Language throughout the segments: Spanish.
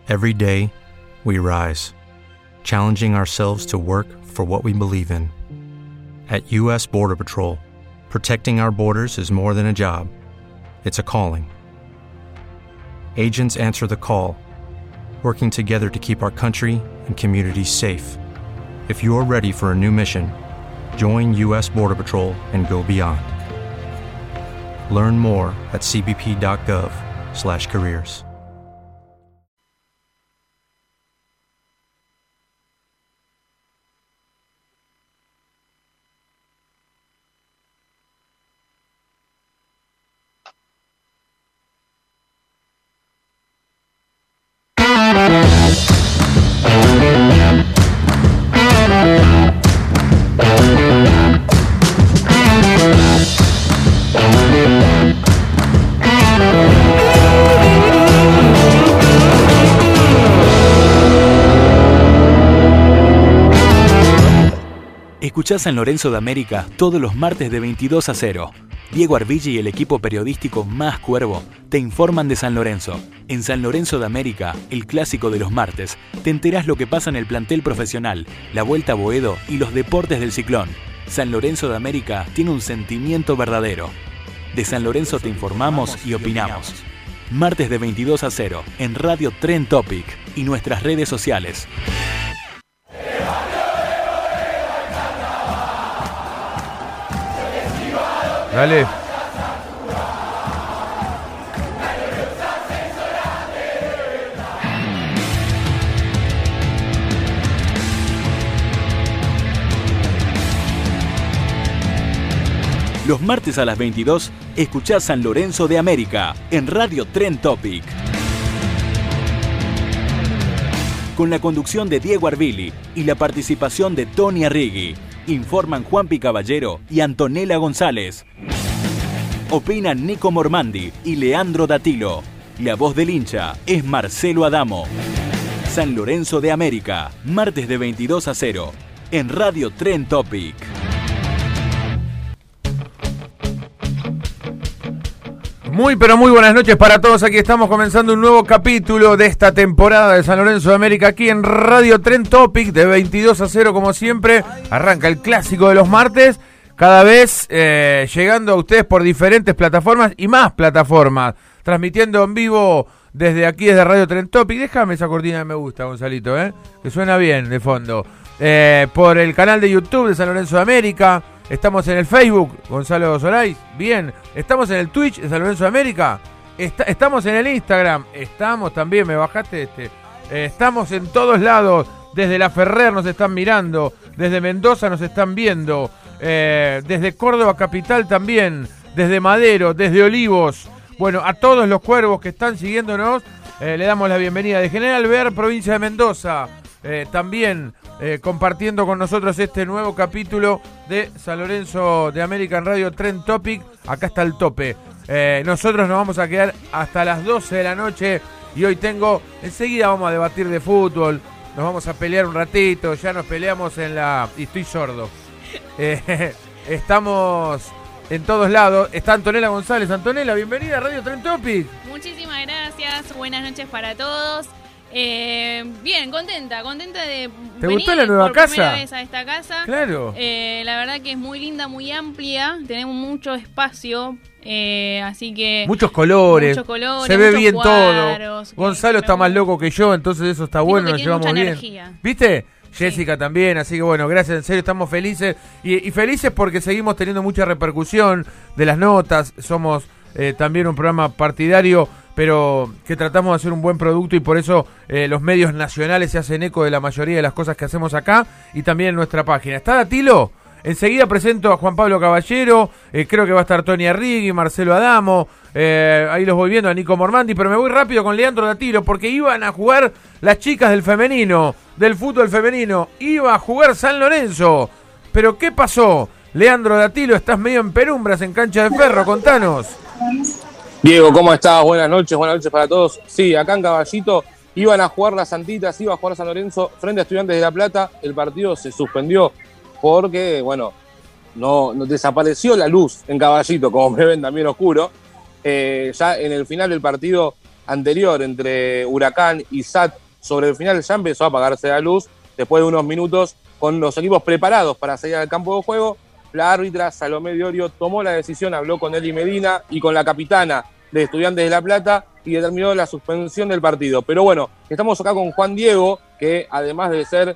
Every day, we rise, challenging ourselves to work for what we believe in. At U.S. Border Patrol, protecting our borders is more than a job. It's a calling. Agents answer the call, working together to keep our country and communities safe. If you're ready for a new mission, join U.S. Border Patrol and go beyond. Learn more at cbp.gov/careers. Escuchá San Lorenzo de América todos los martes de 22 a 0. Diego Arbilli y el equipo periodístico Más Cuervo te informan de San Lorenzo. En San Lorenzo de América, el clásico de los martes, te enterás lo que pasa en el plantel profesional, la Vuelta a Boedo y los deportes del ciclón. San Lorenzo de América tiene un sentimiento verdadero. De San Lorenzo te informamos y opinamos. Martes de 22 a 0 en Radio Tren Topic y nuestras redes sociales. Dale. Los martes a las 22, escuchá San Lorenzo de América en Radio Tren Topic. Con la conducción de Diego Arbilli y la participación de Tony Arrighi. Informan Juanpi Caballero y Antonella González. Opinan Nico Mormandi y Leandro Datilo. La voz del hincha es Marcelo Adamo. San Lorenzo de América, martes de 22 a 0, en Radio Tren Topic. Muy pero muy buenas noches para todos. Aquí estamos comenzando un nuevo capítulo de esta temporada de San Lorenzo de América aquí en Radio Tren Topic de 22 a 0 como siempre. Arranca el clásico de los martes, cada vez llegando a ustedes por diferentes plataformas y más plataformas, transmitiendo en vivo desde aquí, desde Radio Tren Topic. Déjame esa cortina que me gusta, Gonzalito, que suena bien de fondo. Por el canal de YouTube de San Lorenzo de América. Estamos en el Facebook, Gonzalo Solais, bien. Estamos en el Twitch de San Lorenzo de América. Estamos en el Instagram. Estamos también, me bajaste estamos en todos lados. Desde La Ferrer nos están mirando. Desde Mendoza nos están viendo. Desde Córdoba Capital también. Desde Madero, desde Olivos. Bueno, a todos los cuervos que están siguiéndonos, le damos la bienvenida. De General Ver, provincia de Mendoza. También compartiendo con nosotros este nuevo capítulo de San Lorenzo de América en Radio Tren Topic. Acá está el tope. Nosotros nos vamos a quedar hasta las 12 de la noche y hoy enseguida vamos a debatir de fútbol, nos vamos a pelear un ratito, ya nos peleamos y estoy sordo. Estamos en todos lados. Está Antonella González. Antonella, bienvenida a Radio Tren Topic. Muchísimas gracias, buenas noches para todos. Bien, contenta de ¿Te venir gustó la nueva por casa? Primera vez a esta casa. Claro. La verdad que es muy linda, muy amplia, tenemos mucho espacio, así que muchos colores, se ve bien cuadros, todo. Gonzalo está más loco que yo, entonces eso está bueno, nos llevamos bien. Energía. ¿Viste? Sí. Jessica también, así que bueno, gracias, en serio, estamos felices y felices porque seguimos teniendo mucha repercusión de las notas, somos también un programa partidario, pero que tratamos de hacer un buen producto y por eso los medios nacionales se hacen eco de la mayoría de las cosas que hacemos acá y también en nuestra página. ¿Está Datilo? Enseguida presento a Juan Pablo Caballero, creo que va a estar Tony Arrighi, Marcelo Adamo, ahí los voy viendo, a Nico Mormandi, pero me voy rápido con Leandro Datilo porque iban a jugar las chicas del femenino, del fútbol femenino, iba a jugar San Lorenzo, pero ¿qué pasó? Leandro Datilo, estás medio en penumbras en Cancha de Ferro, contanos. Diego, ¿cómo estás? Buenas noches para todos. Sí, acá en Caballito iban a jugar las Santitas, iba a jugar San Lorenzo frente a Estudiantes de La Plata. El partido se suspendió porque, bueno, no desapareció la luz en Caballito, como me ven también oscuro. Ya en el final del partido anterior entre Huracán y SAT sobre el final ya empezó a apagarse la luz. Después de unos minutos, con los equipos preparados para salir al campo de juego, la árbitra Salomé Diorio tomó la decisión, habló con Eli Medina y con la capitana de Estudiantes de La Plata y determinó la suspensión del partido. Pero bueno, estamos acá con Juan Diego, que además de ser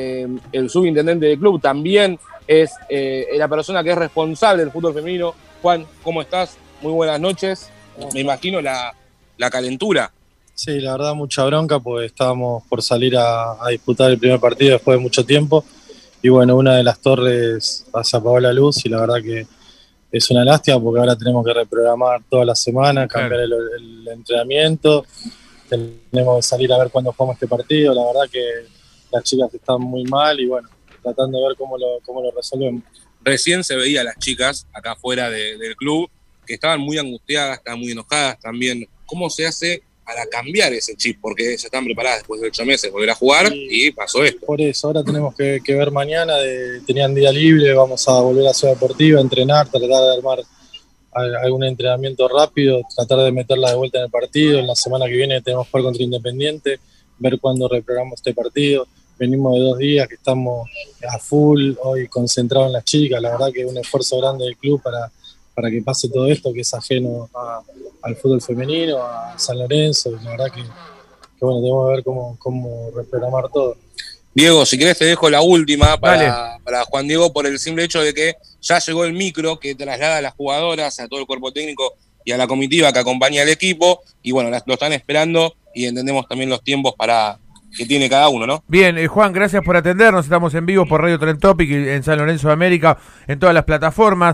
el subintendente del club, también es la persona que es responsable del fútbol femenino. Juan, ¿cómo estás? Muy buenas noches. Me imagino la calentura. Sí, la verdad mucha bronca, porque estábamos por salir a disputar el primer partido después de mucho tiempo. Y bueno, una de las torres se apagó la luz y la verdad que es una lástima, porque ahora tenemos que reprogramar toda la semana, cambiar el entrenamiento, tenemos que salir a ver cuándo jugamos este partido. La verdad que las chicas están muy mal y bueno, tratando de ver cómo lo resolvemos. Recién se veía a las chicas acá afuera del club que estaban muy angustiadas, estaban muy enojadas también. ¿Cómo se hace para cambiar ese chip? Porque ya están preparadas después de 8 meses volver a jugar y pasó esto. Por eso, ahora tenemos que ver mañana, tenían día libre, vamos a volver a Ciudad Deportiva, a entrenar, tratar de armar algún entrenamiento rápido, tratar de meterla de vuelta en el partido. En la semana que viene tenemos que jugar contra Independiente, ver cuándo reprogramamos este partido. Venimos de 2 días que estamos a full, hoy concentrados en las chicas. La verdad que es un esfuerzo grande del club para que pase todo esto, que es ajeno al fútbol femenino, a San Lorenzo. Y la verdad que bueno, tenemos que ver cómo reprogramar todo. Diego, si querés te dejo la última para Juan Diego, por el simple hecho de que ya llegó el micro que traslada a las jugadoras, a todo el cuerpo técnico y a la comitiva que acompaña al equipo, y bueno, lo están esperando y entendemos también los tiempos que tiene cada uno, ¿no? Bien, Juan, gracias por atendernos. Estamos en vivo por Radio Trend Topic en San Lorenzo de América, en todas las plataformas.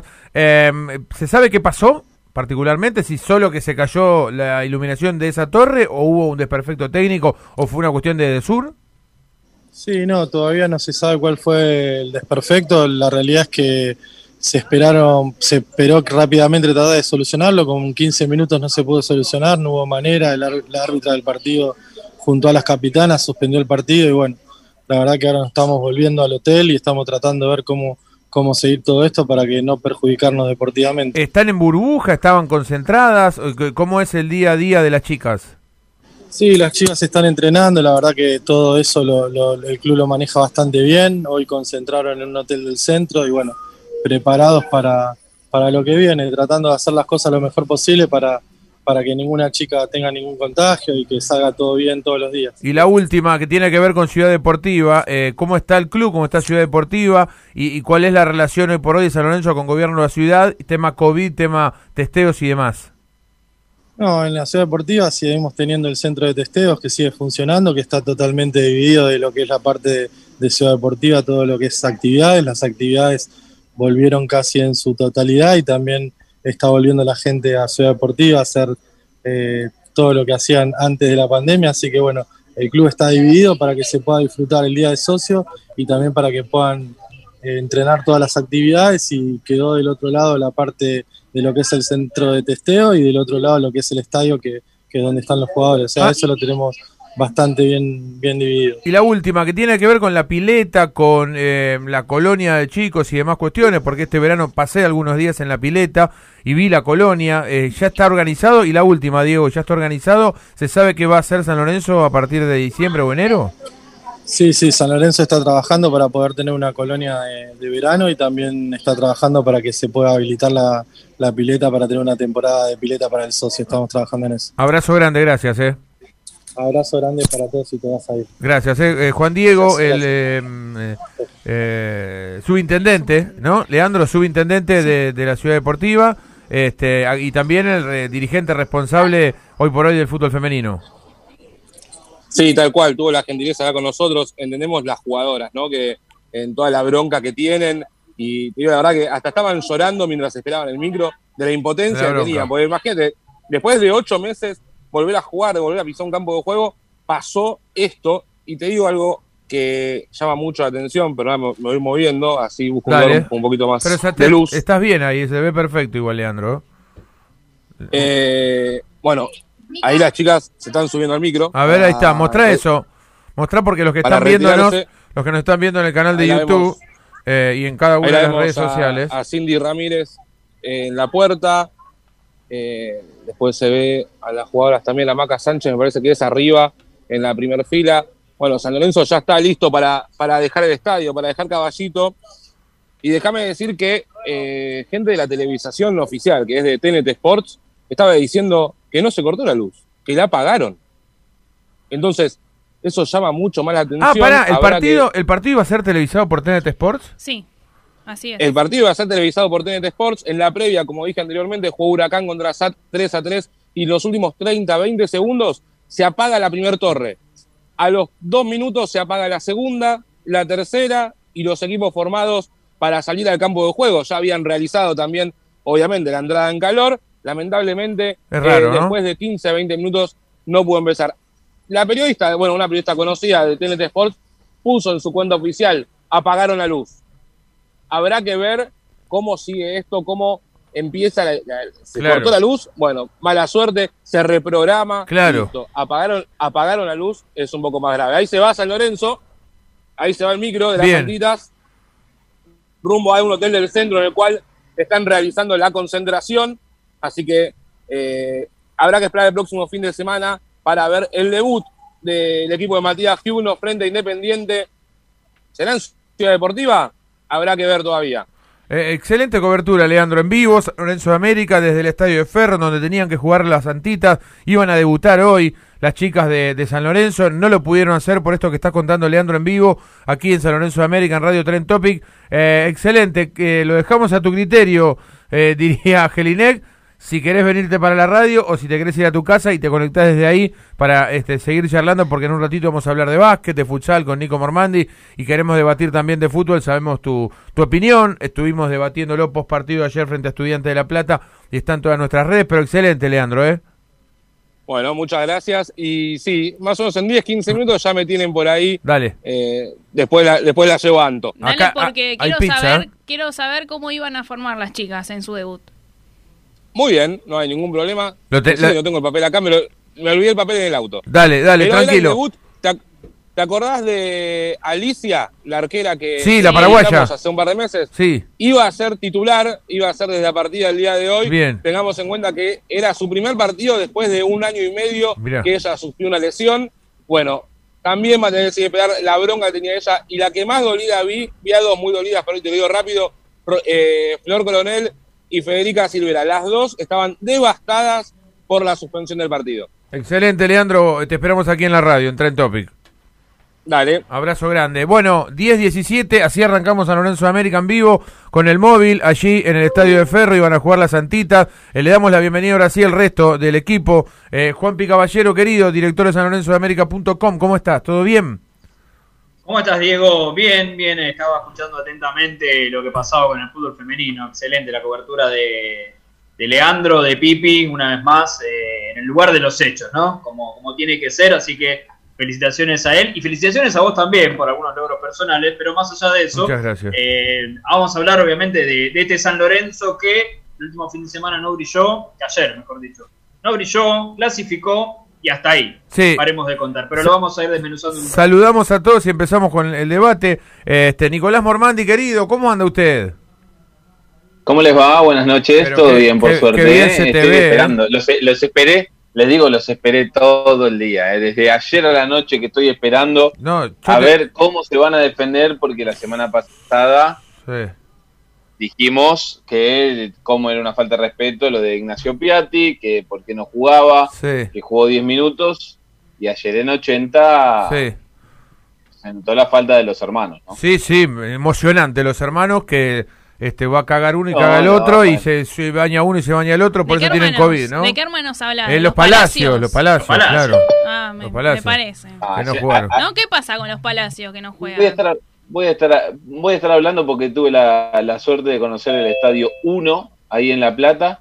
¿Se sabe qué pasó particularmente? ¿Si solo que se cayó la iluminación de esa torre, o hubo un desperfecto técnico, o fue una cuestión de Sur? Sí, no, todavía no se sabe cuál fue el desperfecto. La realidad es que se esperó rápidamente tratar de solucionarlo. Con 15 minutos no se pudo solucionar, no hubo manera. La árbitra del partido, junto a las capitanas, suspendió el partido y bueno, la verdad que ahora nos estamos volviendo al hotel y estamos tratando de ver cómo seguir todo esto para que no perjudicarnos deportivamente. ¿Están en burbuja? ¿Estaban concentradas? ¿Cómo es el día a día de las chicas? Sí, las chicas están entrenando, la verdad que todo eso el club lo maneja bastante bien. Hoy concentraron en un hotel del centro y bueno, preparados para lo que viene, tratando de hacer las cosas lo mejor posible para que ninguna chica tenga ningún contagio y que salga todo bien todos los días. Y la última, que tiene que ver con Ciudad Deportiva, ¿cómo está el club, cómo está Ciudad Deportiva y cuál es la relación hoy por hoy de San Lorenzo con gobierno de la ciudad, tema COVID, tema testeos y demás? No, en la Ciudad Deportiva seguimos teniendo el centro de testeos que sigue funcionando, que está totalmente dividido de lo que es la parte de Ciudad Deportiva, todo lo que es actividades. Las actividades volvieron casi en su totalidad y también está volviendo la gente a Ciudad Deportiva a hacer todo lo que hacían antes de la pandemia, así que bueno, el club está dividido para que se pueda disfrutar el día de socio y también para que puedan entrenar todas las actividades, y quedó del otro lado la parte de lo que es el centro de testeo y del otro lado lo que es el estadio que es donde están los jugadores, o sea, eso lo tenemos bastante bien dividido. Y la última, que tiene que ver con la pileta, con la colonia de chicos y demás cuestiones, porque este verano pasé algunos días en la pileta y vi la colonia, ya está organizado. Y la última, Diego, ¿ya está organizado? ¿Se sabe qué va a hacer San Lorenzo a partir de diciembre o enero? Sí, San Lorenzo está trabajando para poder tener una colonia de verano y también está trabajando para que se pueda habilitar la pileta para tener una temporada de pileta para el socio. Estamos trabajando en eso. Abrazo grande, gracias. Abrazo grande para todos y todas ahí. Gracias, Juan Diego, el subintendente, ¿no? Leandro, subintendente de la Ciudad Deportiva, y también el dirigente responsable hoy por hoy del fútbol femenino. Sí, tal cual, tuvo la gentileza acá con nosotros. Entendemos las jugadoras, ¿no? Que en toda la bronca que tienen, y te digo la verdad que hasta estaban llorando mientras esperaban el micro de la impotencia que tenían, porque imagínate, después de 8 meses volver a jugar, de volver a pisar un campo de juego, pasó esto. Y te digo algo que llama mucho la atención, pero ahora me voy moviendo, así busco un poquito más de luz. Estás bien ahí, se ve perfecto igual, Leandro. Bueno, ahí las chicas se están subiendo al micro. A ver, ahí está, mostrá eso. Mostrá, porque los que están viéndonos, los que nos están viendo en el canal de YouTube y en cada una de las redes sociales. A Cindy Ramírez en la puerta, Después se ve a las jugadoras también, la Maca Sánchez, me parece que es arriba en la primera fila. Bueno, San Lorenzo ya está listo para dejar el estadio, para dejar Caballito. Y déjame decir que gente de la televisación oficial, que es de TNT Sports, estaba diciendo que no se cortó la luz, que la apagaron. Entonces, eso llama mucho más la atención. ¿el partido iba a ser televisado por TNT Sports? Sí, así es. El partido iba a ser televisado por TNT Sports. En la previa, como dije anteriormente, jugó Huracán contra SAT 3-3 y los últimos 30-20 segundos se apaga la primera torre. A los 2 minutos se apaga la segunda, la tercera y los equipos formados para salir al campo de juego. Ya habían realizado también, obviamente, la entrada en calor. Lamentablemente, es raro, ¿no? Después de 15-20 minutos no pudo empezar. La periodista, una periodista conocida de TNT Sports, puso en su cuenta oficial, apagaron la luz. Habrá que ver cómo sigue esto, cómo empieza, se cortó la luz, bueno, mala suerte, se reprograma, claro. Listo. Apagaron la luz, es un poco más grave. Ahí se va San Lorenzo, ahí se va el micro de las Santitas, rumbo a un hotel del centro en el cual están realizando la concentración, así que habrá que esperar el próximo fin de semana para ver el debut del equipo de Matías Giuno frente a Independiente. ¿Será en Ciudad Deportiva? Habrá que ver todavía. Excelente cobertura, Leandro, en vivo, San Lorenzo de América, desde el Estadio de Ferro, donde tenían que jugar las Santitas, iban a debutar hoy las chicas de San Lorenzo, no lo pudieron hacer por esto que está contando Leandro en vivo, aquí en San Lorenzo de América, en Radio Trend Topic. Excelente, lo dejamos a tu criterio, diría Jelinek, si querés venirte para la radio o si te querés ir a tu casa y te conectás desde ahí para seguir charlando, porque en un ratito vamos a hablar de básquet, de futsal con Nico Mormandi y queremos debatir también de fútbol. Sabemos tu opinión, estuvimos debatiéndolo post partido ayer frente a Estudiantes de La Plata y está en todas nuestras redes, pero excelente, Leandro, Bueno, muchas gracias y sí, más o menos en 10-15 minutos ya me tienen por ahí. Dale. Después la llevo a Anto. Dale, Acá, porque quiero saber cómo iban a formar las chicas en su debut. Muy bien, no hay ningún problema. Yo tengo el papel acá, me olvidé el papel en el auto. Dale, pero tranquilo. Debut, ¿te acordás de Alicia, la arquera que... Sí, la paraguaya. Hace un par de meses? Sí. Iba a ser titular, iba a ser desde la partida del día de hoy. Bien. Tengamos en cuenta que era su primer partido después de 1 año y medio que ella sufrió una lesión. Bueno, también va a tener que esperar la bronca que tenía ella. Y la que más dolida vi a dos muy dolidas, pero hoy te lo digo rápido, Flor Coronel y Federica Silvera. Las dos estaban devastadas por la suspensión del partido. Excelente, Leandro. Te esperamos aquí en la radio, en Trend Topic. Dale. Abrazo grande. Bueno, 10-17, así arrancamos a Lorenzo de América en vivo con el móvil allí en el Estadio de Ferro, iban a jugar las Santitas. Le damos la bienvenida ahora sí al resto del equipo. Juan Caballero, querido, director de sanlorenzodeamerica.com, ¿cómo estás? ¿Todo bien? ¿Cómo estás, Diego? Bien, estaba escuchando atentamente lo que pasaba con el fútbol femenino. Excelente la cobertura de Leandro, de Pipi, una vez más, en el lugar de los hechos, ¿no? Como tiene que ser, así que felicitaciones a él y felicitaciones a vos también por algunos logros personales, pero más allá de eso, muchas gracias. Vamos a hablar obviamente de este San Lorenzo que el último fin de semana no brilló, ayer mejor dicho, no brilló, clasificó y hasta ahí, sí. Paremos de contar, pero lo vamos a ir desmenuzando. Saludamos a todos y empezamos con el debate. Nicolás Mormandi, querido, ¿cómo anda usted? ¿Cómo les va? Buenas noches, pero todo bien por suerte. Qué bien se te Estoy ve. Esperando. Los esperé, les digo, los esperé todo el día. Desde ayer a la noche que estoy esperando ver cómo se van a defender, porque la semana pasada dijimos que como era una falta de respeto lo de Ignacio Piatti, que por qué no jugaba, que jugó 10 minutos, y ayer en 80 se notó la falta de los hermanos, ¿no? Sí, emocionante, los hermanos que va a cagar uno y caga el otro, y se baña uno y se baña el otro, por eso tienen COVID, ¿no? ¿De qué hermanos hablan? Los palacios, claro. Los palacios. Me parece. Que no jugaron. ¿No? ¿Qué pasa con los palacios que no juegan? Voy a estar hablando porque tuve la suerte de conocer el Estadio 1 ahí en La Plata,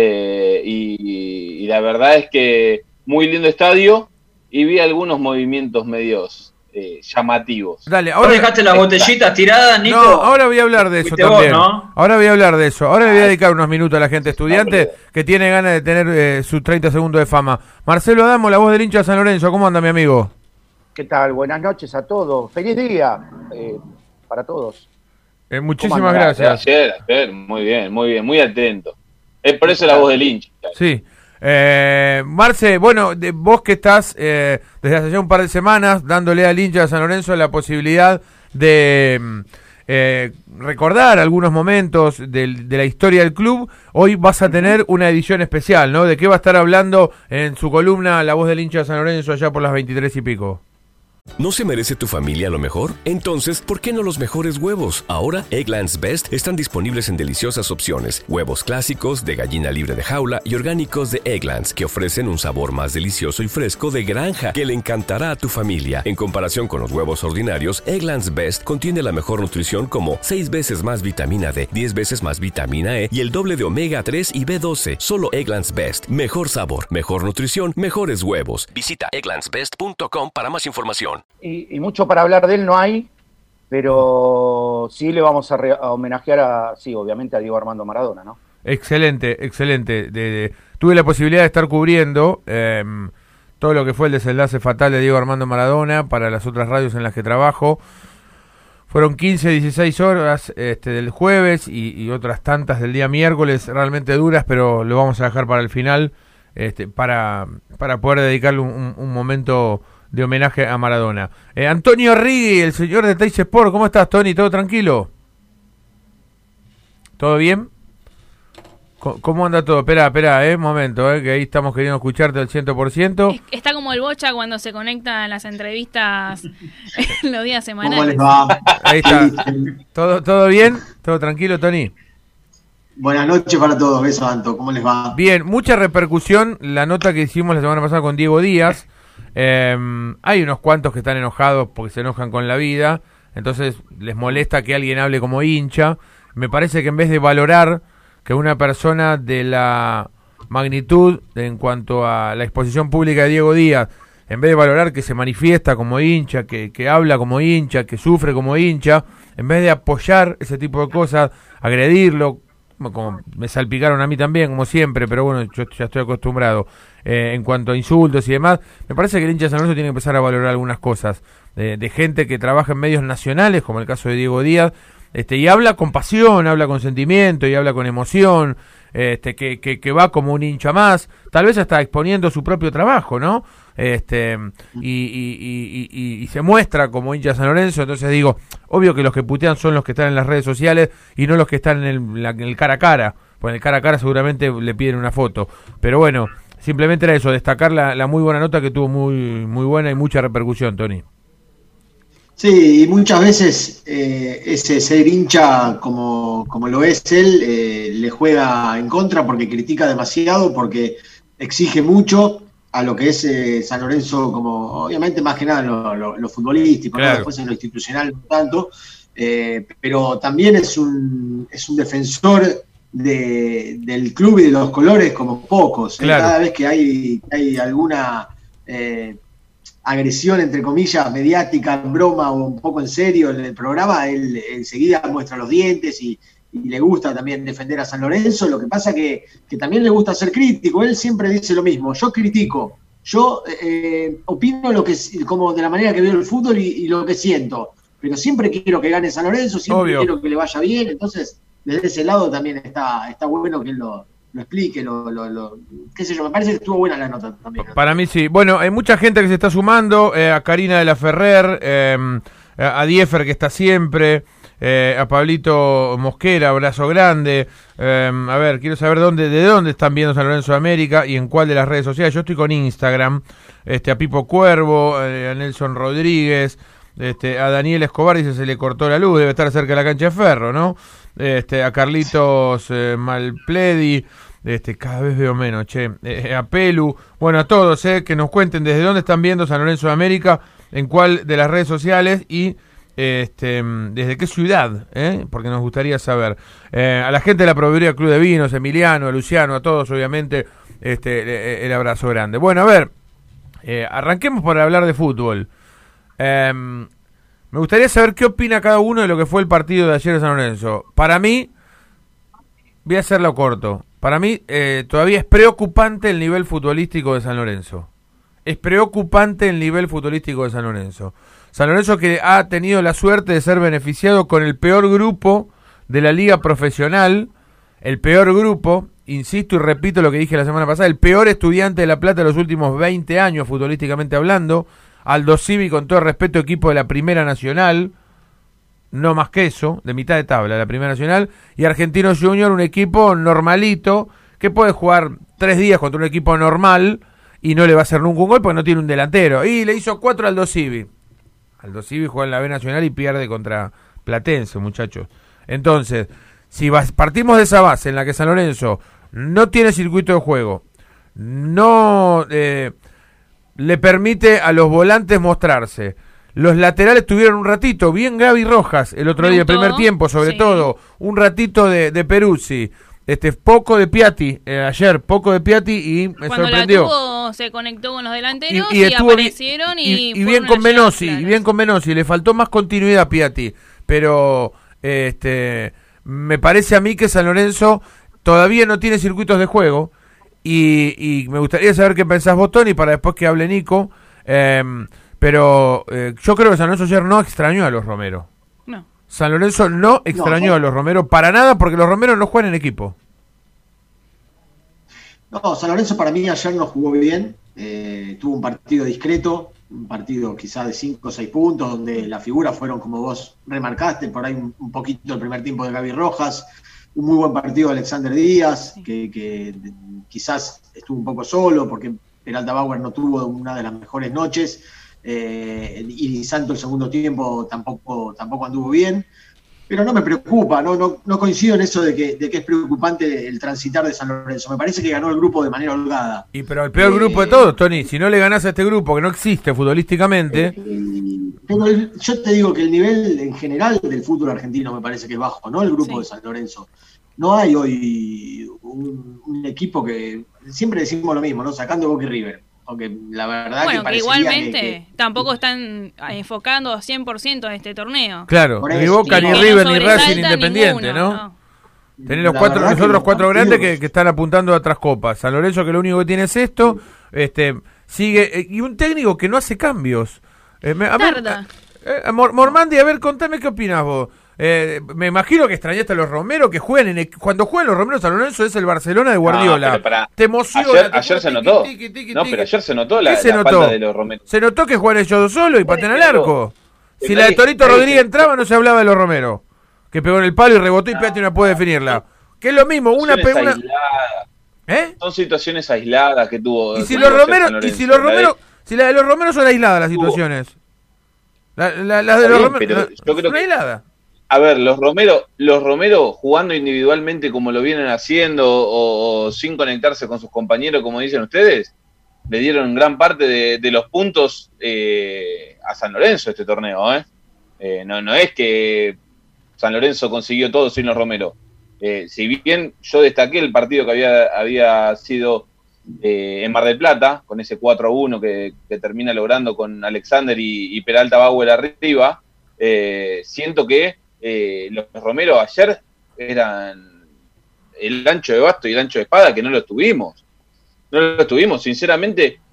y la verdad es que muy lindo estadio, y vi algunos movimientos medios llamativos. Dale, ahora dejaste las botellitas tiradas, Nico. No, ahora voy a hablar de eso también. Vos, ¿no? Ahora voy a hablar de eso. Ahora le voy a dedicar unos minutos a la gente estudiante que tiene ganas de tener sus 30 segundos de fama. Marcelo Adamo, la voz del hincha de San Lorenzo. ¿Cómo anda, mi amigo? ¿Qué tal? Buenas noches a todos. Feliz día para todos. Muchísimas gracias. Ayer, muy bien, muy atento. Es por eso la voz del hincha. Sí. Marce, bueno, vos que estás desde hace ya un par de semanas dándole al hincha de San Lorenzo la posibilidad de recordar algunos momentos de la historia del club, hoy vas a tener una edición especial, ¿no? ¿De qué va a estar hablando en su columna La Voz del Hincha de San Lorenzo allá por las 23 y pico? ¿No se merece tu familia lo mejor? Entonces, ¿por qué no los mejores huevos? Ahora, Eggland's Best están disponibles en deliciosas opciones. Huevos clásicos, de gallina libre de jaula y orgánicos de Eggland's, que ofrecen un sabor más delicioso y fresco de granja que le encantará a tu familia. En comparación con los huevos ordinarios, Eggland's Best contiene la mejor nutrición como 6 veces más vitamina D, 10 veces más vitamina E y el doble de omega 3 y B12. Solo Eggland's Best. Mejor sabor, mejor nutrición, mejores huevos. Visita egglandsbest.com para más información. Y mucho para hablar de él no hay, pero sí le vamos a homenajear obviamente a Diego Armando Maradona, ¿no? Excelente, excelente. Tuve la posibilidad de estar cubriendo todo lo que fue el desenlace fatal de Diego Armando Maradona para las otras radios en las que trabajo. Fueron 15, 16 horas del jueves y otras tantas del día miércoles, realmente duras, pero lo vamos a dejar para el final para poder dedicarle un momento de homenaje a Maradona. Antonio Rigui, el señor de Teis Sport, ¿cómo estás, Tony? ¿Todo tranquilo? ¿Todo bien? ¿Cómo anda todo? Espera, un momento, que ahí estamos queriendo escucharte al 100%. Está como el Bocha cuando se conecta en las entrevistas los días semanales. ¿Cómo les va? Ahí está. ¿Todo bien? ¿Todo tranquilo, Tony? Buenas noches para todos, besos, Anto. ¿Cómo les va? Bien, mucha repercusión la nota que hicimos la semana pasada con Diego Díaz. Hay unos cuantos que están enojados porque se enojan con la vida, entonces les molesta que alguien hable como hincha. Me parece que en vez de valorar que una persona de la magnitud en cuanto a la exposición pública de Diego Díaz, en vez de valorar que se manifiesta como hincha, que habla como hincha, que sufre como hincha, en vez de apoyar ese tipo de cosas, agredirlo, como me salpicaron a mí también, como siempre, pero bueno, yo ya estoy acostumbrado, en cuanto a insultos y demás, me parece que el hincha de San Lorenzo tiene que empezar a valorar algunas cosas, de gente que trabaja en medios nacionales, como el caso de Diego Díaz, y habla con pasión, habla con sentimiento y habla con emoción, que va como un hincha más, tal vez hasta exponiendo su propio trabajo, ¿no? Y se muestra como hincha de San Lorenzo. Entonces digo, obvio que los que putean son los que están en las redes sociales y no los que están en el cara a cara, pues en el cara a cara seguramente le piden una foto, pero bueno, simplemente era eso, destacar la muy buena nota que tuvo, muy, muy buena y mucha repercusión, Tony. Sí, y muchas veces ese ser hincha como lo es él, le juega en contra porque critica demasiado, porque exige mucho a lo que es San Lorenzo, como obviamente más que nada lo futbolístico, claro, ¿no? Después en lo institucional no tanto, pero también es un defensor del club y de los colores como pocos. Claro. Cada vez que hay alguna agresión, entre comillas, mediática, en broma o un poco en serio en el programa, él enseguida muestra los dientes y le gusta también defender a San Lorenzo. Lo que pasa que también le gusta ser crítico. Él siempre dice lo mismo: yo critico, yo opino como de la manera que veo el fútbol y lo que siento, pero siempre quiero que gane San Lorenzo, siempre quiero que le vaya bien. Entonces, desde ese lado también está bueno que él lo explique, qué sé yo, me parece que estuvo buena la nota también, ¿no? Para mí sí. Bueno, hay mucha gente que se está sumando, a Karina de la Ferrer, a Diefer, que está siempre, a Pablito Mosquera, abrazo grande. A ver, quiero saber de dónde están viendo San Lorenzo de América y en cuál de las redes sociales. Yo estoy con Instagram, a Pipo Cuervo, a Nelson Rodríguez, a Daniel Escobar, dice se le cortó la luz, debe estar cerca de la cancha de Ferro, ¿no? A Carlitos Malpledi, cada vez veo menos, a Pelu, bueno, a todos, que nos cuenten desde dónde están viendo San Lorenzo de América, en cuál de las redes sociales y desde qué ciudad, porque nos gustaría saber. A la gente de la Proveeduría Club de Vinos, Emiliano, a Luciano, a todos, obviamente, el abrazo grande. Bueno, a ver, arranquemos por hablar de fútbol. Me gustaría saber qué opina cada uno de lo que fue el partido de ayer de San Lorenzo. Para mí, voy a hacerlo corto, para mí todavía es preocupante el nivel futbolístico de San Lorenzo. Es preocupante el nivel futbolístico de San Lorenzo. San Lorenzo, que ha tenido la suerte de ser beneficiado con el peor grupo de la liga profesional, el peor grupo, insisto y repito lo que dije la semana pasada, el peor estudiante de La Plata de los últimos 20 años, futbolísticamente hablando. Aldo Civi, con todo respeto, equipo de la Primera Nacional, no más que eso, de mitad de tabla de la Primera Nacional, y Argentinos Junior, un equipo normalito, que puede jugar 3 días contra un equipo normal, y no le va a hacer nunca un gol porque no tiene un delantero. Y le hizo 4 a Aldo Civi. Aldo Civi juega en la B Nacional y pierde contra Platense, muchachos. Entonces, si partimos de esa base en la que San Lorenzo no tiene circuito de juego, no le permite a los volantes mostrarse, los laterales tuvieron un ratito, bien Gaby Rojas el otro día, el primer tiempo, sobre todo, un ratito de Peruzzi, poco de Piatti, ayer poco de Piatti, y me cuando sorprendió. La tuvo, se conectó con los delanteros y aparecieron y bien con Menossi, y bien con Menossi, le faltó más continuidad a Piatti, pero me parece a mí que San Lorenzo todavía no tiene circuitos de juego, y me gustaría saber qué pensás vos, Tony, para después que hable Nico, pero yo creo que San Lorenzo ayer no extrañó a los Romero. No. San Lorenzo no extrañó a los Romero para nada, porque los Romero no juegan en equipo. No, San Lorenzo para mí ayer no jugó bien, tuvo un partido discreto, un partido quizás de 5 o 6 puntos, donde las figuras fueron, como vos remarcaste, por ahí un poquito el primer tiempo de Gaby Rojas, un muy buen partido de Alexander Díaz, que quizás estuvo un poco solo, porque Peralta Bauer no tuvo una de las mejores noches, y Santo el segundo tiempo tampoco anduvo bien. Pero no me preocupa, no coincido en eso de que es preocupante el transitar de San Lorenzo. Me parece que ganó el grupo de manera holgada. Pero el peor grupo de todos, Tony, si no le ganás a este grupo que no existe futbolísticamente. Yo te digo que el nivel en general del fútbol argentino me parece que es bajo, ¿no? El grupo de San Lorenzo. No hay hoy un equipo que... Siempre decimos lo mismo, ¿no? Sacando Boca y River. Aunque la verdad que igualmente tampoco están enfocando 100% a este torneo. Claro, ni Boca, ni River, ni Racing, Independiente, ¿no? Tenés los otros cuatro grandes que están apuntando a otras copas. San Lorenzo, que lo único que tiene es esto, sigue, y un técnico que no hace cambios. Mormandi, a ver, contame qué opinás vos. Me imagino que extrañaste a los Romero, que juegan cuando juegan los Romero, San Lorenzo es el Barcelona de Guardiola. Te emociona. Ayer se notó. Pero ayer se notó la falta de los Romero. Se notó que juegan ellos dos solos y patean al arco. Si la de Torito Rodríguez entraba, no se hablaba de los Romero, que pegó en el palo y rebotó y Piatti no puede definirla. Que es lo mismo, una Son situaciones aisladas que tuvo. Y si los Romero, si la de los Romero son aisladas las situaciones. Las de los Romero son aisladas. A ver, los Romero jugando individualmente como lo vienen haciendo o sin conectarse con sus compañeros, como dicen ustedes, le dieron gran parte de los puntos a San Lorenzo este torneo. No es que San Lorenzo consiguió todo sin los Romero. Si bien yo destaqué el partido que había sido en Mar del Plata, con ese 4-1 que termina logrando con Alexander y Peralta Bauer arriba, siento que los Romero ayer eran el ancho de basto y el ancho de espada, que no lo tuvimos. Sinceramente,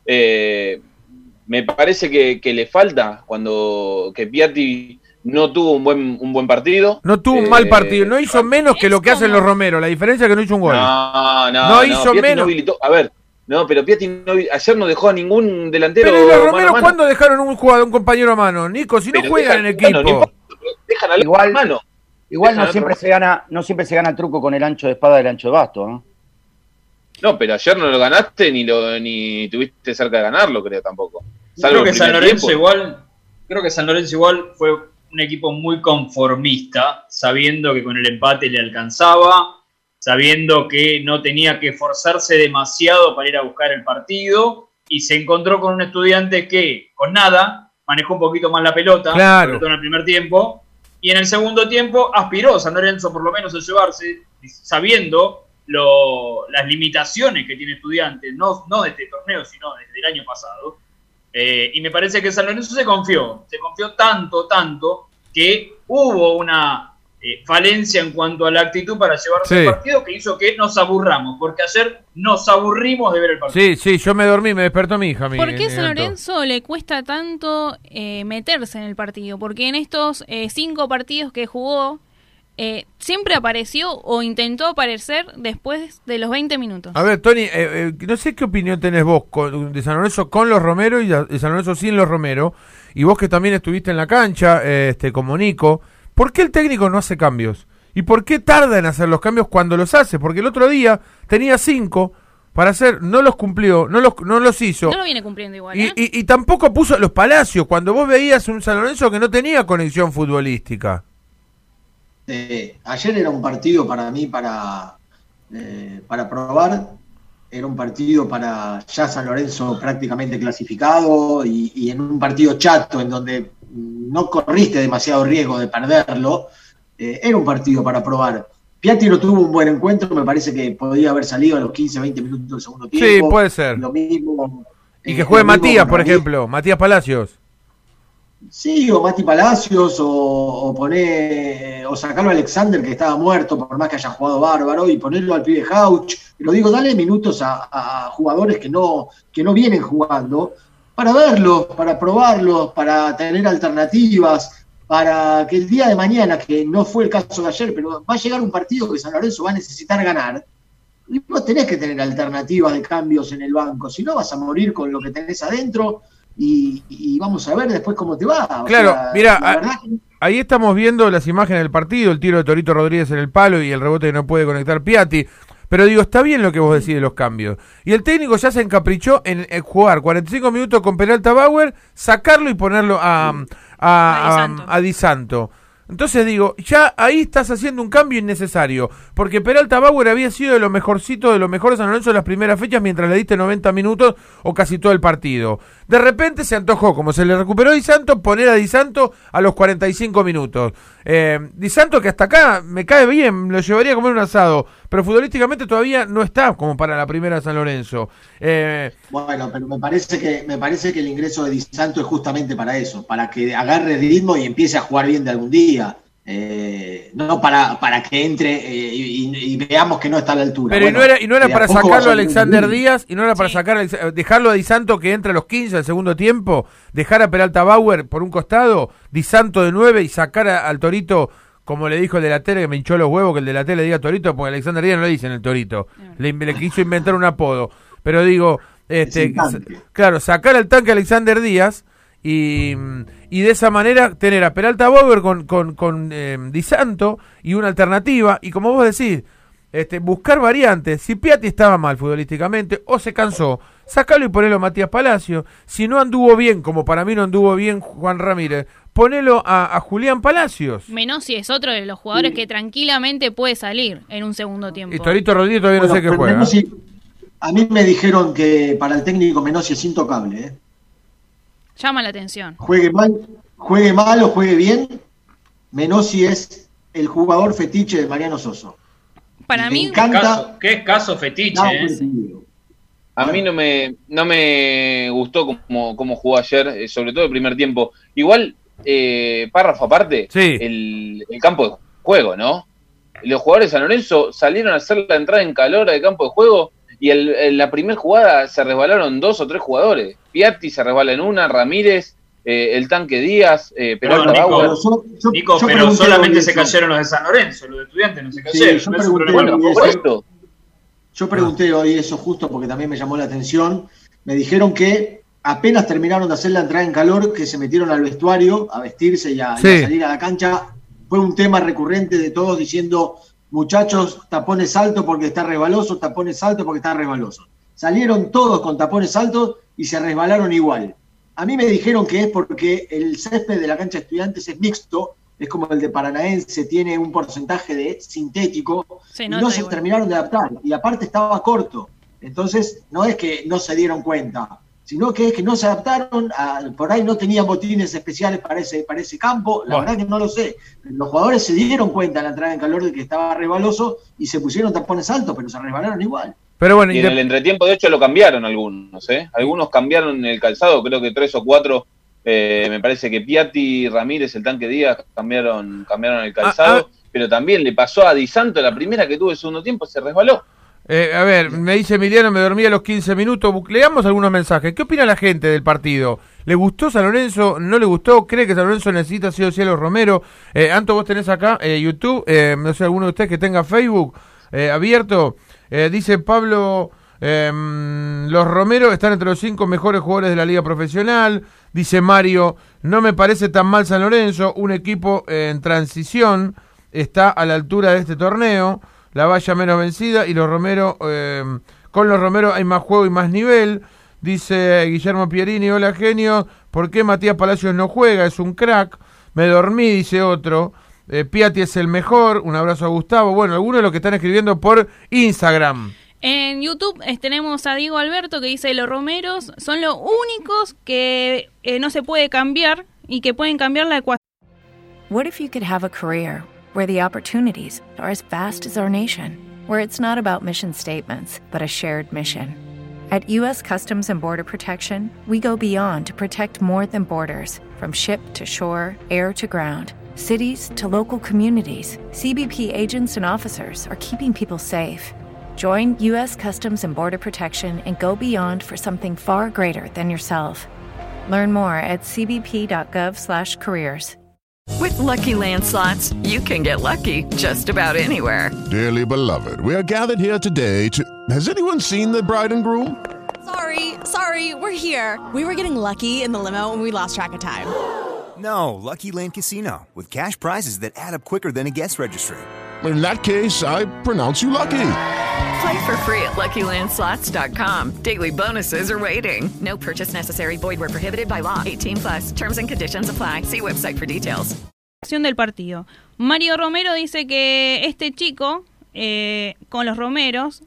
me parece que le falta que Piatti no tuvo un buen partido. No tuvo un mal partido, no hizo menos que lo que hacen los Romero. La diferencia es que no hizo un gol. No hizo Piatti menos. Pero Piatti ayer no dejó a ningún delantero. Pero los Romero, ¿cuándo dejaron un compañero a mano? Nico, si no juegan en equipo. Dejan a mano. Igual no siempre se gana el truco con el ancho de espada y el ancho de basto, ¿no? No, pero ayer no lo ganaste ni tuviste cerca de ganarlo, creo tampoco. Creo que San Lorenzo igual fue un equipo muy conformista, sabiendo que con el empate le alcanzaba, sabiendo que no tenía que esforzarse demasiado para ir a buscar el partido, y se encontró con un Estudiante que, con nada, manejó un poquito más la pelota, sobre todo en el primer tiempo, y en el segundo tiempo aspiró San Lorenzo por lo menos a llevarse, sabiendo las limitaciones que tiene Estudiantes, no de este torneo, sino desde el año pasado. Y me parece que San Lorenzo se confió tanto, que hubo una falencia en cuanto a la actitud para llevarse el partido, que hizo que nos aburramos, porque ayer nos aburrimos de ver el partido. Sí, yo me dormí, me despertó mi hija. ¿Por qué a San Lorenzo le cuesta tanto meterse en el partido? Porque en estos 5 partidos que jugó, siempre apareció o intentó aparecer después de los 20 minutos. A ver, Tony, no sé qué opinión tenés vos de San Lorenzo con los Romero y de San Lorenzo sin los Romero, y vos que también estuviste en la cancha, como Nico, ¿por qué el técnico no hace cambios? ¿Y por qué tarda en hacer los cambios cuando los hace? Porque el otro día tenía 5 para hacer, no los cumplió, no los hizo. No lo viene cumpliendo igual, y tampoco puso los Palacios, cuando vos veías un San Lorenzo que no tenía conexión futbolística. Ayer era un partido para mí para probar, era un partido para ya San Lorenzo prácticamente clasificado y en un partido chato en donde no corriste demasiado riesgo de perderlo, era un partido para probar. Piatti no tuvo un buen encuentro, me parece que podía haber salido a los 15-20 minutos del segundo tiempo. Sí, puede ser. Lo mismo, y que juegue Matías, por ejemplo, Matías Palacios. Sí, o Mati Palacios, o sacarlo a Alexander, que estaba muerto, por más que haya jugado bárbaro, y ponerlo al pibe Hauch. Pero digo, dale minutos a jugadores que no vienen jugando, para verlos, para probarlos, para tener alternativas, para que el día de mañana, que no fue el caso de ayer, pero va a llegar un partido que San Lorenzo va a necesitar ganar, y vos tenés que tener alternativas de cambios en el banco, si no vas a morir con lo que tenés adentro, y vamos a ver después cómo te va. Claro, mira, ahí estamos viendo las imágenes del partido, el tiro de Torito Rodríguez en el palo y el rebote que no puede conectar Piatti. Pero digo, está bien lo que vos decís de los cambios. Y el técnico ya se encaprichó en jugar 45 minutos con Peralta Bauer, sacarlo y ponerlo a Di Santo. Entonces digo, ya ahí estás haciendo un cambio innecesario, porque Peralta Bauer había sido de lo mejorcito, de lo mejor de San Lorenzo en las primeras fechas mientras le diste 90 minutos o casi todo el partido. De repente se antojó, como se le recuperó Di Santo, poner a Di Santo a los 45 minutos. Di Santo, que hasta acá me cae bien, lo llevaría a comer un asado, pero futbolísticamente todavía no está como para la primera de San Lorenzo. Bueno, pero me parece que el ingreso de Di Santo es justamente para eso, para que agarre ritmo y empiece a jugar bien de algún día. No para que entre y veamos que no está a la altura. Pero bueno, y no era para sacarlo a Alexander Díaz, y no era para dejarlo a Di Santo que entre a los 15 del segundo tiempo, dejar a Peralta Bauer por un costado, Di Santo de 9 y sacar al Torito, como le dijo el de la tele, que me hinchó los huevos que el de la tele diga Torito, porque Alexander Díaz no le dicen el Torito, le quiso inventar un apodo, pero digo, claro, sacar al tanque Alexander Díaz y de esa manera tener a Peralta Bauer con Di Santo y una alternativa, y como vos decís, buscar variantes. Si Piatti estaba mal futbolísticamente o se cansó, sacalo y ponelo a Matías Palacio. Si no anduvo bien, como para mí no anduvo bien Juan Ramírez, ponelo a Julián Palacios. Menossi es otro de los jugadores que tranquilamente puede salir en un segundo tiempo. Y Torito Rodríguez todavía no sé qué juega. Menossi, a mí me dijeron que para el técnico Menossi es intocable, Llama la atención. Juegue mal o juegue bien, Menossi es el jugador fetiche de Mariano Soso. Para mí, qué caso fetiche, A mí no me gustó como jugó ayer, sobre todo el primer tiempo. Igual, párrafo aparte, sí. El campo de juego, ¿no? Los jugadores de San Lorenzo salieron a hacer la entrada en calor al campo de juego y en la primera jugada se resbalaron 2 o 3 jugadores. Piatti se resbala en una, Ramírez, el tanque Díaz, Peralta Bauer. Nico, pero solamente se cayeron los de San Lorenzo, los de Estudiantes no se cayeron. Sí, yo pregunté hoy eso justo porque también me llamó la atención. Me dijeron que apenas terminaron de hacer la entrada en calor, que se metieron al vestuario a vestirse y a salir a la cancha. Fue un tema recurrente de todos diciendo, muchachos, tapones altos porque está resbaloso, tapones altos porque está resbaloso. Salieron todos con tapones altos y se resbalaron igual. A mí me dijeron que es porque el césped de la cancha de Estudiantes es mixto, es como el de Paranaense, tiene un porcentaje de sintético, y no se terminaron de adaptar, y aparte estaba corto. Entonces, no es que no se dieron cuenta, sino que es que no se adaptaron, por ahí no tenían botines especiales para ese campo, la verdad que no lo sé. Los jugadores se dieron cuenta en la entrada en calor de que estaba resbaloso y se pusieron tapones altos, pero se resbalaron igual. Pero bueno, y en el entretiempo, de hecho, lo cambiaron algunos, Algunos cambiaron el calzado, creo que 3 o 4, me parece que Piatti, Ramírez, el tanque Díaz cambiaron el calzado, pero también le pasó a Di Santo la primera que tuvo el segundo tiempo, se resbaló. A ver, me dice Emiliano, me dormí a los 15 minutos. Leamos algunos mensajes. ¿Qué opina la gente del partido? ¿Le gustó San Lorenzo? ¿No le gustó? ¿Cree que San Lorenzo necesita sí o sí a los Romero? Anto, vos tenés acá YouTube, no sé, alguno de ustedes que tenga Facebook abierto. Dice Pablo, los Romero están entre los 5 mejores jugadores de la liga profesional. Dice Mario, no me parece tan mal San Lorenzo, un equipo en transición, está a la altura de este torneo. La valla menos vencida y los Romero, con los Romero hay más juego y más nivel. Dice Guillermo Pierini, hola genio, ¿por qué Matías Palacios no juega? Es un crack. Me dormí, dice otro. Piatti es el mejor. Un abrazo a Gustavo. Bueno, algunos de los que están escribiendo por Instagram. En YouTube tenemos a Diego Alberto que dice los Romeros son los únicos que no se puede cambiar y que pueden cambiar la ecuación. What if you could have a career where the opportunities are as vast as our nation, where it's not about mission statements, but a shared mission? At U.S. Customs and Border Protection, we go beyond to protect more than borders, from ship to shore, air to ground, cities to local communities. CBP agents and officers are keeping people safe. Join U.S. Customs and Border Protection and go beyond for something far greater than yourself. Learn more at cbp.gov/careers. With Lucky Land Slots, you can get lucky just about anywhere. Dearly beloved, we are gathered here today to... Has anyone seen the bride and groom? Sorry, we're here. We were getting lucky in the limo and we lost track of time. No, Lucky Land Casino, with cash prizes that add up quicker than a guest registry. In that case, I pronounce you lucky. Play for free at LuckyLandSlots.com. Daily bonuses are waiting. No purchase necessary. Void where prohibited by law. 18+. Terms and conditions apply. See website for details. Del partido. Mario Romero dice que este chico, con los Romeros,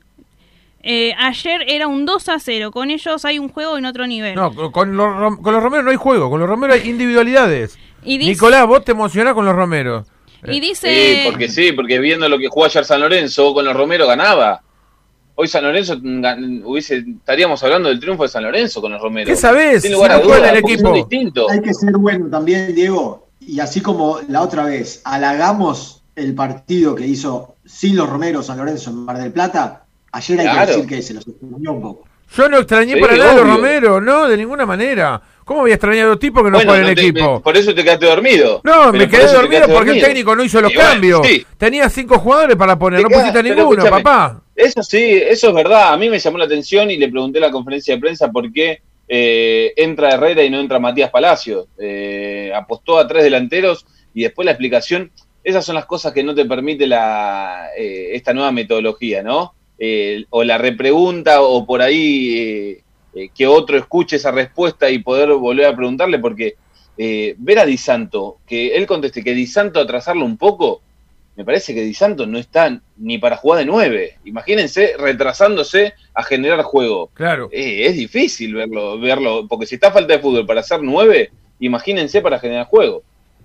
ayer era un 2-0. Con ellos hay un juego en otro nivel. No, con los Romeros no hay juego. Con los Romeros hay individualidades. Y dice, Nicolás, vos te emocionás con los Romeros. Y dice... porque viendo lo que jugó ayer San Lorenzo, con los Romero ganaba. Hoy San Lorenzo estaríamos hablando del triunfo de San Lorenzo con los Romero. ¿Qué sabés? Sin lugar a dudas, el equipo. Hay que ser bueno también, Diego, y así como la otra vez halagamos el partido que hizo sin los Romero San Lorenzo en Mar del Plata, ayer hay que decir que se los extrañó un poco. Yo no extrañé para nada a los Romero, no, de ninguna manera. ¿Cómo voy a extrañar a los tipos que no juegan en el equipo? Por eso te quedaste dormido. No, me quedé dormido porque el técnico no hizo los cambios. Bueno, sí. Tenía 5 jugadores para poner, no pusiste ninguno, papá. Eso sí, eso es verdad. A mí me llamó la atención y le pregunté en la conferencia de prensa por qué entra Herrera y no entra Matías Palacios. Apostó a 3 delanteros y después la explicación. Esas son las cosas que no te permite esta nueva metodología, ¿no? O la repregunta o por ahí que otro escuche esa respuesta y poder volver a preguntarle, porque ver a Di Santo, que él conteste que Di Santo atrasarlo un poco, me parece que Di Santo no está ni para jugar de 9. Imagínense retrasándose a generar juego. Claro. Es difícil verlo, porque si está a falta de fútbol para hacer 9, imagínense para generar juego.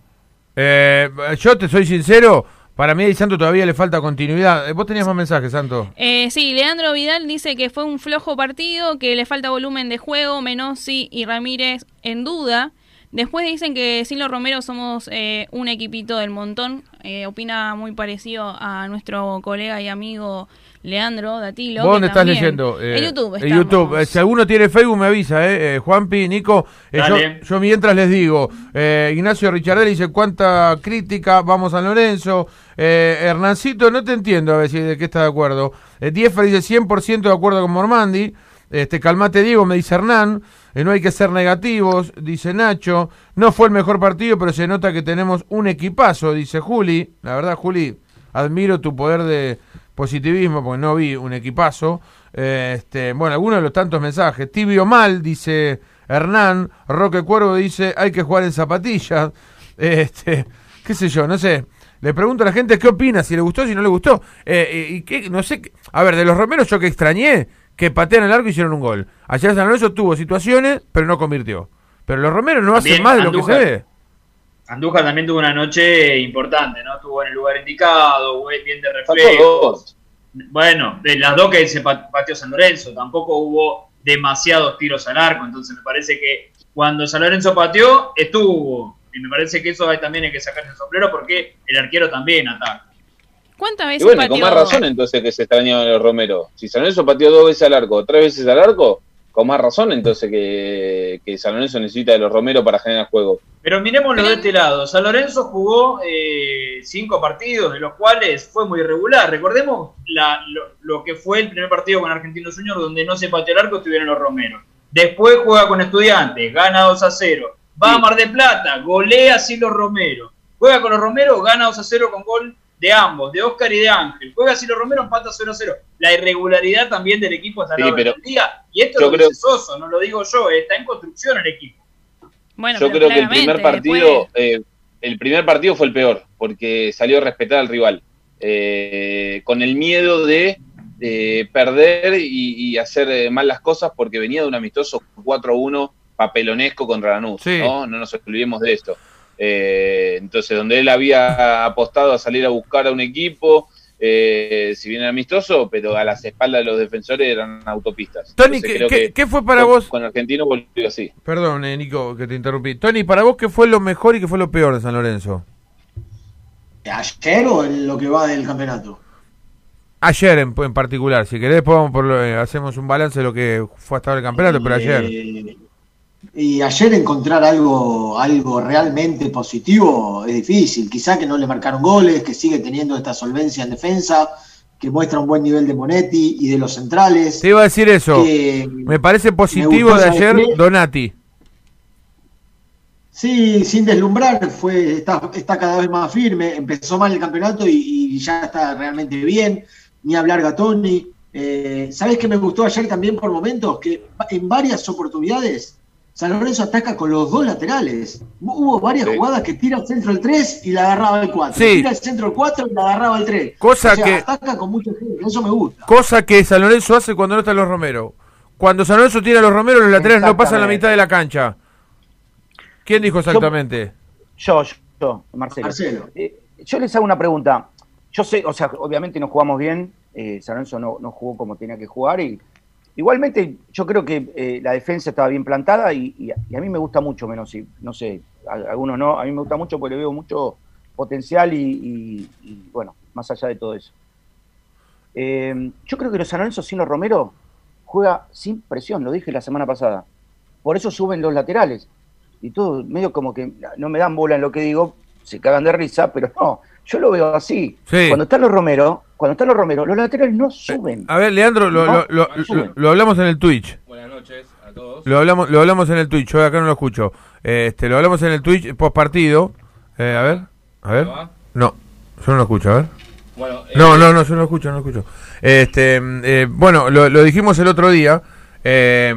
Yo te soy sincero, para mí a Di Santo todavía le falta continuidad. ¿Vos tenías más mensajes, Santo? Sí, Leandro Vidal dice que fue un flojo partido, que le falta volumen de juego, Menossi y Ramírez en duda. Después dicen que sin los Romero somos un equipito del montón. Opina muy parecido a nuestro colega y amigo Leandro Datilo. ¿Vos dónde estás leyendo? En YouTube. En YouTube. Si alguno tiene Facebook me avisa, Juanpi, Nico. Yo mientras les digo, Ignacio Richardelli dice, ¿cuánta crítica? Vamos a Lorenzo. Hernancito, no te entiendo a ver si de qué está de acuerdo. Diefer dice 100% de acuerdo con Mormandi. Calmate Diego, me dice Hernán. No hay que ser negativos, dice Nacho. No fue el mejor partido, pero se nota que tenemos un equipazo, dice Juli. La verdad, Juli, admiro tu poder de positivismo, porque no vi un equipazo. Bueno, algunos de los tantos mensajes. Tibio mal, dice Hernán. Roque Cuervo dice, hay que jugar en zapatillas. Qué sé yo, no sé. Le pregunto a la gente qué opina, si le gustó, si no le gustó. Y qué, no sé. A ver, de los Romeros yo que extrañé, que patean el arco y hicieron un gol. Ayer San Lorenzo tuvo situaciones, pero no convirtió. Pero los Romeros no hacen más de lo que se ve. Andújar también tuvo una noche importante, ¿no? Estuvo en el lugar indicado, bien de reflejo. Bueno, de las dos que se pateó San Lorenzo, tampoco hubo demasiados tiros al arco, entonces me parece que cuando San Lorenzo pateó, estuvo. Y me parece que eso también hay que sacar el sombrero porque el arquero también ataca. ¿Cuántas veces Y bueno, pateó? con más razón entonces que se extrañó a los Romero. Si San Lorenzo pateó 2 veces al arco, 3 veces al arco, con más razón entonces que San Lorenzo necesita de los Romero para generar juego. Pero miremoslo de este lado. San Lorenzo jugó 5 partidos, de los cuales fue muy irregular. Recordemos lo que fue el primer partido con Argentinos Juniors, donde no se pateó el arco, estuvieron los Romero. Después juega con Estudiantes, gana 2-0. Va a Mar del Plata, golea así los Romero. Juega con los Romero, gana 2-0 con gol de ambos, de Oscar y de Ángel. Juega así los Romero, empata 0-0. La irregularidad también del equipo hasta la hora del día. Y esto lo dice Soso, no lo digo yo, está en construcción el equipo. Bueno, yo creo que el primer partido fue el peor, porque salió a respetar al rival. Con el miedo de perder y hacer mal las cosas, porque venía de un amistoso 4-1 papelonesco contra Lanús, sí. No nos olvidemos de esto. Entonces, donde él había apostado a salir a buscar a un equipo, si bien era amistoso, pero a las espaldas de los defensores eran autopistas. Tony, ¿qué fue para vos? Con Argentino volvió así. Perdón, Nico, que te interrumpí. Tony, para vos, ¿qué fue lo mejor y qué fue lo peor de San Lorenzo? ¿Ayer o en lo que va del campeonato? Ayer en particular. Si querés, hacemos un balance de lo que fue hasta ahora el campeonato, pero ayer. Y ayer encontrar algo realmente positivo es difícil. Quizá que no le marcaron goles, que sigue teniendo esta solvencia en defensa, que muestra un buen nivel de Monetti y de los centrales. Te iba a decir eso. Me parece positivo de ayer Donati. Sí, sin deslumbrar, está cada vez más firme. Empezó mal el campeonato y ya está realmente bien. Ni hablar Gatoni. ¿Sabés qué me gustó ayer también por momentos? Que en varias oportunidades San Lorenzo ataca con los 2 laterales. Hubo varias jugadas que tira al centro el 3 y la agarraba el 4. Sí. Tira al centro el 4 y la agarraba el 3. Ataca con mucha gente, eso me gusta. Cosa que San Lorenzo hace cuando no están los Romero. Cuando San Lorenzo tira a los Romero, los laterales no pasan la mitad de la cancha. ¿Quién dijo exactamente? Yo, Marcelo. Yo les hago una pregunta. Yo sé, o sea, obviamente nos jugamos bien. San Lorenzo no jugó como tenía que jugar y igualmente yo creo que la defensa estaba bien plantada y a mí me gusta mucho menos, no sé, a algunos no, a mí me gusta mucho porque le veo mucho potencial y bueno, más allá de todo eso. Yo creo que los San Lorenzo sin los Romero juega sin presión, lo dije la semana pasada. Por eso suben los laterales. Y todo medio como que no me dan bola en lo que digo, se cagan de risa, pero no, yo lo veo así. Sí. Cuando están los Romero, los laterales no suben. A ver, Leandro, lo hablamos en el Twitch. Buenas noches a todos. Lo hablamos en el Twitch, yo acá no lo escucho. Lo hablamos en el Twitch post partido. A ver. No, yo no lo escucho, a ver. Bueno, no, yo no lo escucho. Bueno, lo dijimos el otro día. Que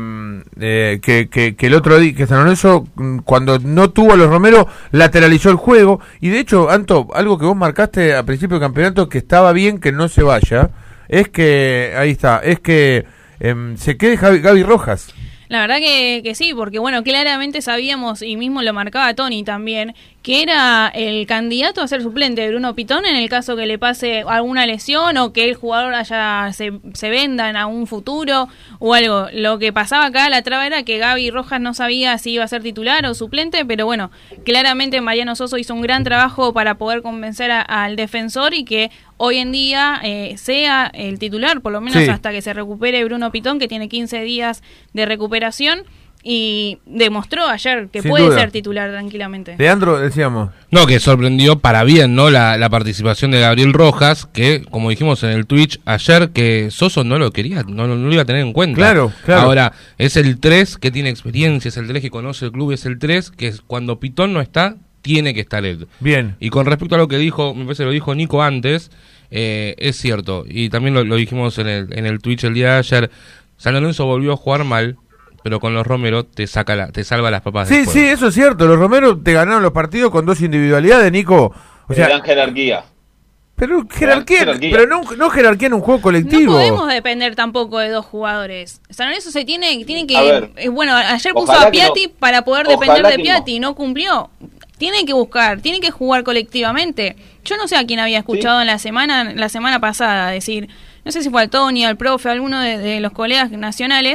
el otro día que San Lorenzo cuando no tuvo a los Romero lateralizó el juego y de hecho, Anto, algo que vos marcaste a principio del campeonato que estaba bien que no se vaya es que, ahí está, es que se quede Gaby Rojas. La verdad que sí, porque bueno, claramente sabíamos, y mismo lo marcaba Tony también, que era el candidato a ser suplente de Bruno Pitón en el caso que le pase alguna lesión o que el jugador se venda en algún futuro o algo. Lo que pasaba acá, la traba era que Gaby Rojas no sabía si iba a ser titular o suplente, pero bueno, claramente Mariano Soso hizo un gran trabajo para poder convencer al defensor y que hoy en día sea el titular, por lo menos hasta que se recupere Bruno Pitón, que tiene 15 días de recuperación, y demostró ayer que puede ser titular tranquilamente. Leandro, decíamos. No, que sorprendió para bien, ¿no? La participación de Gabriel Rojas, que, como dijimos en el Twitch ayer, que Soso no lo quería, no lo iba a tener en cuenta. Claro. Ahora, es el 3 que tiene experiencia, es el 3 que conoce el club, es el 3 que cuando Pitón no está, tiene que estar él. Bien. Y con respecto a lo que dijo, me parece que lo dijo Nico antes, es cierto, y también lo dijimos en el Twitch el día de ayer, San Lorenzo volvió a jugar mal, pero con los Romero te salva las papas del juego. Sí, eso es cierto, los Romero te ganaron los partidos con 2 individualidades, Nico. O sea, dan jerarquía. Pero jerarquía. Pero no jerarquía en un juego colectivo. No podemos depender tampoco de 2 jugadores. San Lorenzo se tiene que... bueno, ayer puso a Piatti para poder depender de Piatti, no cumplió. Tiene que buscar, tiene que jugar colectivamente. Yo no sé a quién había escuchado en la semana pasada decir, no sé si fue al Tony, al profe, a alguno de los colegas nacionales,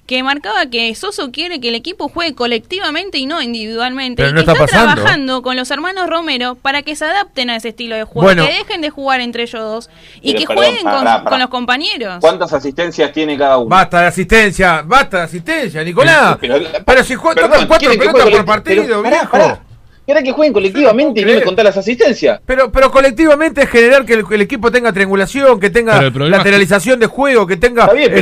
que marcaba que Soso quiere que el equipo juegue colectivamente y no individualmente. Pero y no que está pasando. trabajando con los hermanos Romero para que se adapten a ese estilo de juego, que dejen de jugar entre ellos dos y Pero, que perdón, jueguen con los compañeros. ¿Cuántas asistencias tiene cada uno? Basta de asistencia, Nicolás. Pero si tocan 4 pelotas por partido, viejo. Era que jueguen colectivamente y no me contás las asistencias. Pero colectivamente es generar que el equipo tenga triangulación, que tenga lateralización de juego, que tenga... Está bien, pero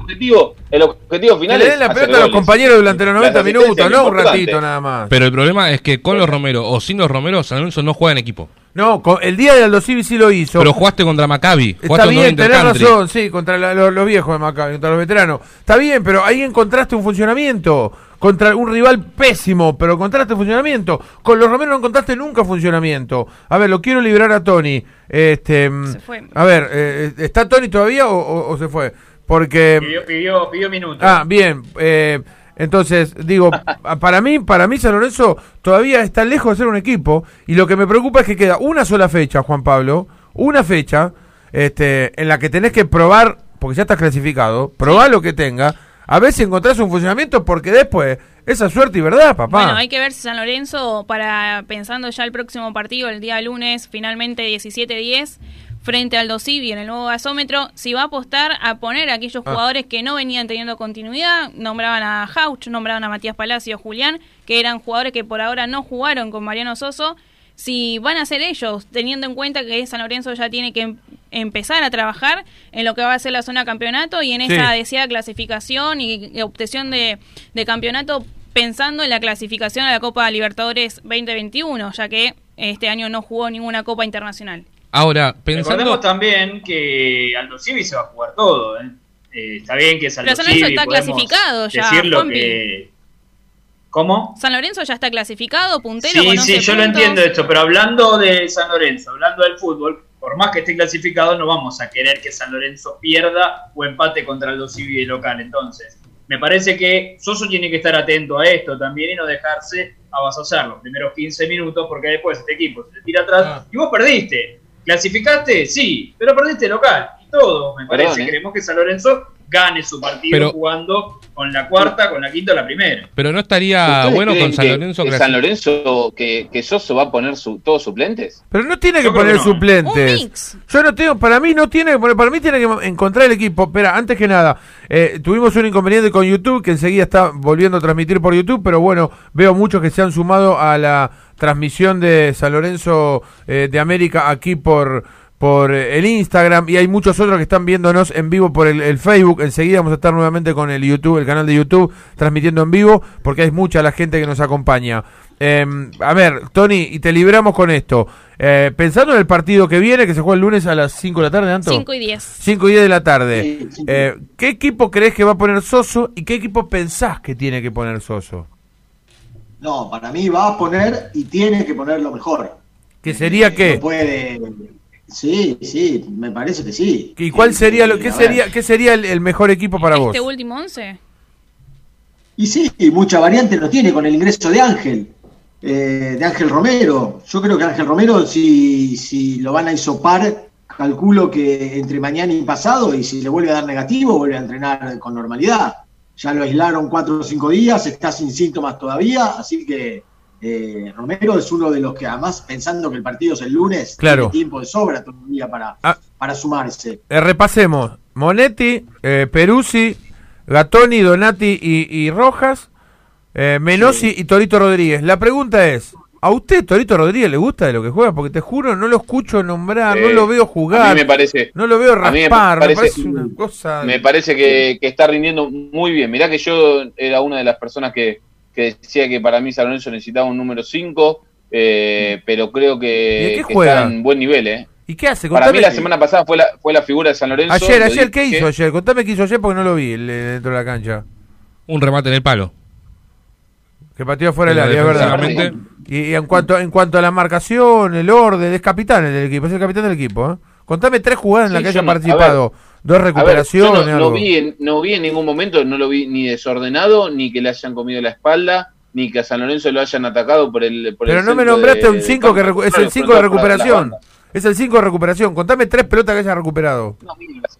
el objetivo final que le den la pelota a los compañeros durante los 90 minutos, no un ratito nada más. Pero el problema es que con los Romero o sin los Romero, San Lorenzo no juega en equipo. No, el día de Aldo Civi sí lo hizo. Pero jugaste contra Maccabi. Está bien, tenés razón, sí, contra los viejos de Maccabi, contra los veteranos. Está bien, pero ahí encontraste un funcionamiento. Contra un rival pésimo, pero encontraste funcionamiento. Con los Romero no encontraste nunca funcionamiento. A ver, lo quiero liberar a Tony. Se fue. A ver, ¿está Tony todavía o se fue? Porque... Pidió minutos. Ah, bien. Entonces, digo, para mí San Lorenzo todavía está lejos de ser un equipo. Y lo que me preocupa es que queda una sola fecha, Juan Pablo. Una fecha en la que tenés que probar, porque ya estás clasificado, probar lo que tenga. A ver si encontrás un funcionamiento, porque después, esa suerte y verdad, papá. Bueno, hay que ver si San Lorenzo, pensando ya el próximo partido, el día lunes, finalmente 17-10, frente al Aldo Civi en el nuevo gasómetro, si va a apostar a poner a aquellos jugadores que no venían teniendo continuidad. Nombraban a Jauch, nombraban a Matías Palacio, Julián, que eran jugadores que por ahora no jugaron con Mariano Soso. Si van a ser ellos, teniendo en cuenta que San Lorenzo ya tiene que empezar a trabajar en lo que va a ser la zona campeonato y en esa deseada clasificación y obtención de campeonato, pensando en la clasificación a la Copa Libertadores 2021, ya que este año no jugó ninguna Copa Internacional. Ahora, pensando... Recordemos también que Aldo Civi se va a jugar todo. Está bien que es Aldo Civi. Pero San Lorenzo está clasificado ya, decirlo que... ¿Cómo? San Lorenzo ya está clasificado, puntero. Sí, yo lo entiendo esto, pero hablando de San Lorenzo, hablando del fútbol, por más que esté clasificado, no vamos a querer que San Lorenzo pierda o empate contra Aldo Civi de local. Entonces, me parece que Soso tiene que estar atento a esto también y no dejarse avasallar los primeros 15 minutos, porque después este equipo se te tira atrás y vos perdiste. ¿Clasificaste? Sí, pero perdiste local. Y todos, me parece, queremos que San Lorenzo gane su partido jugando con la cuarta, con la quinta o la primera. Pero no estaría bueno con San Lorenzo. Que San Lorenzo, que Soso va a poner todos suplentes. Pero no tiene que poner suplentes. Yo no tengo, para mí no tiene que poner, para mí tiene que encontrar el equipo. Espera, antes que nada, tuvimos un inconveniente con YouTube, que enseguida está volviendo a transmitir por YouTube, pero bueno, veo muchos que se han sumado a la transmisión de San Lorenzo de América aquí por el Instagram, y hay muchos otros que están viéndonos en vivo por el Facebook. Enseguida vamos a estar nuevamente con el YouTube, el canal de YouTube, transmitiendo en vivo, porque hay mucha la gente que nos acompaña. A ver, Tony, y te libramos con esto. Pensando en el partido que viene, que se juega el lunes a las 5 de la tarde, ¿Anto? 5 y 10. 5 y 10 de la tarde. Sí. ¿Qué equipo crees que va a poner Soso y qué equipo pensás que tiene que poner Soso? No, para mí va a poner y tiene que poner lo mejor. ¿Qué sería qué? No puede... Sí, me parece que sí. ¿Y cuál sería qué sería el mejor equipo para vos? ¿Este último 11? Y sí, mucha variante no tiene con el ingreso de Ángel Romero. Yo creo que Ángel Romero, si lo van a hisopar, calculo que entre mañana y pasado, y si le vuelve a dar negativo, vuelve a entrenar con normalidad. Ya lo aislaron 4 o 5 días, está sin síntomas todavía, así que Romero es uno de los que, además, pensando que el partido es el lunes, tiene tiempo de sobra todavía para sumarse. Repasemos: Monetti, Peruzzi, Gattoni, Donati y Rojas, Menossi y Torito Rodríguez. La pregunta es: ¿a usted, Torito Rodríguez, le gusta de lo que juega? Porque te juro, no lo escucho nombrar, no lo veo jugar. A mí me parece, no lo veo raspar, me parece una cosa... Me parece que está rindiendo muy bien. Mirá que yo era una de las personas que decía que para mí San Lorenzo necesitaba un número 5, pero creo que está en buen nivel. ¿Y qué hace? Para mí la semana pasada fue la figura de San Lorenzo. Ayer, ¿qué hizo ayer? Contame qué hizo ayer porque no lo vi dentro de la cancha. Un remate en el palo. Que pateó fuera del área, es verdad. Y en cuanto a la marcación, el orden, es capitán del equipo, es el capitán del equipo. Contame 3 jugadas en las que haya participado. 2 recuperaciones. No vi en ningún momento, no lo vi ni desordenado, ni que le hayan comido la espalda, ni que a San Lorenzo lo hayan atacado por el Pero no me nombraste un 5 que es el 5 de recuperación. Es el 5 de recuperación. Contame 3 pelotas que haya recuperado.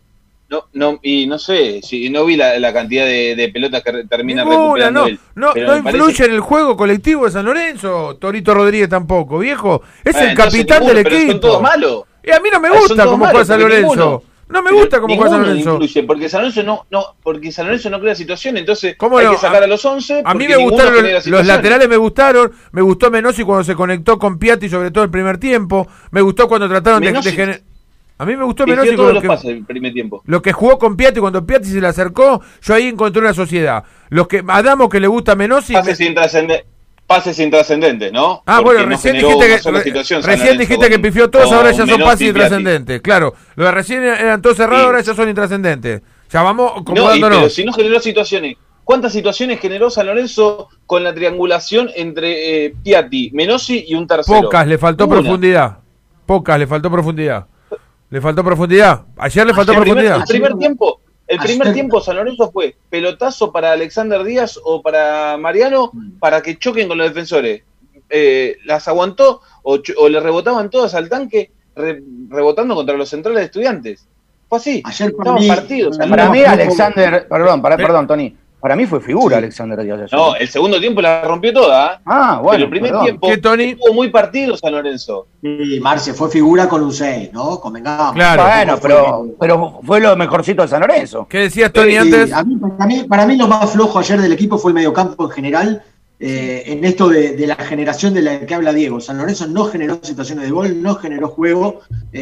y no sé, si no vi la cantidad de pelotas que termina recuperando él. No influye en el juego colectivo de San Lorenzo, Torito Rodríguez tampoco, viejo. Es el capitán del equipo. Pero son todos malos. Y a mí no me gusta cómo juega San Lorenzo. No me gusta cómo juega San Lorenzo. Influye, porque San Lorenzo no crea situación, entonces hay que sacar a los 11. A mí me gustaron los laterales, me gustó Menossi cuando se conectó con Piatti, sobre todo el primer tiempo. Me gustó cuando trataron de generar. A mí me gustó Menossi el primer tiempo. Lo que jugó con Piatti, cuando Piatti se le acercó, yo ahí encontré una sociedad. A Damo que le gusta Menossi. Pases intrascendentes, ¿no? Porque bueno, recién dijiste que pifió todos, ahora ya son pases intrascendentes. Claro, los de recién eran todos cerrados, ahora ya son intrascendentes. Ya vamos acomodándonos. Pero si no generó situaciones, ¿cuántas situaciones generó San Lorenzo con la triangulación entre Piatti, Menossi y un tercero? Pocas, le faltó profundidad. Ayer le faltó profundidad. El primer tiempo San Lorenzo fue pelotazo para Alexander Díaz o para Mariano para que choquen con los defensores. Las aguantó o le rebotaban todas al tanque rebotando contra los centrales de Estudiantes. Fue así. Ayer para mí Alexander, perdón, Tony. Para mí fue figura Alexander Díaz. No, el segundo tiempo la rompió toda. Bueno. Pero el primer tiempo estuvo muy partido San Lorenzo. Sí, Marce fue figura con un 6, ¿no? Convengamos. Claro. Bueno, pero fue lo mejorcito de San Lorenzo. ¿Qué decías, Tony, antes? Para mí lo más flojo ayer del equipo fue el mediocampo en general. En esto de la generación de la que habla Diego. San Lorenzo no generó situaciones de gol, no generó juego.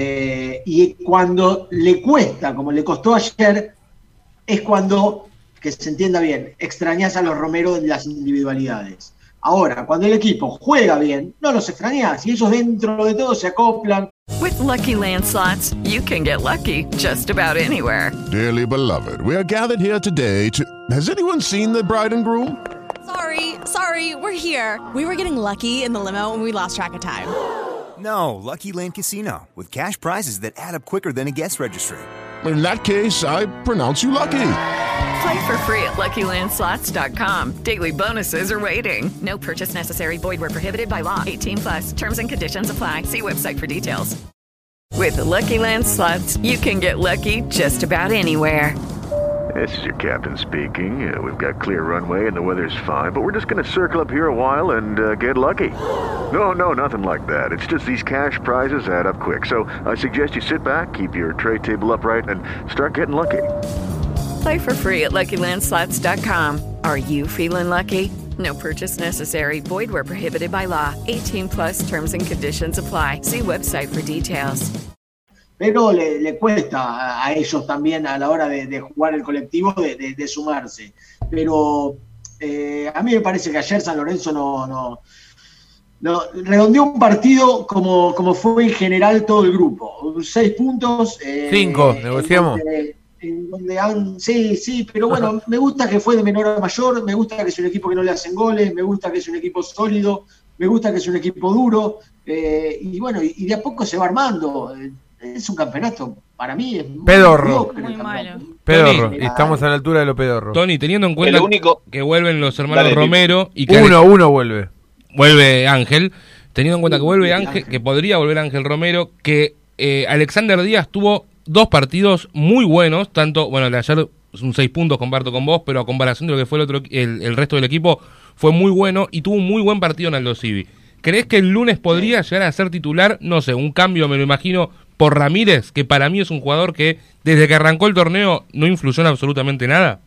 Y cuando le cuesta, como le costó ayer, es cuando... que se entienda bien, extrañás a los Romero en las individualidades. Ahora, cuando el equipo juega bien, no los extrañás y ellos dentro de todo se acoplan. With Lucky Land Slots, you can get lucky just about anywhere. Dearly beloved, we are gathered here today to... Has anyone seen the bride and groom? Sorry, we're here. We were getting lucky in the limo and we lost track of time. No, Lucky Land Casino, with cash prizes that add up quicker than a guest registry. In that case, I pronounce you lucky. Play for free at LuckyLandSlots.com. Daily bonuses are waiting. No purchase necessary. Void where prohibited by law. 18+. Terms and conditions apply. See website for details. With Lucky Land Slots, you can get lucky just about anywhere. This is your captain speaking. We've got clear runway and the weather's fine, but we're just going to circle up here a while and get lucky. No, nothing like that. It's just these cash prizes add up quick. So I suggest you sit back, keep your tray table upright, and start getting lucky. Play for free at LuckyLandSlots.com. Are you feeling lucky? No purchase necessary. Void where prohibited by law. 18+ terms and conditions apply. See website for details. Pero le cuesta a ellos también a la hora de jugar el colectivo de sumarse. Pero a mí me parece que ayer San Lorenzo no redondeó un partido como fue en general todo el grupo. 6 puntos. 5, negociamos. Sí, pero bueno, me gusta que fue de menor a mayor, me gusta que es un equipo que no le hacen goles, me gusta que es un equipo sólido, me gusta que es un equipo duro, y bueno, y de a poco se va armando. Es un campeonato, para mí es pedorro. Muy malo. Pedorro, y estamos a la altura de lo pedorro. Tony, teniendo en cuenta que vuelven los hermanos Romero y que uno vuelve Ángel, teniendo en cuenta que vuelve Ángel, que podría volver Ángel Romero, que Alexander Díaz tuvo 2 partidos muy buenos, tanto, bueno, el de ayer un 6 puntos, comparto con vos, pero a comparación de lo que fue el resto del equipo, fue muy bueno y tuvo un muy buen partido en Aldo Civi. ¿Crees que el lunes podría llegar a ser titular? No sé, un cambio me lo imagino por Ramírez, que para mí es un jugador que desde que arrancó el torneo no influyó en absolutamente nada.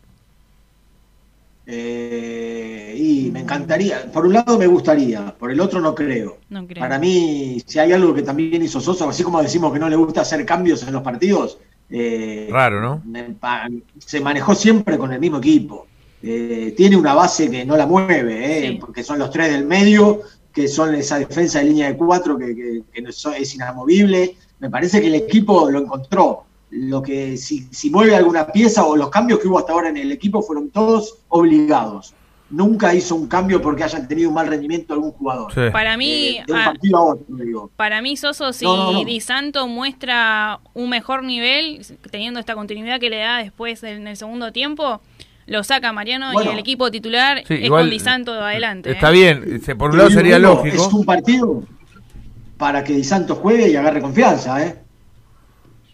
Y me encantaría, por un lado me gustaría, por el otro no creo. Para mí, si hay algo que también hizo Sosa, así como decimos que no le gusta hacer cambios en los partidos, raro, ¿no? Se manejó siempre con el mismo equipo. Tiene una base que no la mueve, porque son los 3 del medio, que son esa defensa de línea de 4 que es inamovible. Me parece que el equipo lo encontró. Lo que si mueve alguna pieza, o los cambios que hubo hasta ahora en el equipo fueron todos obligados. Nunca hizo un cambio porque hayan tenido un mal rendimiento algún jugador. Sí. Para mí, de un partido a otro, digo. Para mí, Soso, si Di Santo muestra un mejor nivel, teniendo esta continuidad que le da después en el segundo tiempo, lo saca Mariano, y el equipo titular es con Di Santo adelante. Está bien, por un lado sería lógico. Es un partido para que Di Santo juegue y agarre confianza,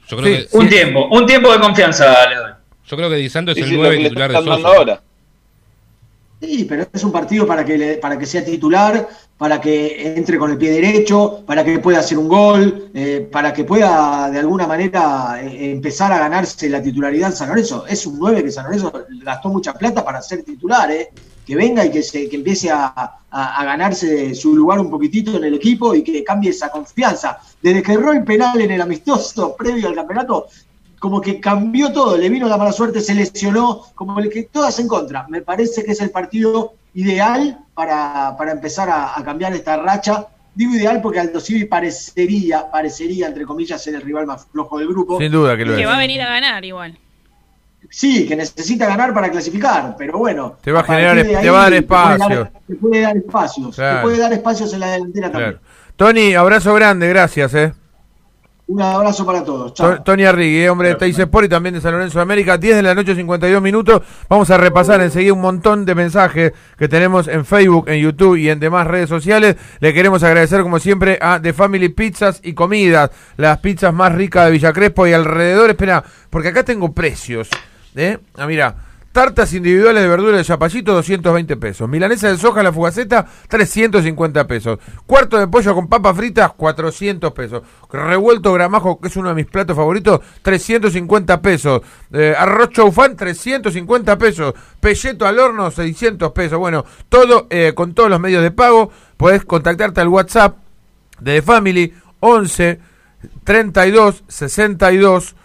Yo creo Sí. que Un tiempo de confianza le doy. Yo creo que Di Santo es Sí, el sí, 9 lo que le titular de están dando Sosa. ahora. Sí, pero es un partido para que sea titular, para que entre con el pie derecho, para que pueda hacer un gol, para que pueda de alguna manera empezar a ganarse la titularidad en San Lorenzo. Es un 9 que San Lorenzo gastó mucha plata para ser titular, que venga y que empiece a ganarse su lugar un poquitito en el equipo y que cambie esa confianza. Desde que erró el penal en el amistoso previo al campeonato, como que cambió todo, le vino la mala suerte, se lesionó, como el que todas en contra. Me parece que es el partido ideal para empezar a cambiar esta racha. Digo ideal porque Aldo Civi parecería, entre comillas, ser el rival más flojo del grupo. Sin duda que lo es. Que va a venir a ganar igual. Sí, que necesita ganar para clasificar, pero bueno. Te va a generar, te va a dar espacio. Te puede dar espacios. Claro. Te puede dar espacios en la delantera también. Claro. Tony, abrazo grande, gracias. Un abrazo para todos. Chao. Tony Arrigui, hombre de Teis Sport y también de San Lorenzo de América, 10 de la noche, 52 minutos. Vamos a repasar enseguida un montón de mensajes que tenemos en Facebook, en YouTube y en demás redes sociales. Le queremos agradecer como siempre a The Family Pizzas y Comidas, las pizzas más ricas de Villa Crespo y alrededor. Espera, porque acá tengo precios. Mira, tartas individuales de verduras de zapallito, 220 pesos. Milanesa de soja, la fugaceta, 350 pesos. Cuarto de pollo con papas fritas, 400 pesos. Revuelto gramajo, que es uno de mis platos favoritos, 350 pesos. Arroz choufán, 350 pesos. Pelleto al horno, 600 pesos. Bueno, todo con todos los medios de pago. Podés contactarte al WhatsApp de The Family, 11 32 62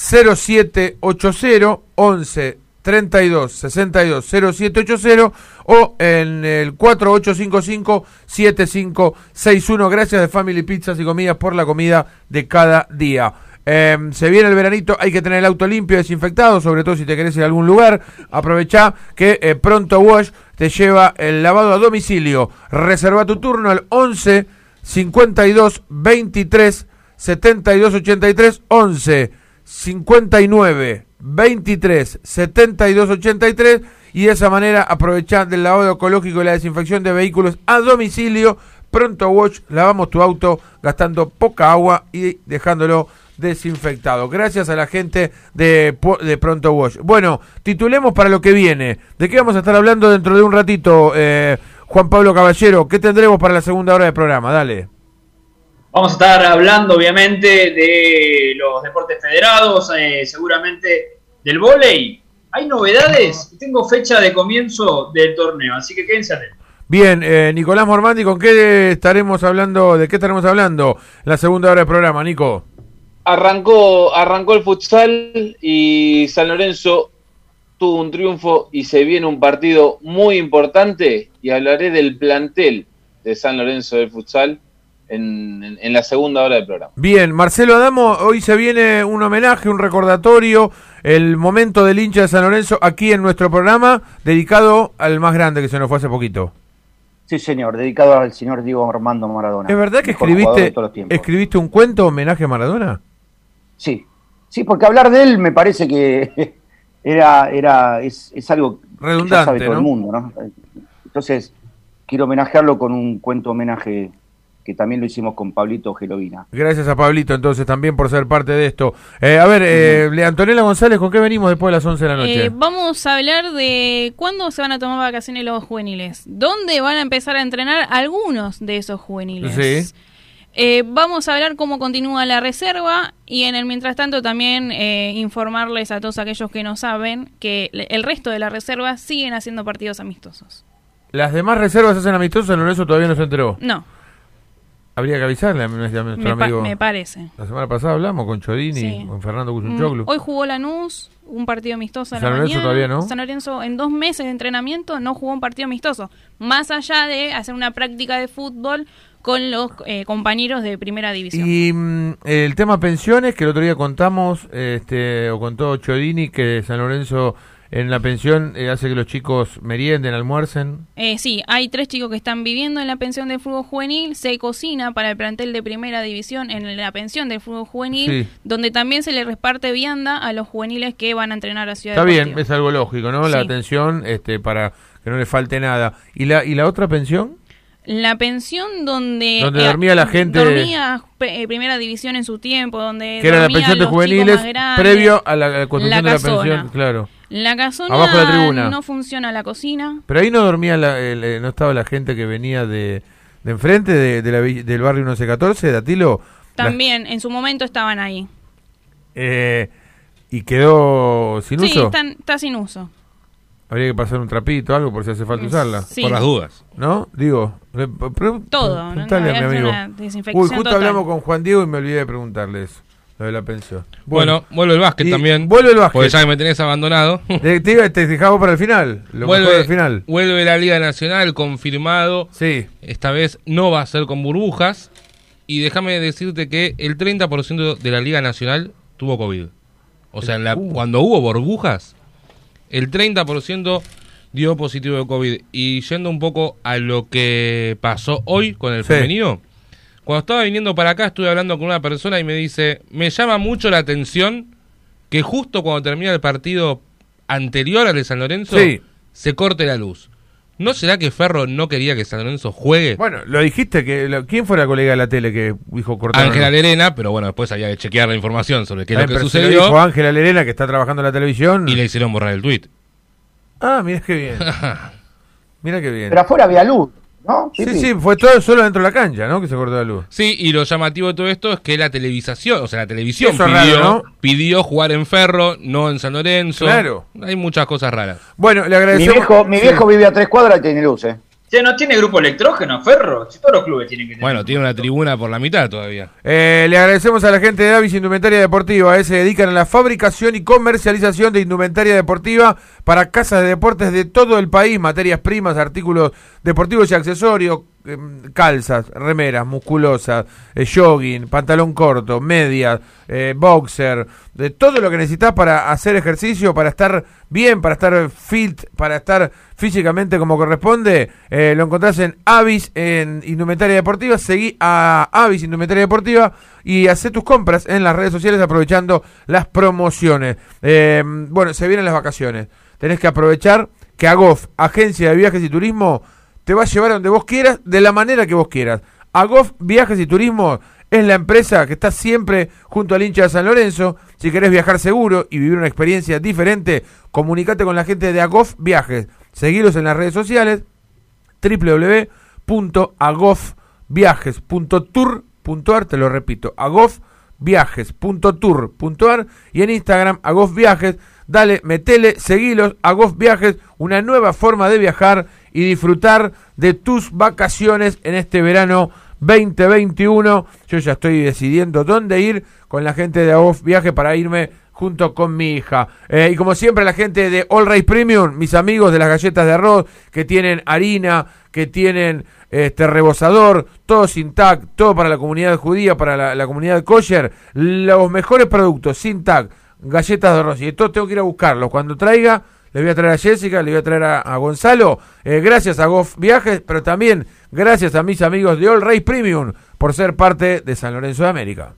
0780, 11 32 62 0780 o en el 4855 7561. Gracias de Family Pizzas y Comidas por la comida de cada día. Se viene el veranito, hay que tener el auto limpio, desinfectado, sobre todo si te querés ir a algún lugar. Aprovechá que Pronto Wash te lleva el lavado a domicilio. Reserva tu turno al 11 52 23 72 83, 11 59 23 72 83, y de esa manera aprovechar del lavado ecológico y la desinfección de vehículos a domicilio. Pronto Wash, lavamos tu auto gastando poca agua y dejándolo desinfectado. Gracias a la gente de Pronto Wash. Bueno, titulemos para lo que viene. ¿De qué vamos a estar hablando dentro de un ratito, Juan Pablo Caballero? ¿Qué tendremos para la segunda hora del programa? Dale. Vamos a estar hablando, obviamente, de los deportes federados, seguramente del vóley. Hay novedades, tengo fecha de comienzo del torneo, así que quédense atentos. Bien, Nicolás Mormandi, ¿con qué estaremos hablando? ¿De qué estaremos hablando en la segunda hora del programa, Nico? Arrancó el futsal y San Lorenzo tuvo un triunfo y se viene un partido muy importante, y hablaré del plantel de San Lorenzo del futsal en la segunda hora del programa. Bien, Marcelo Adamo, hoy se viene un homenaje, un recordatorio, el momento del hincha de San Lorenzo aquí en nuestro programa, dedicado al más grande que se nos fue hace poquito. Sí, señor, dedicado al señor Diego Armando Maradona. ¿Es verdad que escribiste un cuento homenaje a Maradona? Sí, porque hablar de él me parece que es algo redundante, que ya sabe todo ¿no? el mundo, ¿no? Entonces, quiero homenajearlo con un cuento homenaje que también lo hicimos con Pablito Gelovina. Gracias a Pablito, entonces, también por ser parte de esto. Antonella González, ¿con qué venimos después de las 11 de la noche? Vamos a hablar de cuándo se van a tomar vacaciones los juveniles, dónde van a empezar a entrenar algunos de esos juveniles. Sí. Vamos a hablar cómo continúa la reserva, y en el mientras tanto también informarles a todos aquellos que no saben que el resto de la reserva siguen haciendo partidos amistosos. ¿Las demás reservas hacen amistosos? ¿En Lorenzo todavía no se enteró? No. Habría que avisarle a nuestro amigo. Me parece. La semana pasada hablamos con Chodini, Sí. con Fernando Cuchunchoglu. Hoy jugó Lanús, un partido amistoso en la San Lorenzo mañana. todavía no. San Lorenzo en 2 meses de entrenamiento no jugó un partido amistoso, más allá de hacer una práctica de fútbol con los compañeros de primera división. Y el tema pensiones, que el otro día contamos, o contó Chodini, que San Lorenzo en la pensión hace que los chicos merienden, almuercen. Sí, hay 3 chicos que están viviendo en la pensión del fútbol juvenil. Se cocina para el plantel de primera división en la pensión del fútbol juvenil, Sí. donde también se le reparte vianda a los juveniles que van a entrenar a Ciudad Está Deportiva. bien, es algo lógico, ¿no? La Sí. atención para que no le falte nada. ¿Y la otra pensión? La pensión donde dormía la gente. Dormía primera división en su tiempo, donde que era la pensión de juveniles previo a la construcción de la pensión, claro. La casona, abajo de la tribuna. No funciona la cocina. Pero ahí no dormía, no estaba la gente que venía de enfrente del barrio 1114, de Atilo. También, en su momento estaban ahí. ¿Y quedó sin uso? Sí, está sin uso. Habría que pasar un trapito, algo, por si hace falta usarla. Sí. Por las dudas. ¿No? Digo, todo. Preguntale a mi amigo. Justo total. Hablamos con Juan Diego y me olvidé de preguntarle eso, lo de la pensión. Bueno, vuelve el básquet también. Vuelve el básquet. Porque ya me tenés abandonado. Te dejamos para el final. Vuelve la Liga Nacional, confirmado. Sí. Esta vez no va a ser con burbujas. Y déjame decirte que el 30% de la Liga Nacional tuvo COVID. O sea, cuando hubo burbujas, el 30% dio positivo de COVID. Y yendo un poco a lo que pasó hoy con el femenino, cuando estaba viniendo para acá estuve hablando con una persona y me dice, me llama mucho la atención que justo cuando termina el partido anterior al de San Lorenzo, se corte la luz. ¿No será que Ferro no quería que San Lorenzo juegue? Bueno, lo dijiste, ¿quién fue la colega de la tele que dijo cortar? Ángela Lerena, pero bueno, después había que chequear la información sobre qué es lo que sucedió. Se lo dijo Ángela Lerena, que está trabajando en la televisión. Y le hicieron borrar el tuit. Ah, mirá qué bien. Mirá qué bien. Pero afuera había luz, ¿no? Sí, fue todo solo dentro de la cancha, ¿no? Que se cortó la luz. Sí, y lo llamativo de todo esto es que la televisión pidió jugar en Ferro, no en San Lorenzo. Claro. Hay muchas cosas raras. Bueno, le agradecemos. Mi viejo vive a 3 cuadras y tiene luz, ¿No tiene grupo electrógeno, Ferro? Si todos los clubes tienen que tener. Bueno, tiene una tribuna por la mitad todavía. Le agradecemos a la gente de Avis Indumentaria Deportiva. Se dedican a la fabricación y comercialización de indumentaria deportiva para casas de deportes de todo el país. Materias primas, artículos deportivos y accesorios, calzas, remeras, musculosas, jogging, pantalón corto, medias, boxer, de todo lo que necesitas para hacer ejercicio, para estar bien, para estar fit, para estar físicamente como corresponde. Lo encontrás en Avis, en Indumentaria Deportiva. Seguí a Avis Indumentaria Deportiva y hacé tus compras en las redes sociales aprovechando las promociones. Bueno, se vienen las vacaciones. Tenés que aprovechar que Agof, Agencia de Viajes y Turismo, te va a llevar a donde vos quieras, de la manera que vos quieras. Agof Viajes y Turismo es la empresa que está siempre junto al hincha de San Lorenzo. Si querés viajar seguro y vivir una experiencia diferente, comunicate con la gente de Agof Viajes. Seguilos en las redes sociales, www.agofviajes.tour.ar, te lo repito, agofviajes.tour.ar, y en Instagram, Agof Viajes. Dale, metele, seguilos, Agof Viajes, una nueva forma de viajar y disfrutar de tus vacaciones en este verano 2021. Yo ya estoy decidiendo dónde ir con la gente de Agof Viaje para irme junto con mi hija. Y como siempre, la gente de All Rice Premium, mis amigos de las galletas de arroz, que tienen harina, que tienen rebozador, todo sin tag, todo para la comunidad judía, para la comunidad kosher, los mejores productos sin tag, galletas de arroz, y entonces tengo que ir a buscarlos. Cuando traiga, le voy a traer a Jessica, le voy a traer a Gonzalo. Gracias a Agof Viajes, pero también gracias a mis amigos de All Rice Premium por ser parte de San Lorenzo de América.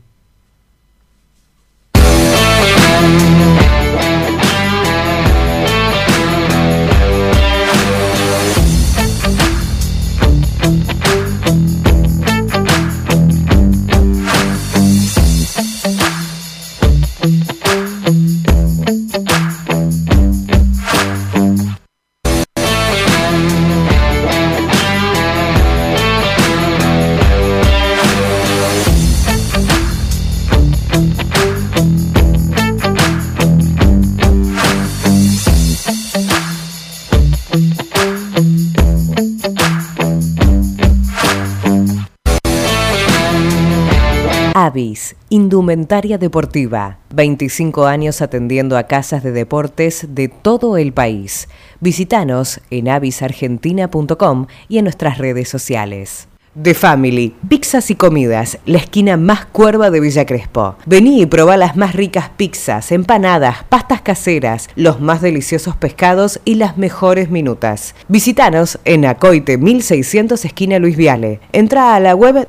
Avis, Indumentaria Deportiva, 25 años atendiendo a casas de deportes de todo el país. Visítanos en avisargentina.com y en nuestras redes sociales. The Family, pizzas y comidas, la esquina más cuerva de Villa Crespo. Vení y probá las más ricas pizzas, empanadas, pastas caseras, los más deliciosos pescados y las mejores minutas. Visítanos en Acoite 1600 esquina Luis Viale. Entra a la web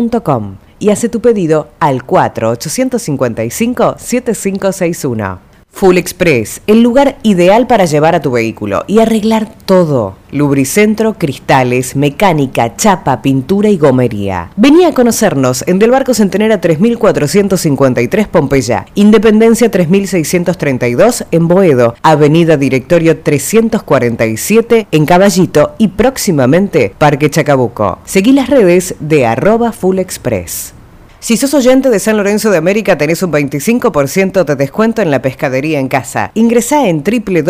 thefamilyrestobar.com y hace tu pedido al 4855-7561. Full Express, el lugar ideal para llevar a tu vehículo y arreglar todo. Lubricentro, cristales, mecánica, chapa, pintura y gomería. Vení a conocernos en Del Barco Centenera 3453 Pompeya, Independencia 3632 en Boedo, Avenida Directorio 347 en Caballito y próximamente Parque Chacabuco. Seguí las redes de @FullExpress. Si sos oyente de San Lorenzo de América, tenés un 25% de descuento en la pescadería en casa. Ingresá en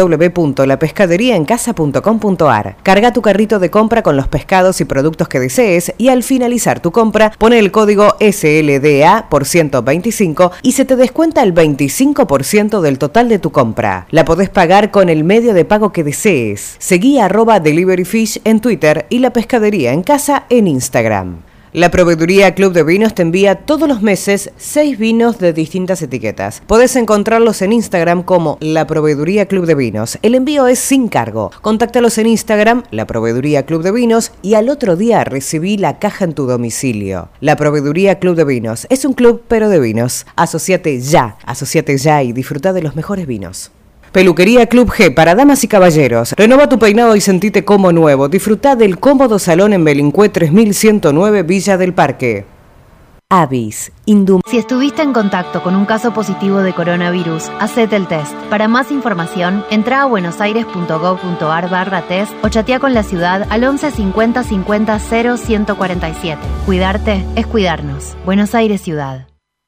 www.lapescaderiaencasa.com.ar. Carga tu carrito de compra con los pescados y productos que desees y al finalizar tu compra, pone el código SLDA por 125 y se te descuenta el 25% del total de tu compra. La podés pagar con el medio de pago que desees. Seguí @deliveryfish en Twitter y La Pescadería en Casa en Instagram. La Proveeduría Club de Vinos te envía todos los meses 6 vinos de distintas etiquetas. Podés encontrarlos en Instagram como La Proveeduría Club de Vinos. El envío es sin cargo. Contáctalos en Instagram, La Proveeduría Club de Vinos, y al otro día recibí la caja en tu domicilio. La Proveeduría Club de Vinos es un club pero de vinos. Asociate ya y disfruta de los mejores vinos. Peluquería Club G para damas y caballeros. Renova tu peinado y sentite como nuevo. Disfruta del cómodo salón en Belincué 3109 Villa del Parque. Avis. Si estuviste en contacto con un caso positivo de coronavirus, hacete el test. Para más información, entra a buenosaires.gov.ar/test o chatea con la ciudad al 11 50 50 0 147. Cuidarte es cuidarnos. Buenos Aires Ciudad.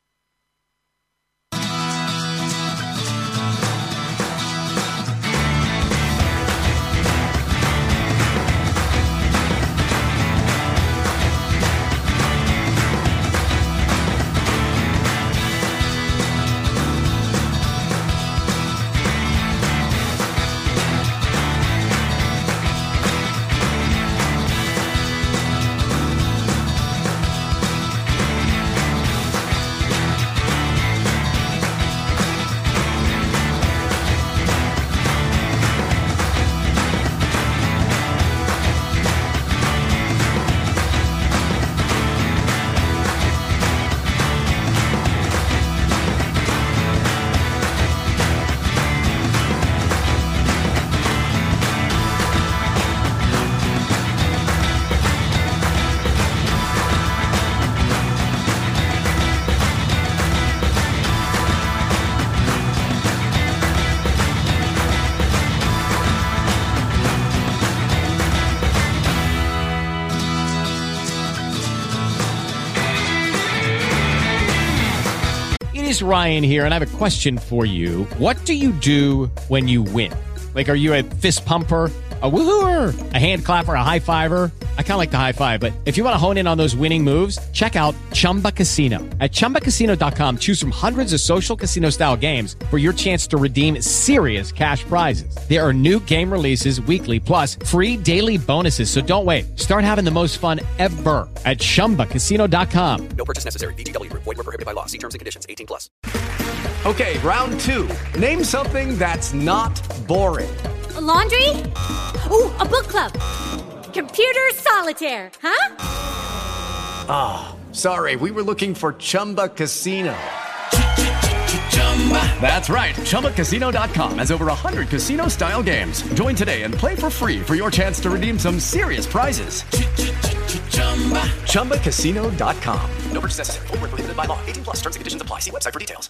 Ryan here, and I have a question for you. What do you do when you win? Like, are you a fist pumper, a woohooer, a hand clapper, a high fiver? I kind of like the high five, but if you want to hone in on those winning moves, check out Chumba Casino. At ChumbaCasino.com, choose from hundreds of social casino-style games for your chance to redeem serious cash prizes. There are new game releases weekly, plus free daily bonuses, so don't wait. Start having the most fun ever at ChumbaCasino.com. No purchase necessary. VGW. Void where prohibited by law. See terms and conditions. 18+. Okay, round two. Name something that's not boring. A laundry? Ooh, a book club. Computer solitaire, huh? Ah, oh, sorry. We were looking for Chumba Casino. That's right. ChumbaCasino.com has over 100 casino-style games. Join today and play for free for your chance to redeem some serious prizes. ChumbaCasino.com. No purchase necessary. Void where prohibited by law. 18+. Terms and conditions apply. See website for details.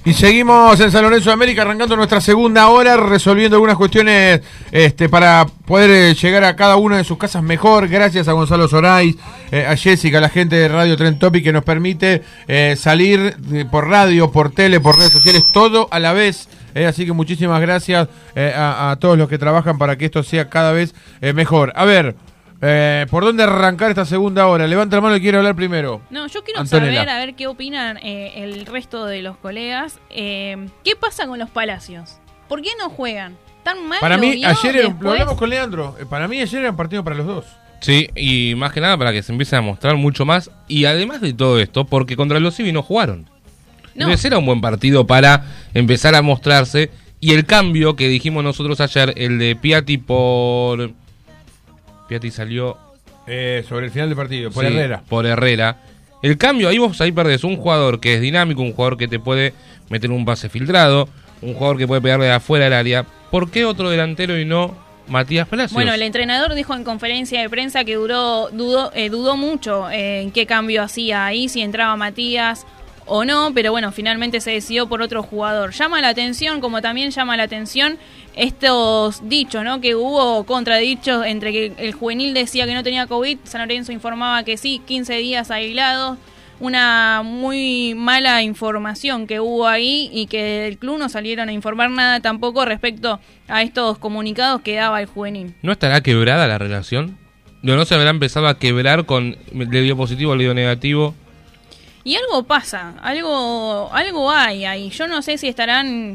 Y seguimos en San Lorenzo de América arrancando nuestra segunda hora, resolviendo algunas cuestiones para poder llegar a cada una de sus casas mejor. Gracias a Gonzalo Sorais, a Jessica, a la gente de Radio Trend Topic que nos permite salir por radio, por tele, por redes sociales, todo a la vez. Así que muchísimas gracias a todos los que trabajan para que esto sea cada vez mejor. A ver, ¿por dónde arrancar esta segunda hora? Levanta la mano y quiere hablar primero. No, yo quiero Antonella. saber, a ver qué opinan el resto de los colegas. ¿Qué pasa con los Palacios? ¿Por qué no juegan? ¿Tan mal? Para mí, ayer lo después? hablamos con Leandro. Para mí, ayer era un partido para los dos. Sí, y más que nada para que se empiece a mostrar mucho más. Y además de todo esto, porque contra los Civi no jugaron. No. Entonces era un buen partido para empezar a mostrarse. Y el cambio que dijimos nosotros ayer, el de Piatti por... Piatti salió... sobre el final del partido, por sí, Herrera. Por Herrera. El cambio, ahí perdés un jugador que es dinámico, un jugador que te puede meter un pase filtrado, un jugador que puede pegarle de afuera del área. ¿Por qué otro delantero y no Matías Palacios? Bueno, el entrenador dijo en conferencia de prensa que dudó mucho en qué cambio hacía ahí, si entraba Matías o no, pero bueno, finalmente se decidió por otro jugador. Llama la atención, como también llama la atención estos dichos, ¿no? Que hubo contradichos entre que el juvenil decía que no tenía COVID, San Lorenzo informaba que sí, 15 días aislados, una muy mala información que hubo ahí y que del club no salieron a informar nada tampoco respecto a estos comunicados que daba el juvenil. ¿No estará quebrada la relación? ¿No se habrá empezado a quebrar con le dio positivo, le dio negativo? Y algo pasa, algo hay ahí. Yo no sé si estarán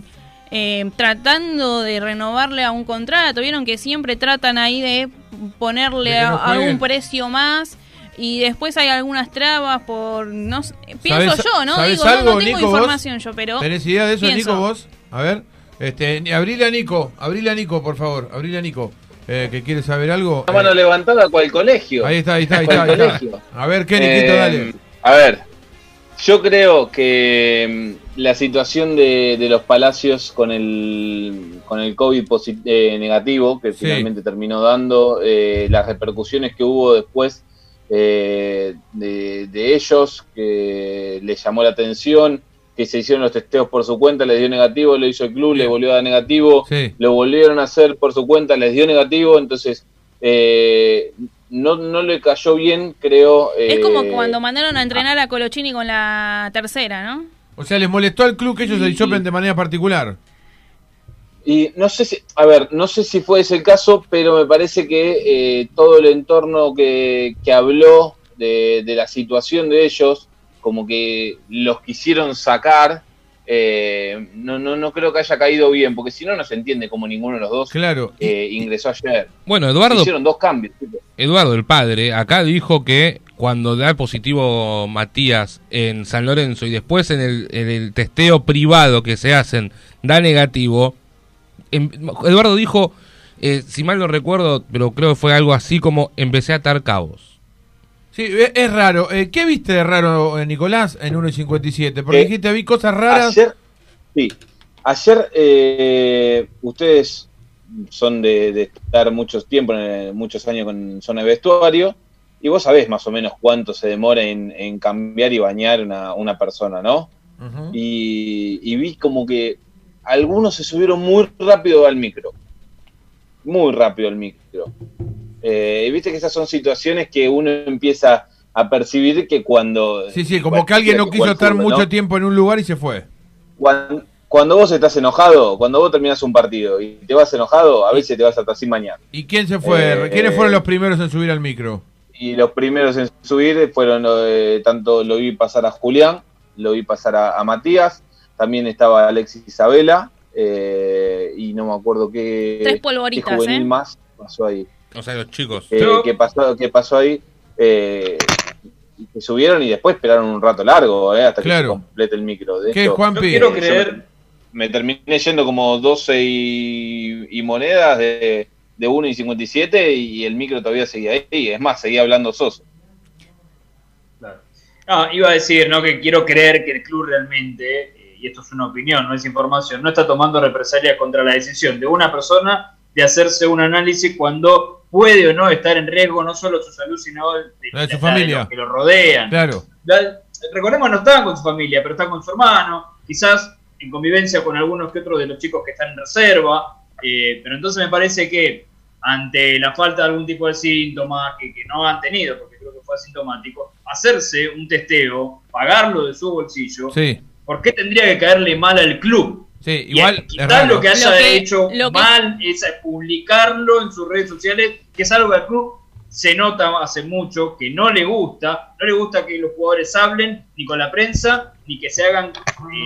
tratando de renovarle a un contrato. Vieron que siempre tratan ahí de ponerle algún precio más y después hay algunas trabas por... no sé, pienso yo, ¿no? Digo, algo, no tengo Nico, información vos? yo, pero... ¿Tenés idea de eso, pienso. Nico, vos? A ver, abrile a Nico, por favor, abrile a Nico. Que quiere saber algo. Una mano levantada, ¿cuál colegio? Ahí está. Colegio. A ver, ¿qué, Niquito, dale? A ver, yo creo que la situación de los Palacios con el COVID negativo, que finalmente terminó dando, las repercusiones que hubo después de ellos, que les llamó la atención, que se hicieron los testeos por su cuenta, les dio negativo, lo hizo el club, le volvió a dar negativo, lo volvieron a hacer por su cuenta, les dio negativo, entonces no le cayó bien, creo. Es como cuando mandaron a entrenar a Colochini con la tercera, ¿no? O sea, les molestó al club que ellos se hisopen de manera particular. Y no sé si fue ese el caso, pero me parece que todo el entorno que habló de la situación de ellos, como que los quisieron sacar, no creo que haya caído bien, porque si no, no se entiende cómo ninguno de los dos ingresó ayer. Bueno, Eduardo... Hicieron dos cambios. Eduardo, el padre, acá dijo que cuando da positivo Matías en San Lorenzo y después en el testeo privado que se hacen da negativo, Eduardo dijo, si mal no recuerdo, pero creo que fue algo así como empecé a atar cabos. Sí, es raro. ¿Qué viste de raro, Nicolás, en 1.57? Porque dijiste, vi cosas raras. Ayer ustedes son de estar muchos años con zona de vestuario, y vos sabés más o menos cuánto se demora en cambiar y bañar una persona, ¿no? Uh-huh. Y vi como que algunos se subieron muy rápido al micro. Y viste que esas son situaciones que uno empieza a percibir que cuando... Sí, como que alguien no quiso estar mucho tiempo en un lugar y se fue. Cuando vos estás enojado, cuando vos terminás un partido y te vas enojado, a veces te vas hasta sin mañana. ¿Y quién se fue? ¿Quiénes fueron los primeros en subir al micro? Y los primeros en subir fueron, tanto lo vi pasar a Julián, lo vi pasar a Matías, también estaba Alexis Isabela, y no me acuerdo qué juvenil más pasó ahí. O sea, los chicos. ¿Qué pasó ahí? Que subieron y después esperaron un rato largo, hasta que se complete el micro. De ¿Qué, hecho, Juanpi? No quiero creer. Me terminé yendo como 12 y monedas de 1.57 y el micro todavía seguía ahí. Es más, seguía hablando Soso. Claro. No, iba a decir, ¿no?, que quiero creer que el club realmente, y esto es una opinión, no es información, no está tomando represalias contra la decisión de una persona de hacerse un análisis cuando puede o no estar en riesgo no solo su salud, sino de su familia, los que lo rodean. Claro. Recordemos, no estaban con su familia, pero están con su hermano. Quizás en convivencia con algunos que otros de los chicos que están en reserva, pero entonces me parece que ante la falta de algún tipo de síntoma que no han tenido, porque creo que fue asintomático, hacerse un testeo, pagarlo de su bolsillo, sí. ¿Por qué tendría que caerle mal al club? Sí, igual quizás lo que haya hecho mal es publicarlo en sus redes sociales, que es algo que al club se nota hace mucho, que no le gusta que los jugadores hablen, ni con la prensa, ni que se hagan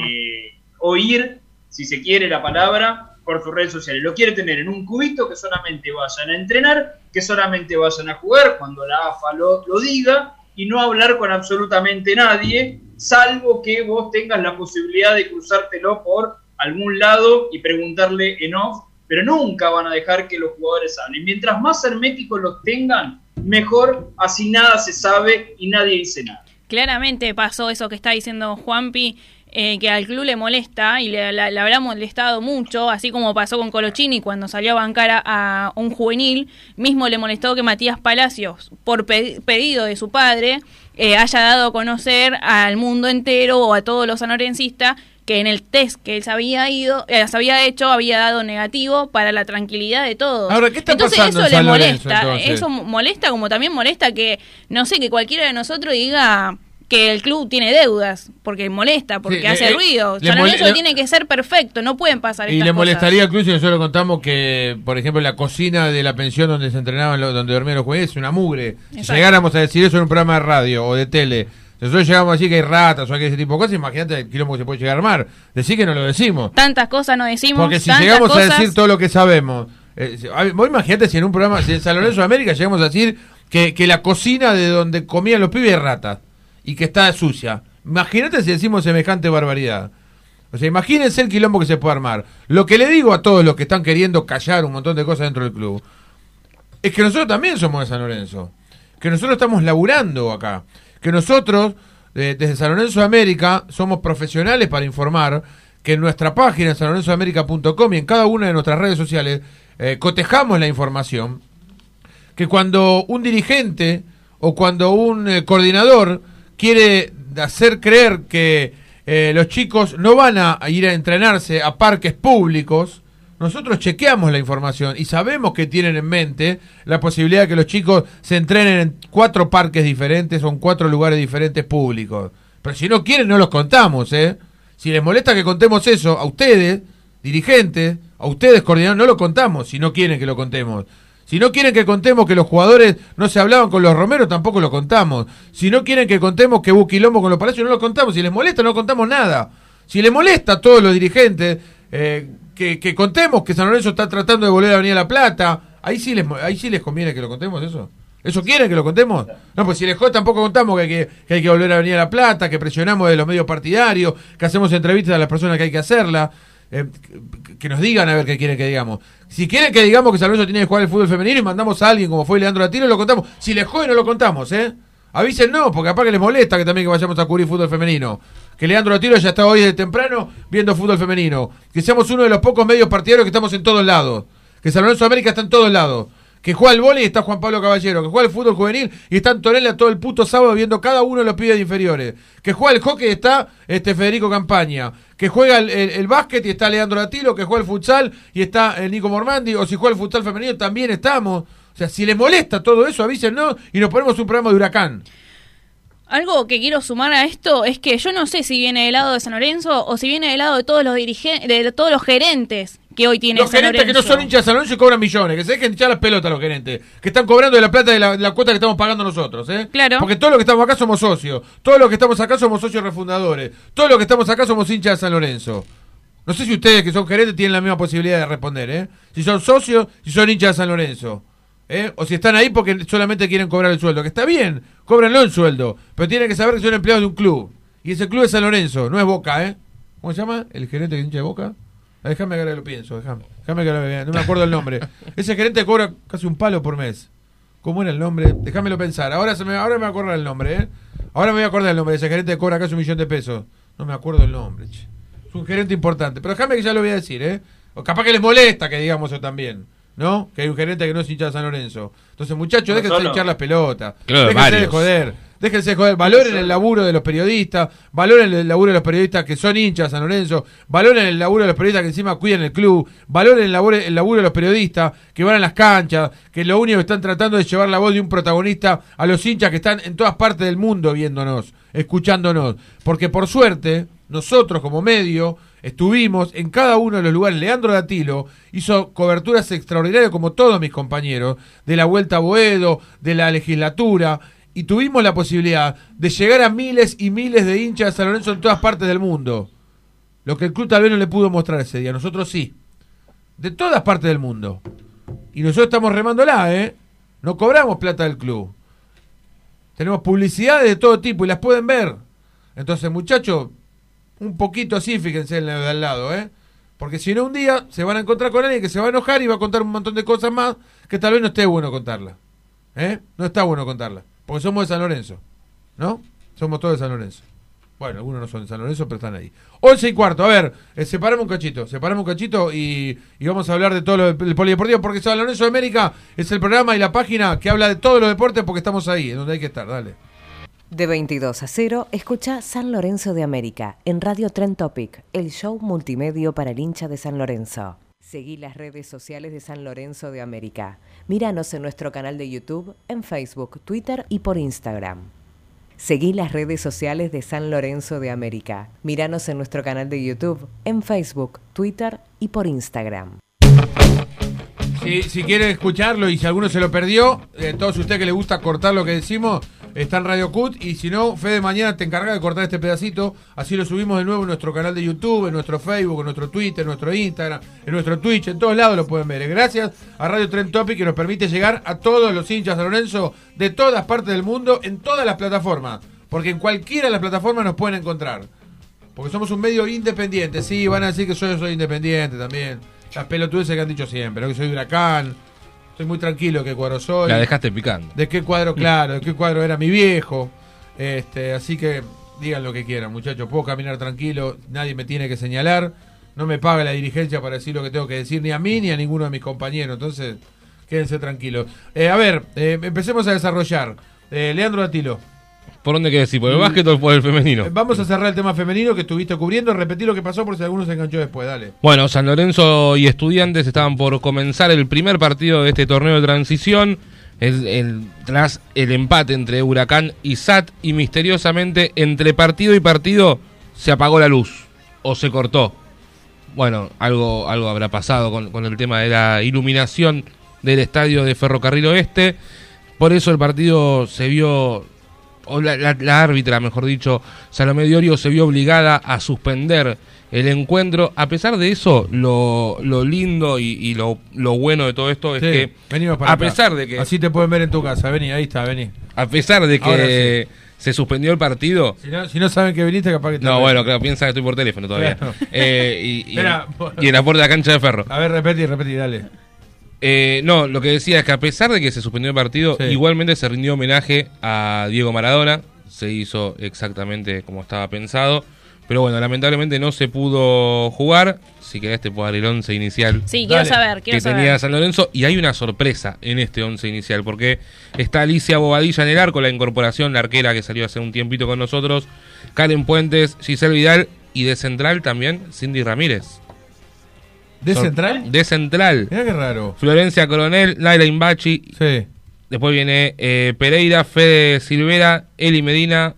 oír, si se quiere la palabra, por sus redes sociales. Lo quiere tener en un cubito, que solamente vayan a entrenar, que solamente vayan a jugar cuando la AFA lo diga, y no hablar con absolutamente nadie, salvo que vos tengas la posibilidad de cruzártelo por algún lado y preguntarle en off, pero nunca van a dejar que los jugadores hablen. Mientras más herméticos los tengan, mejor, así nada se sabe y nadie dice nada. Claramente pasó eso que está diciendo Juanpi, que al club le molesta y le habrá molestado mucho, así como pasó con Colochini cuando salió a bancar a un juvenil. Mismo le molestó que Matías Palacios, por pedido de su padre, haya dado a conocer al mundo entero o a todos los sanlorencistas que en el test que él se había hecho había dado negativo, para la tranquilidad de todos. Ahora, ¿qué está entonces pasando eso en San le Lorenzo, molesta, entonces? eso molesta, como también molesta que, no sé, que cualquiera de nosotros diga que el club tiene deudas, porque molesta, porque hace ruido. San Lorenzo tiene que ser perfecto, no pueden pasar estas cosas. Y le molestaría al club si nosotros contamos que, por ejemplo, la cocina de la pensión donde se entrenaban, donde dormían los jugadores, es una mugre. Exacto. Si llegáramos a decir eso en un programa de radio o de tele, si nosotros llegamos a decir que hay ratas o hay ese tipo de cosas, imagínate el quilombo que se puede llegar a armar. Decir que no lo decimos. Tantas cosas no decimos. Porque si llegamos a decir todo lo que sabemos, vos imagínate si en un programa, si en San Lorenzo de América llegamos a decir que la cocina de donde comían los pibes es ratas y que está sucia. Imagínate si decimos semejante barbaridad. O sea, imagínense el quilombo que se puede armar. Lo que le digo a todos los que están queriendo callar un montón de cosas dentro del club es que nosotros también somos de San Lorenzo, que nosotros estamos laburando acá, que nosotros desde San Lorenzo de América somos profesionales para informar, que en nuestra página sanlorenzoamerica.com y en cada una de nuestras redes sociales cotejamos la información, que cuando un dirigente o cuando un coordinador quiere hacer creer que los chicos no van a ir a entrenarse a parques públicos, nosotros chequeamos la información y sabemos que tienen en mente la posibilidad de que los chicos se entrenen en 4 parques diferentes o en 4 lugares diferentes públicos. Pero si no quieren, no los contamos, Si les molesta que contemos eso, a ustedes, dirigentes, a ustedes, coordinadores, no lo contamos si no quieren que lo contemos. Si no quieren que contemos que los jugadores no se hablaban con los Romero, tampoco lo contamos. Si no quieren que contemos que hubo quilombo con los Palacios, no lo contamos. Si les molesta, no contamos nada. Si les molesta a todos los dirigentes que contemos que San Lorenzo está tratando de volver a venir a La Plata, ahí sí les conviene que lo contemos eso. ¿Eso quieren que lo contemos? No, pues si les jode tampoco contamos que hay que volver a venir a La Plata, que presionamos de los medios partidarios, que hacemos entrevistas a las personas que hay que hacerla. Que nos digan a ver qué quieren que digamos. Si quieren que digamos que San Lorenzo tiene que jugar el fútbol femenino y mandamos a alguien como fue Leandro Latino, lo contamos. Si les jode no lo contamos, avísennos, porque capaz que les molesta que también que vayamos a cubrir fútbol femenino. Que Leandro Latino ya está hoy desde temprano viendo fútbol femenino. Que seamos uno de los pocos medios partidarios que estamos en todos lados. Que San Lorenzo de América está en todos lados. Que juega el vóley y está Juan Pablo Caballero. Que juega el fútbol juvenil y está Antonella todo el puto sábado viendo cada uno de los pibes inferiores. Que juega el hockey y está Federico Campaña. Que juega el básquet y está Leandro Latilo. Que juega el futsal y está Nico Mormandi. O si juega el futsal femenino también estamos. O sea, si les molesta todo eso, avísennos y nos ponemos un programa de Huracán. Algo que quiero sumar a esto es que yo no sé si viene del lado de San Lorenzo o si viene del lado de todos los de todos los gerentes que hoy tiene los San gerentes Lorenzo. Que no son hinchas de San Lorenzo y cobran millones, que se dejen echar las pelotas los gerentes, que están cobrando de la plata de la cuota que estamos pagando nosotros, Claro. Porque todos los que estamos acá somos socios, todos los que estamos acá somos socios refundadores, todos los que estamos acá somos hinchas de San Lorenzo. No sé si ustedes que son gerentes tienen la misma posibilidad de responder, si son socios, si son hinchas de San Lorenzo. O si están ahí porque solamente quieren cobrar el sueldo, que está bien, cóbranlo el sueldo, pero tienen que saber que son empleados de un club, y ese club es San Lorenzo, no es Boca, ¿Cómo se llama? ¿El gerente que hincha de Boca? Déjame que ahora lo pienso, déjame que lo vea, no me acuerdo el nombre. Ese gerente cobra casi un palo por mes. ¿Cómo era el nombre? Déjamelo pensar, ahora me voy a acordar el nombre, Ahora me voy a acordar el nombre de ese gerente que cobra casi $1 millón de pesos. No me acuerdo el nombre, Es un gerente importante, pero déjame que ya lo voy a decir, O capaz que les molesta que digamos eso también. ¿No? Que hay un gerente que no es hincha de San Lorenzo. Entonces, muchachos, déjense de echar las pelotas. Claro, déjense de joder. Déjense de joder, valoren el laburo de los periodistas, valoren el laburo de los periodistas que son hinchas de San Lorenzo, valoren el laburo de los periodistas que encima cuidan el club, valoren el laburo de los periodistas que van a las canchas, que lo único que están tratando es llevar la voz de un protagonista a los hinchas que están en todas partes del mundo viéndonos, escuchándonos. Porque por suerte, nosotros como medio estuvimos en cada uno de los lugares. Leandro Datilo hizo coberturas extraordinarias, como todos mis compañeros, de la Vuelta a Boedo, de la legislatura, y tuvimos la posibilidad de llegar a miles y miles de hinchas de San Lorenzo en todas partes del mundo. Lo que el club tal vez no le pudo mostrar ese día, nosotros sí. De todas partes del mundo. Y nosotros estamos remándola, no cobramos plata del club. Tenemos publicidades de todo tipo y las pueden ver. Entonces, muchachos, un poquito así, fíjense en la de al lado, porque si no, un día se van a encontrar con alguien que se va a enojar y va a contar un montón de cosas más que tal vez no esté bueno contarla. No está bueno contarla, porque somos de San Lorenzo, ¿no? Somos todos de San Lorenzo. Bueno, algunos no son de San Lorenzo, pero están ahí. 11:15, a ver, separamos un cachito y vamos a hablar de todo lo del polideportivo, porque San Lorenzo de América es el programa y la página que habla de todos los deportes, porque estamos ahí, en donde hay que estar, dale. De 22 a 0, escucha San Lorenzo de América en Radio Trend Topic, el show multimedio para el hincha de San Lorenzo. Seguí las redes sociales de San Lorenzo de América. Míranos en nuestro canal de YouTube, en Facebook, Twitter y por Instagram. Seguí las redes sociales de San Lorenzo de América. Míranos en nuestro canal de YouTube, en Facebook, Twitter y por Instagram. Si quieren escucharlo y si alguno se lo perdió, todos ustedes que les gusta cortar lo que decimos, está en Radio Cut, y si no, Fede mañana te encarga de cortar este pedacito, así lo subimos de nuevo en nuestro canal de YouTube, en nuestro Facebook, en nuestro Twitter, en nuestro Instagram, en nuestro Twitch, en todos lados lo pueden ver. Gracias a Radio Trend Topic, que nos permite llegar a todos los hinchas de San Lorenzo de todas partes del mundo, en todas las plataformas, porque en cualquiera de las plataformas nos pueden encontrar, porque somos un medio independiente. Sí, van a decir que yo soy independiente también, las pelotudeces que han dicho siempre, ¿no? Que soy Huracán. Estoy muy tranquilo de qué cuadro soy. La dejaste picando. De qué cuadro, claro, de qué cuadro era mi viejo. Así que digan lo que quieran, muchachos. Puedo caminar tranquilo, nadie me tiene que señalar. No me paga la dirigencia para decir lo que tengo que decir, ni a mí ni a ninguno de mis compañeros. Entonces, quédense tranquilos. Empecemos a desarrollar. Leandro Datilo. ¿Por dónde querés ir? ¿Por el básquet o por el femenino? Vamos a cerrar el tema femenino que estuviste cubriendo. Repetí lo que pasó por si alguno se enganchó después, dale. Bueno, San Lorenzo y Estudiantes estaban por comenzar el primer partido de este torneo de transición, tras el empate entre Huracán y SAT, y misteriosamente entre partido y partido se apagó la luz o se cortó. Bueno, algo habrá pasado con el tema de la iluminación del estadio de Ferrocarril Oeste. Por eso el partido se vio, o la árbitra, mejor dicho, Salomé Diorio, se vio obligada a suspender el encuentro. A pesar de eso, lo lindo y lo bueno de todo esto es que, a pesar de que... Así te pueden ver en tu casa, vení, ahí está, vení. A pesar de que se suspendió el partido... Si no saben que viniste, capaz que... No, bueno, claro, piensa que estoy por teléfono todavía. Claro. Y en la puerta de la cancha de Ferro. A ver, repetí, dale. No, lo que decía es que a pesar de que se suspendió el partido, igualmente se rindió homenaje a Diego Maradona. Se hizo exactamente como estaba pensado. Pero bueno, lamentablemente no se pudo jugar. Si querés te puedo dar el 11 inicial. Sí, quiero saber. Tenía San Lorenzo. Y hay una sorpresa en este 11 inicial, porque está Alicia Bobadilla en el arco, la incorporación, la arquera que salió hace un tiempito con nosotros, Karen Puentes, Giselle Vidal, y de central también Cindy Ramírez. ¿De central? De central. Mirá qué raro. Florencia Coronel, Naila Imbachi. Sí. Después viene Pereira, Fede Silvera, Eli Medina,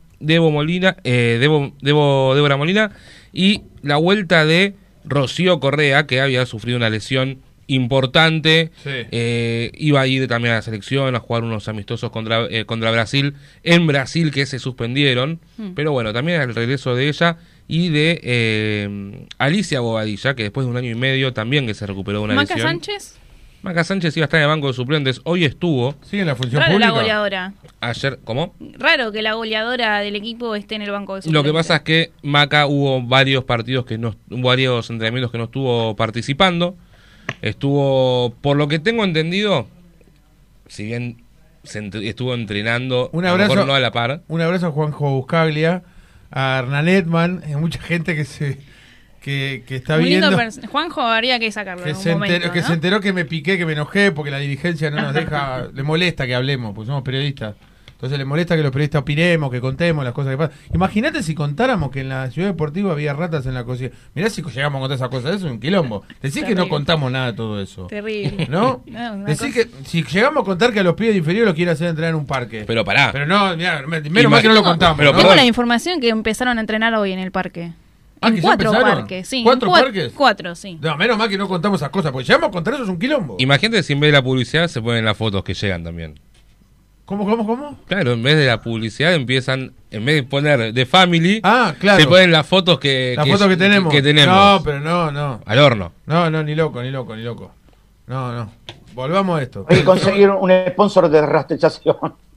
Débora Molina, y la vuelta de Rocío Correa, que había sufrido una lesión importante. Iba a ir también a la selección a jugar unos amistosos contra Brasil, en Brasil, que se suspendieron. Pero bueno, también el regreso de ella y de Alicia Bobadilla, que después de un año y medio también que se recuperó de una lesión. Maca Sánchez iba a estar en el banco de suplentes. Hoy estuvo. Sí, en la función Raro pública. La goleadora. Ayer, ¿cómo? Raro que la goleadora del equipo esté en el banco de suplentes. Lo que pasa es que Maca hubo varios entrenamientos que no estuvo participando. Estuvo, por lo que tengo entendido, si bien estuvo entrenando, un abrazo, a lo mejor no a la par. Un abrazo a Juanjo Buscaglia, a Hernán Edman, mucha gente que está muy viendo. Juanjo habría que sacarlo en un momento, ¿no? Que se enteró que me piqué, que me enojé porque la dirigencia no nos deja, le molesta que hablemos, porque somos periodistas. Entonces le molesta que los periodistas opinemos, que contemos las cosas que pasan. Imagínate si contáramos que en la ciudad deportiva había ratas en la cocina. Mirá si llegamos a contar esas cosas, eso es un quilombo. Decís que no contamos nada de todo eso. Terrible. ¿No? Decís que si llegamos a contar que a los pibes inferiores los quieren hacer entrenar en un parque. Pero pará. Pero no, mirá, menos mal que no lo contamos. Pero tengo la información que empezaron a entrenar hoy en el parque. En ¿que 4 ya parques, sí. ¿4 parques? 4, sí. No, menos mal que no contamos esas cosas, porque llegamos a contar eso es un quilombo. Imagínate si en vez de la publicidad se ponen las fotos que llegan también. ¿Cómo? Claro, en vez de la publicidad empiezan, en vez de poner The Family, claro, se ponen las fotos que tenemos. No, pero no. Al horno. No, ni loco. No. Volvamos a esto. Hay que conseguir un sponsor de rastrización.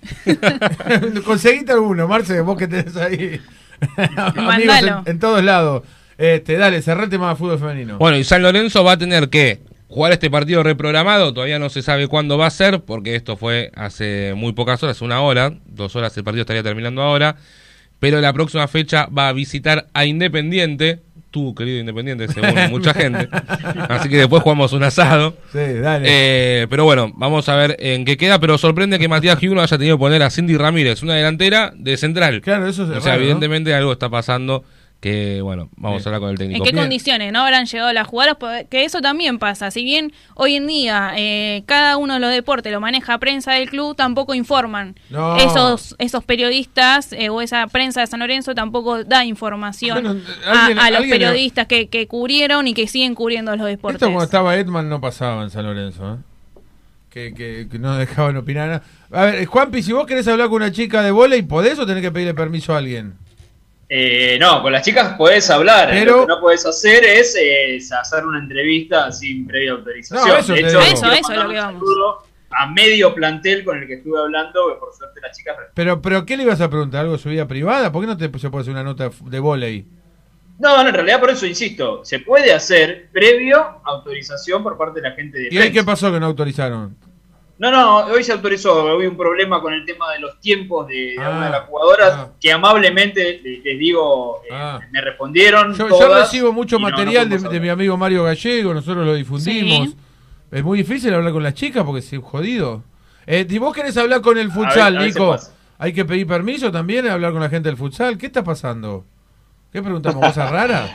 Conseguiste alguno, Marce, vos que tenés ahí amigos en todos lados. Dale, cerrá el tema de fútbol femenino. Bueno, y San Lorenzo va a tener que jugar este partido reprogramado. Todavía no se sabe cuándo va a ser, porque esto fue hace muy pocas horas, 1 hora, 2 horas el partido estaría terminando ahora. Pero la próxima fecha va a visitar a Independiente, tu querido Independiente, según mucha gente. Así que después jugamos un asado. Sí, dale. Pero bueno, vamos a ver en qué queda. Pero sorprende que Matías Giuno haya tenido que poner a Cindy Ramírez, una delantera de central. Claro, eso es o sea, raro, evidentemente ¿no? Algo está pasando. Que bueno, vamos a hablar con el técnico. ¿En qué condiciones no habrán llegado las jugadoras? Que eso también pasa. Si bien hoy en día cada uno de los deportes lo maneja prensa del club, tampoco informan. No. Esos periodistas o esa prensa de San Lorenzo tampoco da información a los periodistas que cubrieron y que siguen cubriendo los deportes. Esto cuando estaba Edman no pasaba en San Lorenzo, que no dejaban opinar nada. A ver, Juanpi, si vos querés hablar con una chica de vóley, ¿podés o tenés que pedirle permiso a alguien? No, con las chicas podés hablar, pero lo que no podés hacer es hacer una entrevista sin previa autorización. No, eso de hecho, eso es lo que vamos. A medio plantel con el que estuve hablando, que por suerte las chicas... Pero ¿qué le ibas a preguntar? ¿Algo de su vida privada? ¿Por qué no se puede hacer una nota de vóley? No, en realidad por eso insisto, se puede hacer previo autorización por parte de la gente de ¿Y ahí qué pasó que no autorizaron? No, hoy se autorizó, hubo un problema con el tema de los tiempos de una de las jugadoras, que amablemente, les digo, me respondieron yo recibo mucho material de mi amigo Mario Gallego, nosotros lo difundimos. Sí. Es muy difícil hablar con las chicas porque es jodido. Si vos querés hablar con el futsal, Nico, ¿hay que pedir permiso también a hablar con la gente del futsal? ¿Qué está pasando? ¿Qué preguntamos? ¿Cosas raras?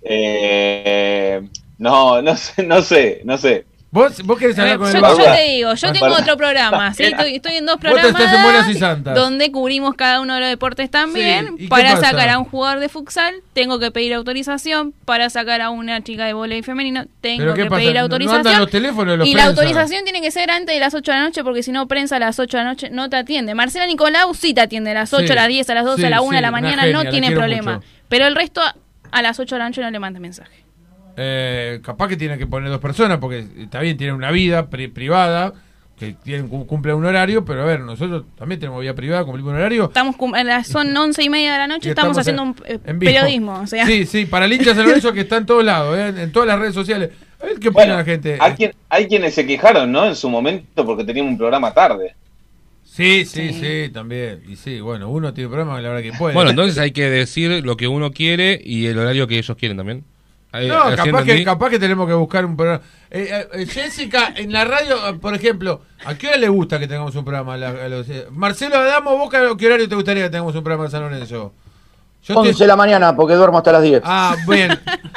No sé. ¿Vos querés hablar con el Yo te digo, yo tengo otro programa, ¿sí? Estoy en 2 programas donde cubrimos cada uno de los deportes también. Sí, para sacar a un jugador de futsal, tengo que pedir autorización. Para sacar a una chica de vóley femenino, tengo que pedir autorización. ¿No andan los teléfonos de los y prensa? La autorización tiene que ser antes de las 8 de la noche, porque si no, prensa a las 8 de la noche no te atiende. Marcela Nicolau sí te atiende a las 8, a las 10, a las 12, a la 1 de la mañana, no tiene problema. Mucho. Pero el resto, a las 8 de la noche no le manda mensaje. Capaz que tiene que poner 2 personas, porque está bien, tienen una vida privada, que cumple un horario, pero a ver, nosotros también tenemos vida privada, cumplimos un horario. Son 11:30 de la noche, estamos haciendo un periodismo. O sea. Sí, para el hincha San Lorenzo que está en todos lados, en todas las redes sociales. A ver qué opina la gente. Hay quienes se quejaron, ¿no? En su momento, porque teníamos un programa tarde. Sí, también. Y sí, bueno, uno tiene programa a la hora que puede. Bueno, entonces hay que decir lo que uno quiere y el horario que ellos quieren también. No, capaz que tenemos que buscar un programa. Jessica, en la radio, por ejemplo, ¿a qué hora le gusta que tengamos un programa? Marcelo Adamo, ¿vos qué horario te gustaría que tengamos un programa en San Lorenzo? 11 de la mañana, porque duermo hasta las 10. Ah, bien.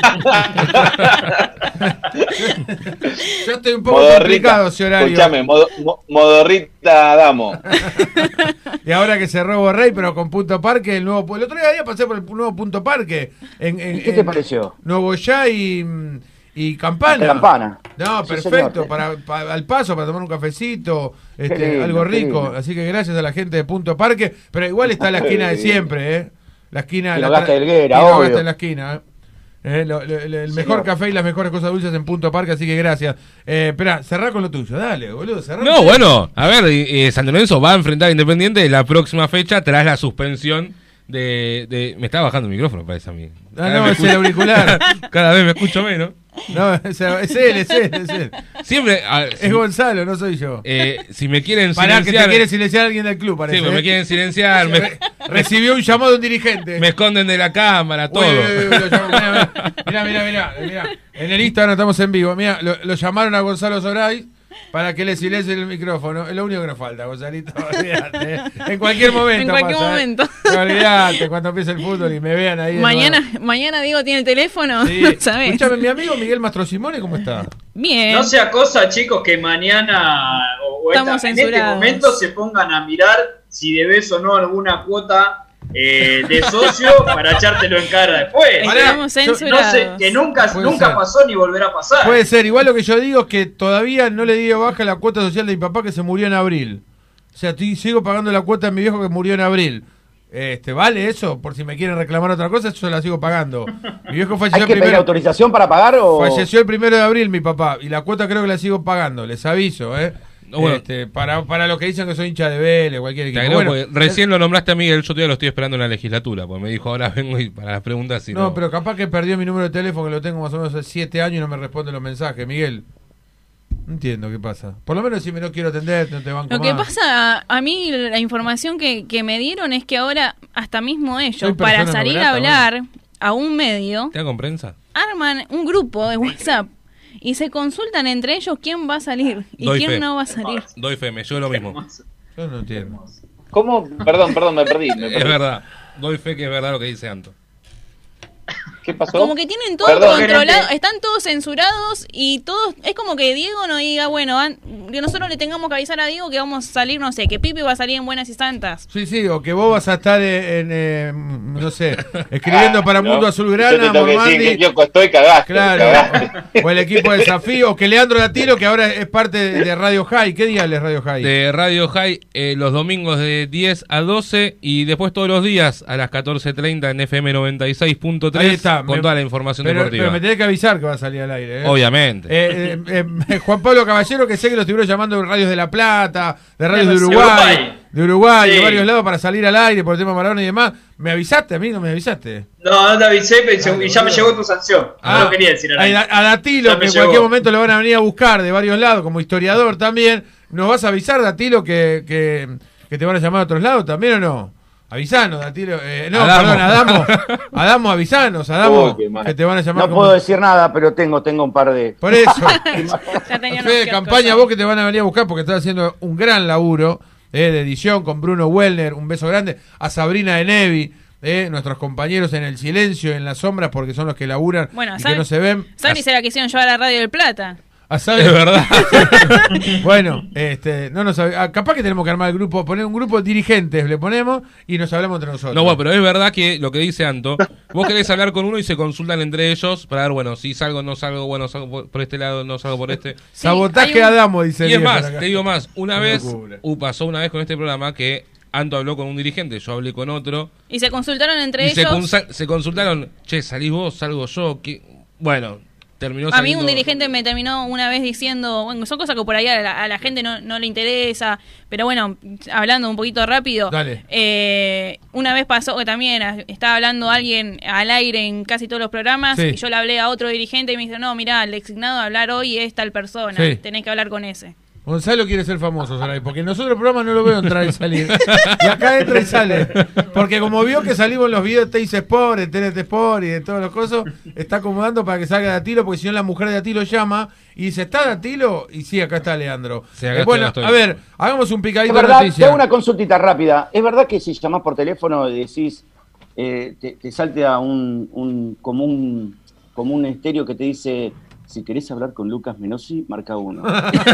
Yo estoy un poco complicado ese horario. Escuchame, Modorrita Adamo. Y ahora que cerró Borrey, pero con Punto Parque, el otro día pasé por el nuevo Punto Parque. ¿Qué te pareció? Nuevo Ya y Campana. No, sí, perfecto, para al paso, para tomar un cafecito, lindo, algo rico. Así que gracias a la gente de Punto Parque, pero igual está la esquina de siempre, La esquina, la gasta Helguera, obvio. En la esquina, el mejor café y las mejores cosas dulces en Punto Parque, así que gracias. Esperá, cerrá con lo tuyo, dale, boludo, cerrá. No, bueno, a ver, San Lorenzo va a enfrentar a Independiente la próxima fecha tras la suspensión de me está bajando el micrófono, parece a mí. No, es el auricular. Cada vez me escucho menos. No, es él. Siempre. Es Gonzalo, no soy yo. Si me quieren silenciar. Que te quiere silenciar alguien del club, parece. Sí, me quieren silenciar. Recibió un llamado de un dirigente. Me esconden de la cámara, todo. Mirá. En el Instagram estamos en vivo. Mirá, lo llamaron a Gonzalo Soray. para que le silencien el micrófono. Es lo único que nos falta, Gonzalito. Olvídate. En cualquier momento. En cualquier momento. Olvídate, cuando empiece el fútbol y me vean ahí. Mañana Diego tiene el teléfono. Sí. ¿Sabes? Escúchame, mi amigo Miguel Mastrosimone, ¿cómo está? Bien. No sea cosa, chicos, que mañana en este momento se pongan a mirar si debes o no alguna cuota de socio para echártelo en cara después. Estamos censurados. No sé, que nunca pasó ni volverá a pasar. Puede ser, igual lo que yo digo es que todavía no le di baja la cuota social de mi papá que se murió en abril. O sea, sigo pagando la cuota de mi viejo que murió en abril. ¿Vale eso? Por si me quieren reclamar otra cosa, yo la sigo pagando. Mi viejo falleció ¿Hay que pedir autorización para pagar o...? Falleció el 1 de abril mi papá, y la cuota creo que la sigo pagando, les aviso, Bueno, para los que dicen que soy hincha de Vélez, cualquier equipo. Bueno, recién lo nombraste a Miguel, yo todavía lo estoy esperando en la legislatura, porque me dijo ahora vengo y para las preguntas. No, pero capaz que perdió mi número de teléfono, que lo tengo más o menos hace 7 años y no me responde los mensajes. Miguel, no entiendo qué pasa. Por lo menos si me no quiero atender, no te banco Lo que más. pasa, a mí la información que me dieron es que ahora hasta mismo ellos, para salir a hablar a un medio, ¿te con prensa? Arman un grupo de WhatsApp y se consultan entre ellos quién va a salir y quién no va a salir. Doy fe, me llevo lo mismo. Yo no entiendo. ¿Cómo? Perdón, me perdí. Es verdad, doy fe que es verdad lo que dice Anto. ¿Qué pasó? Como que tienen todo controlado, están todos censurados y todos, es como que Diego no diga, bueno, que nosotros le tengamos que avisar a Diego que vamos a salir, no sé, que Pipi va a salir en Buenas y Santas. Sí, o que vos vas a estar no sé, escribiendo para Mundo Azulgrana, Mormandi. Yo estoy cagaste. Claro, o el equipo de Desafío, o que Leandro Datilo, que ahora es parte de Radio High. ¿Qué día es Radio High? De Radio High, los domingos de 10 a 12 y después todos los días a las 14:30 en FM 96.3. Ahí está. Con toda la información deportiva. Pero me tenés que avisar que va a salir al aire. Obviamente. Juan Pablo Caballero, que sé que lo estuvieron llamando de Radios de La Plata, de Radios de Uruguay, sí, de varios lados para salir al aire por el tema Maradona y demás. ¿Me avisaste a mí? ¿No me avisaste? No te avisé y ya me llegó tu sanción. No lo quería decir a Datilo, que en cualquier momento lo van a venir a buscar de varios lados, como historiador también. ¿Nos vas a avisar, Datilo, que te van a llamar a otros lados también o no? Avisanos, Datilo. Adamo, avisanos, que te van a llamar. No puedo decir nada, pero tengo un par de... Por eso. Fue de campaña vos que te van a venir a buscar porque estás haciendo un gran laburo de edición con Bruno Wellner. Un beso grande. A Sabrina de Nevi, nuestros compañeros en el silencio, en las sombras, porque son los que laburan y que no se ven. Sabri se la quisieron llevar a la Radio del Plata. Es verdad. Bueno, no nos capaz que tenemos que armar el grupo, poner un grupo de dirigentes, le ponemos y nos hablamos entre nosotros. No, bueno, pero es verdad que lo que dice Anto, vos querés hablar con uno y se consultan entre ellos para ver, bueno, si salgo, no salgo, bueno, salgo por este lado, no salgo por este. Sabotaje a Damo, dice. Y es más, te digo más, pasó una vez con este programa que Anto habló con un dirigente, yo hablé con otro. Y se consultaron entre ellos. Se consultaron, salís vos, salgo yo, bueno... A mí un dirigente me terminó una vez diciendo, bueno, son cosas que por ahí a la gente no le interesa, pero bueno, hablando un poquito rápido, una vez pasó que también estaba hablando alguien al aire en casi todos los programas y yo le hablé a otro dirigente y me dice, no, mirá, el designado a hablar hoy es tal persona, tenés que hablar con ese. Gonzalo quiere ser famoso, Saray, porque nosotros el programa no lo veo entrar y salir. Y acá entra y sale. Porque como vio que salimos en los videos de Teis Sport, de TNT Sport y de todos los cosas, está acomodando para que salga Datilo, porque si no la mujer de Datilo llama y dice, ¿está Datilo? Y sí, acá está Leandro. Sí, acá bueno, estoy. A ver, hagamos un picadito de noticias. Te hago una consultita rápida. ¿Es verdad que si llamás por teléfono y decís, te salte a como un estéreo que te dice... Si querés hablar con Lucas Menossi, marca 1.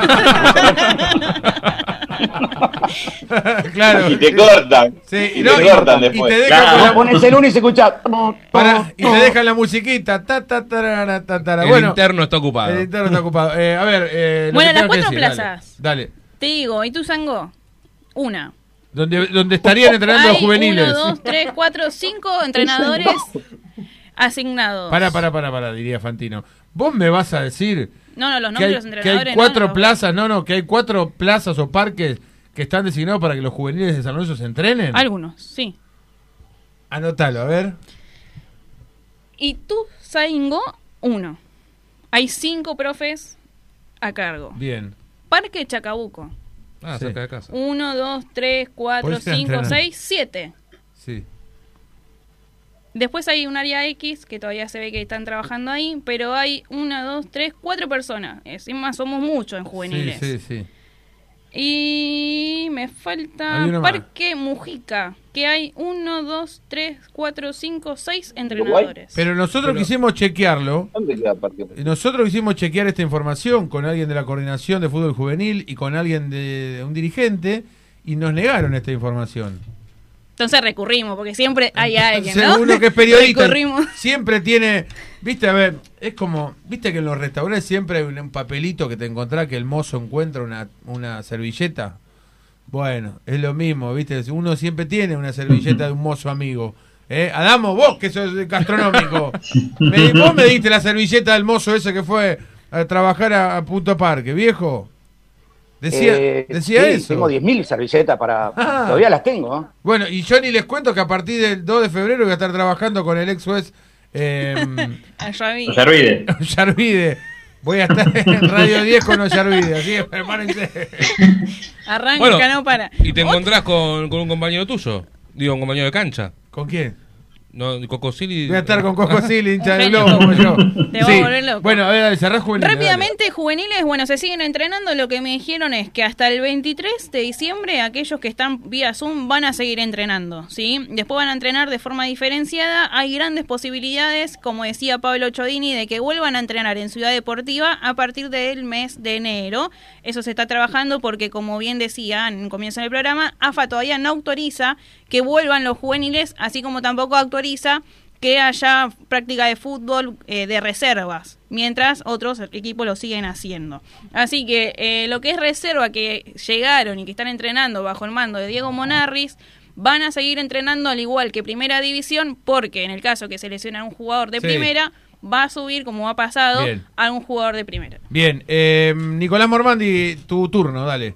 Claro. Y te cortan. Sí, y te cortan después. Y te dejan pones el 1 y se escucha. Y te dejan la musiquita. El interno está ocupado. El interno está ocupado. A ver. Bueno, las 4 plazas. Dale. Te digo, ¿y tú, Sango? Una. Donde estarían entrenando los juveniles. 1, 2, 3, 4, 5 entrenadores asignados. Para, diría Fantino. ¿Vos me vas a decir los nombres de los entrenadores? Que hay 4 plazas, que hay 4 plazas o parques que están designados para que los juveniles de San Lorenzo se entrenen? Algunos, sí. Anótalo, a ver. Y tú, Saingo, 1. Hay 5 profes a cargo. Bien. Parque Chacabuco. Cerca de casa. 1, 2, 3, 4, 5, 6, 7. Sí. Después hay un área X, que todavía se ve que están trabajando ahí, pero hay 1, 2, 3, 4 personas. Encima somos muchos en juveniles. Sí. Y me falta Parque Mujica, que hay 1, 2, 3, 4, 5, 6 entrenadores. Pero nosotros quisimos chequearlo. ¿Dónde queda Parque Mujica? Nosotros quisimos chequear esta información con alguien de la coordinación de fútbol juvenil y con alguien de un dirigente, y nos negaron esta información. Entonces recurrimos, porque siempre hay alguien, ¿no? Uno que es periodista Recurrimos. siempre tiene, viste, a ver, es como, viste que en los restaurantes siempre hay un papelito que te encontrás que el mozo encuentra una servilleta. Bueno, es lo mismo, viste, uno siempre tiene una servilleta de un mozo amigo. Adamo, vos que sos gastronómico, vos me diste la servilleta del mozo ese que fue a trabajar a Punto Parque, viejo. Decía sí, eso. Tengo 10.000 servilletas todavía las tengo, ¿eh? Bueno, y yo ni les cuento que a partir del 2 de febrero voy a estar trabajando con el ex juez Ollarvide. Voy a estar en Radio 10 con Ollarvide, así que prepárense. Arranca, no para. Y te encontrás con un compañero tuyo, un compañero de cancha. ¿Con quién? No, Coco Silly. Voy a estar con Coco Silly, hincha del globo, como yo. Te va a volver loco. Bueno, a ver, cerrás juveniles. Rápidamente, juveniles, se siguen entrenando. Lo que me dijeron es que hasta el 23 de diciembre aquellos que están vía Zoom van a seguir entrenando, ¿sí? Después van a entrenar de forma diferenciada. Hay grandes posibilidades, como decía Pablo Chodini, de que vuelvan a entrenar en Ciudad Deportiva a partir del mes de enero. Eso se está trabajando porque, como bien decía en el comienzo del programa, AFA todavía no autoriza que vuelvan los juveniles, así como tampoco autoriza que haya práctica de fútbol de reservas, mientras otros equipos lo siguen haciendo. Así que lo que es reserva, que llegaron y que están entrenando bajo el mando de Diego Monarris, van a seguir entrenando al igual que Primera División, porque en el caso que se lesiona a un jugador de primera, va a subir, como ha pasado, a un jugador de primera. Bien, Nicolás Mormandi, tu turno, dale.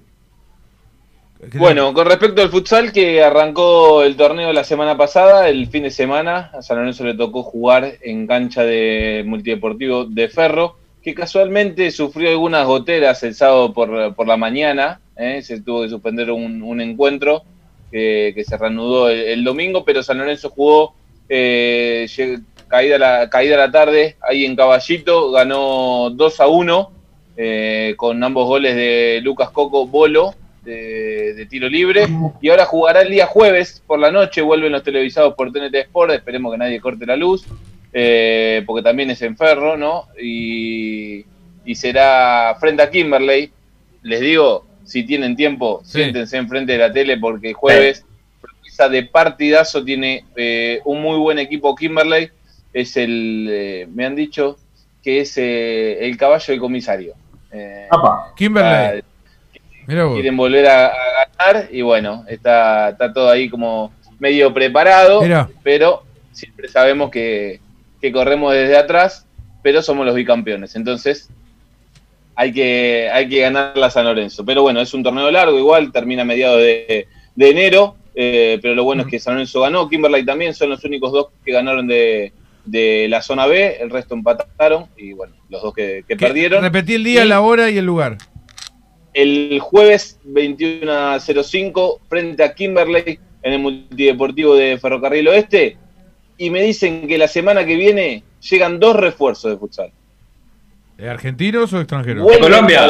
Bueno, con respecto al futsal, que arrancó el torneo la semana pasada, el fin de semana, a San Lorenzo le tocó jugar en cancha de multideportivo de Ferro, que casualmente sufrió algunas goteras el sábado por la mañana, se tuvo que suspender un encuentro que se reanudó el domingo, pero San Lorenzo jugó caída la tarde ahí en Caballito, ganó 2-1 con ambos goles de Lucas Coco Bolo, de tiro libre, y ahora jugará el día jueves por la noche, vuelven los televisados por TNT Sport, esperemos que nadie corte la luz, porque también es en Ferro, ¿no? Y será frente a Kimberley. Les digo, si tienen tiempo, siéntense enfrente de la tele, porque jueves, promesa de partidazo, tiene un muy buen equipo Kimberley, es me han dicho que es el caballo del comisario. Kimberley. Quieren volver a ganar y bueno, está todo ahí como medio preparado, pero siempre sabemos que corremos desde atrás, pero somos los bicampeones, entonces hay que ganar la San Lorenzo. Pero bueno, es un torneo largo, igual termina a mediados de enero, pero lo bueno es que San Lorenzo ganó, Kimberley también, son los únicos dos que ganaron de la zona B, el resto empataron y bueno, los dos que perdieron. Repetí el día, la hora y el lugar. El jueves 21:05 frente a Kimberley en el multideportivo de Ferrocarril Oeste, y me dicen que la semana que viene llegan 2 refuerzos de futsal. ¿Argentinos o extranjeros? Vuelven a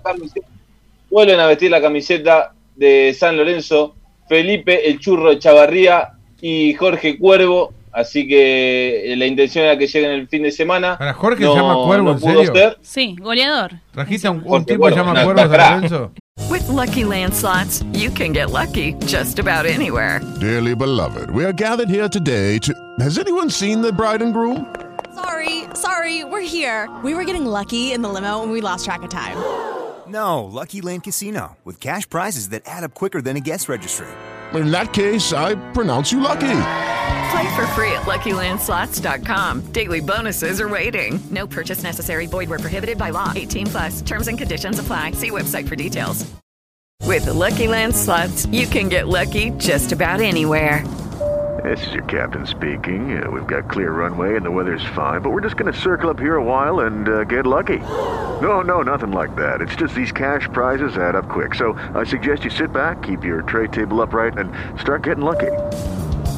vestir la camiseta de San Lorenzo, Felipe el Churro de Chavarría y Jorge Cuervo, así que la intención era que lleguen el fin de semana. ¿Para Jorge se llama Cuervo, en serio? Sí, goleador. ¿Trajiste un tipo que se llama Cuervo de San Lorenzo? With Lucky Land Slots, you can get lucky just about anywhere. Dearly beloved, we are gathered here today to... Has anyone seen the bride and groom? Sorry, we're here. We were getting lucky in the limo and we lost track of time. No, Lucky Land Casino, with cash prizes that add up quicker than a guest registry. In that case, I pronounce you lucky. Play for free at LuckyLandSlots.com. Daily bonuses are waiting. No purchase necessary. Void where prohibited by law. 18+. Terms and conditions apply. See website for details. With the Lucky Land Slots, you can get lucky just about anywhere. This is your captain speaking. We've got clear runway and the weather's fine, but we're just going to circle up here a while and get lucky. No, nothing like that. It's just these cash prizes add up quick. So I suggest you sit back, keep your tray table upright, and start getting lucky.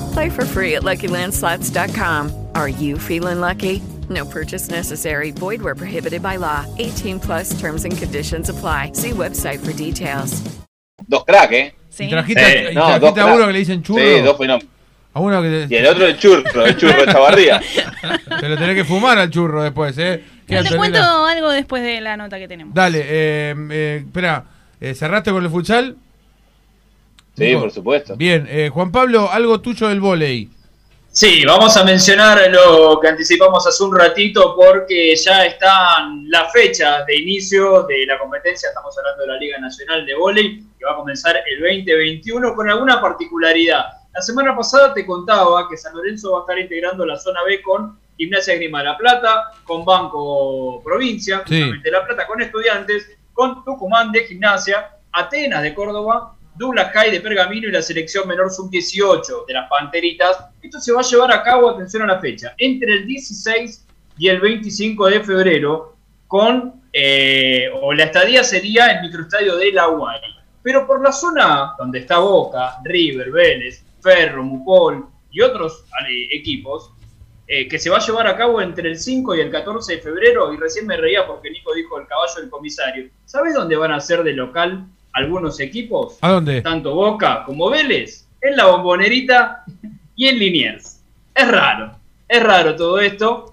Play for free at LuckyLandSlots.com. Are you feeling lucky? No purchase necessary. Void where prohibited by law. 18 plus terms and conditions apply. See website for details. Dos crack, ¿eh? Sí. ¿Y trajiste a uno que le dicen churro? Sí, dos fenómenos. A uno que Y el otro el churro de Chavarría. Te lo tenés que fumar al churro después, ¿eh? Te cuento algo después de la nota que tenemos. Dale, espera, ¿cerraste con el futsal? Sí, Nico. por supuesto. Bien, Juan Pablo, algo tuyo del vóley. Sí, vamos a mencionar lo que anticipamos hace un ratito porque ya están las fechas de inicio de la competencia. Estamos hablando de la Liga Nacional de Vóley, que va a comenzar el 2021 con alguna particularidad. La semana pasada te contaba que San Lorenzo va a estar integrando la zona B con Gimnasia Esgrima de La Plata, con Banco Provincia, justamente La Plata, con Estudiantes, con Tucumán de Gimnasia, Atenas de Córdoba, Douglas High de Pergamino y la selección menor sub-18 de las Panteritas. Esto se va a llevar a cabo, atención a la fecha, entre el 16 y el 25 de febrero, con, o la estadía sería el microestadio de La Guay. Pero por la zona A, donde está Boca, River, Vélez, Ferro, Mupol y otros equipos, que se va a llevar a cabo entre el 5 y el 14 de febrero, y recién me reía porque Nico dijo el caballo del comisario. ¿Sabes dónde van a ser de local algunos equipos? ¿A dónde? Tanto Boca como Vélez, en la Bombonerita y en Liniers. Es raro todo esto,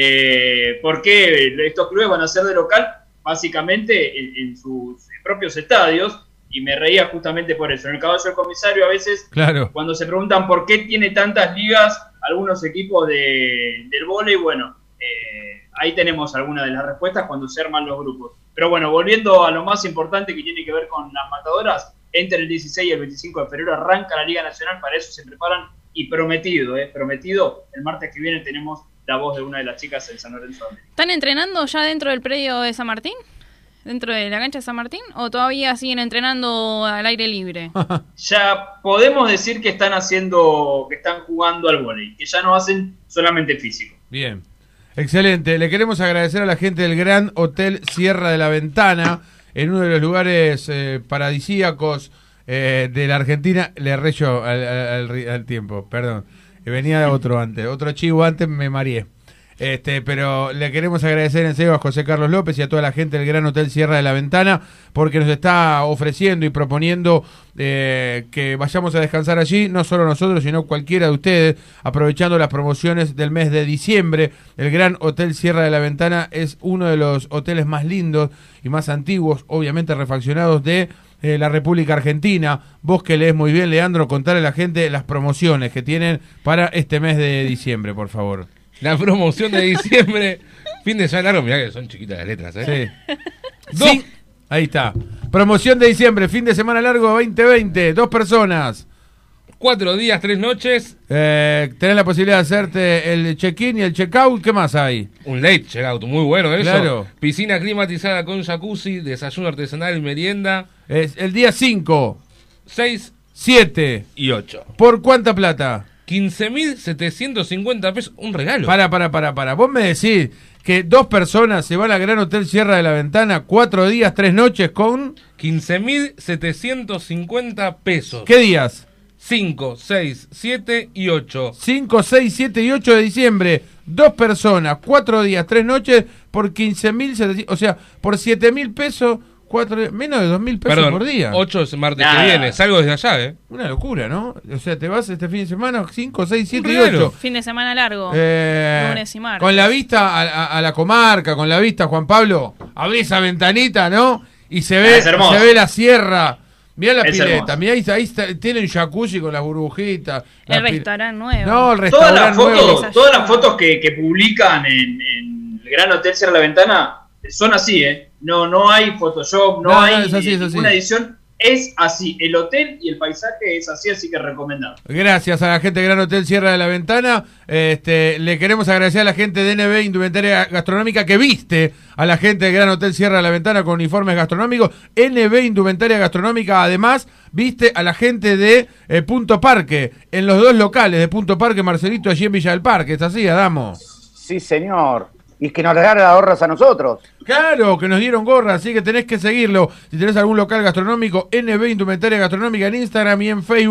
porque estos clubes van a ser de local básicamente en sus propios estadios, y me reía justamente por eso. En el caballo del comisario a veces, claro, cuando se preguntan por qué tiene tantas ligas algunos equipos del vóley, bueno, ahí tenemos algunas de las respuestas cuando se arman los grupos. Pero bueno, volviendo a lo más importante que tiene que ver con las matadoras, entre el 16 y el 25 de febrero arranca la Liga Nacional, para eso se preparan, y prometido, el martes que viene tenemos la voz de una de las chicas en San Lorenzo de América. ¿Están entrenando ya dentro del predio de San Martín? ¿Dentro de la cancha de San Martín? ¿O todavía siguen entrenando al aire libre? Ya podemos decir que están jugando al vóley, que ya no hacen solamente físico. Bien, excelente. Le queremos agradecer a la gente del Gran Hotel Sierra de la Ventana, en uno de los lugares paradisíacos de la Argentina. Le reyo al tiempo, perdón. Venía otro chivo antes, me mareé. Pero le queremos agradecer en serio a José Carlos López y a toda la gente del Gran Hotel Sierra de la Ventana, porque nos está ofreciendo y proponiendo que vayamos a descansar allí, no solo nosotros, sino cualquiera de ustedes, aprovechando las promociones del mes de diciembre. El Gran Hotel Sierra de la Ventana es uno de los hoteles más lindos y más antiguos, obviamente refaccionados, de la República Argentina. Vos que lees muy bien, Leandro, contarle a la gente las promociones que tienen para este mes de diciembre, por favor. La promoción de diciembre, fin de semana largo, mirá que son chiquitas las letras, Sí. Ahí está. Promoción de diciembre, fin de semana largo 2020, 2 personas. 4 días, 3 noches. Tenés la posibilidad de hacerte el check-in y el check-out. ¿Qué más hay? Un late check-out, muy bueno eso. Claro. Piscina climatizada con jacuzzi, desayuno artesanal y merienda. Es el día 5, 6, 7 y 8. ¿Por cuánta plata? 15.750 pesos, un regalo. Para. Vos me decís que 2 personas se van al Gran Hotel Sierra de la Ventana, 4 días, 3 noches con 15.750 pesos. ¿Qué días? 5, 6, 7 y 8. 5, 6, 7 y 8 de diciembre. 2 personas, 4 días, 3 noches por 15.700, o sea, por 7.000 pesos. Menos de 2.000 pesos por día. 8 es martes que viene, salgo desde allá, Una locura, ¿no? O sea, te vas este fin de semana, 5, 6, 7 y 8. Fin de semana largo, lunes y martes. Con la vista a la comarca, con la vista, Juan Pablo, abrí esa ventanita, ¿no? Y se ve la sierra. Mirá la pileta, mirá, ahí está, tiene un jacuzzi con las burbujitas. El restaurante nuevo. No, el restaurante nuevo. Todas las fotos que publican en el Gran Hotel Sierra de la Ventana son así, No hay Photoshop, no hay es así. ninguna edición. Es así, el hotel y el paisaje es así que recomendado. Gracias a la gente de Gran Hotel Sierra de la Ventana. Le queremos agradecer a la gente de NB Indumentaria Gastronómica que viste a la gente de Gran Hotel Sierra de la Ventana con uniformes gastronómicos. NB Indumentaria Gastronómica además viste a la gente de Punto Parque, en los 2 locales de Punto Parque, Marcelito, allí en Villa del Parque. ¿Es así, Adamo? Sí, señor. Y que nos regalen las gorras a nosotros. Claro, que nos dieron gorras, así que tenés que seguirlo. Si tenés algún local gastronómico, NB Indumentaria Gastronómica en Instagram y en Facebook,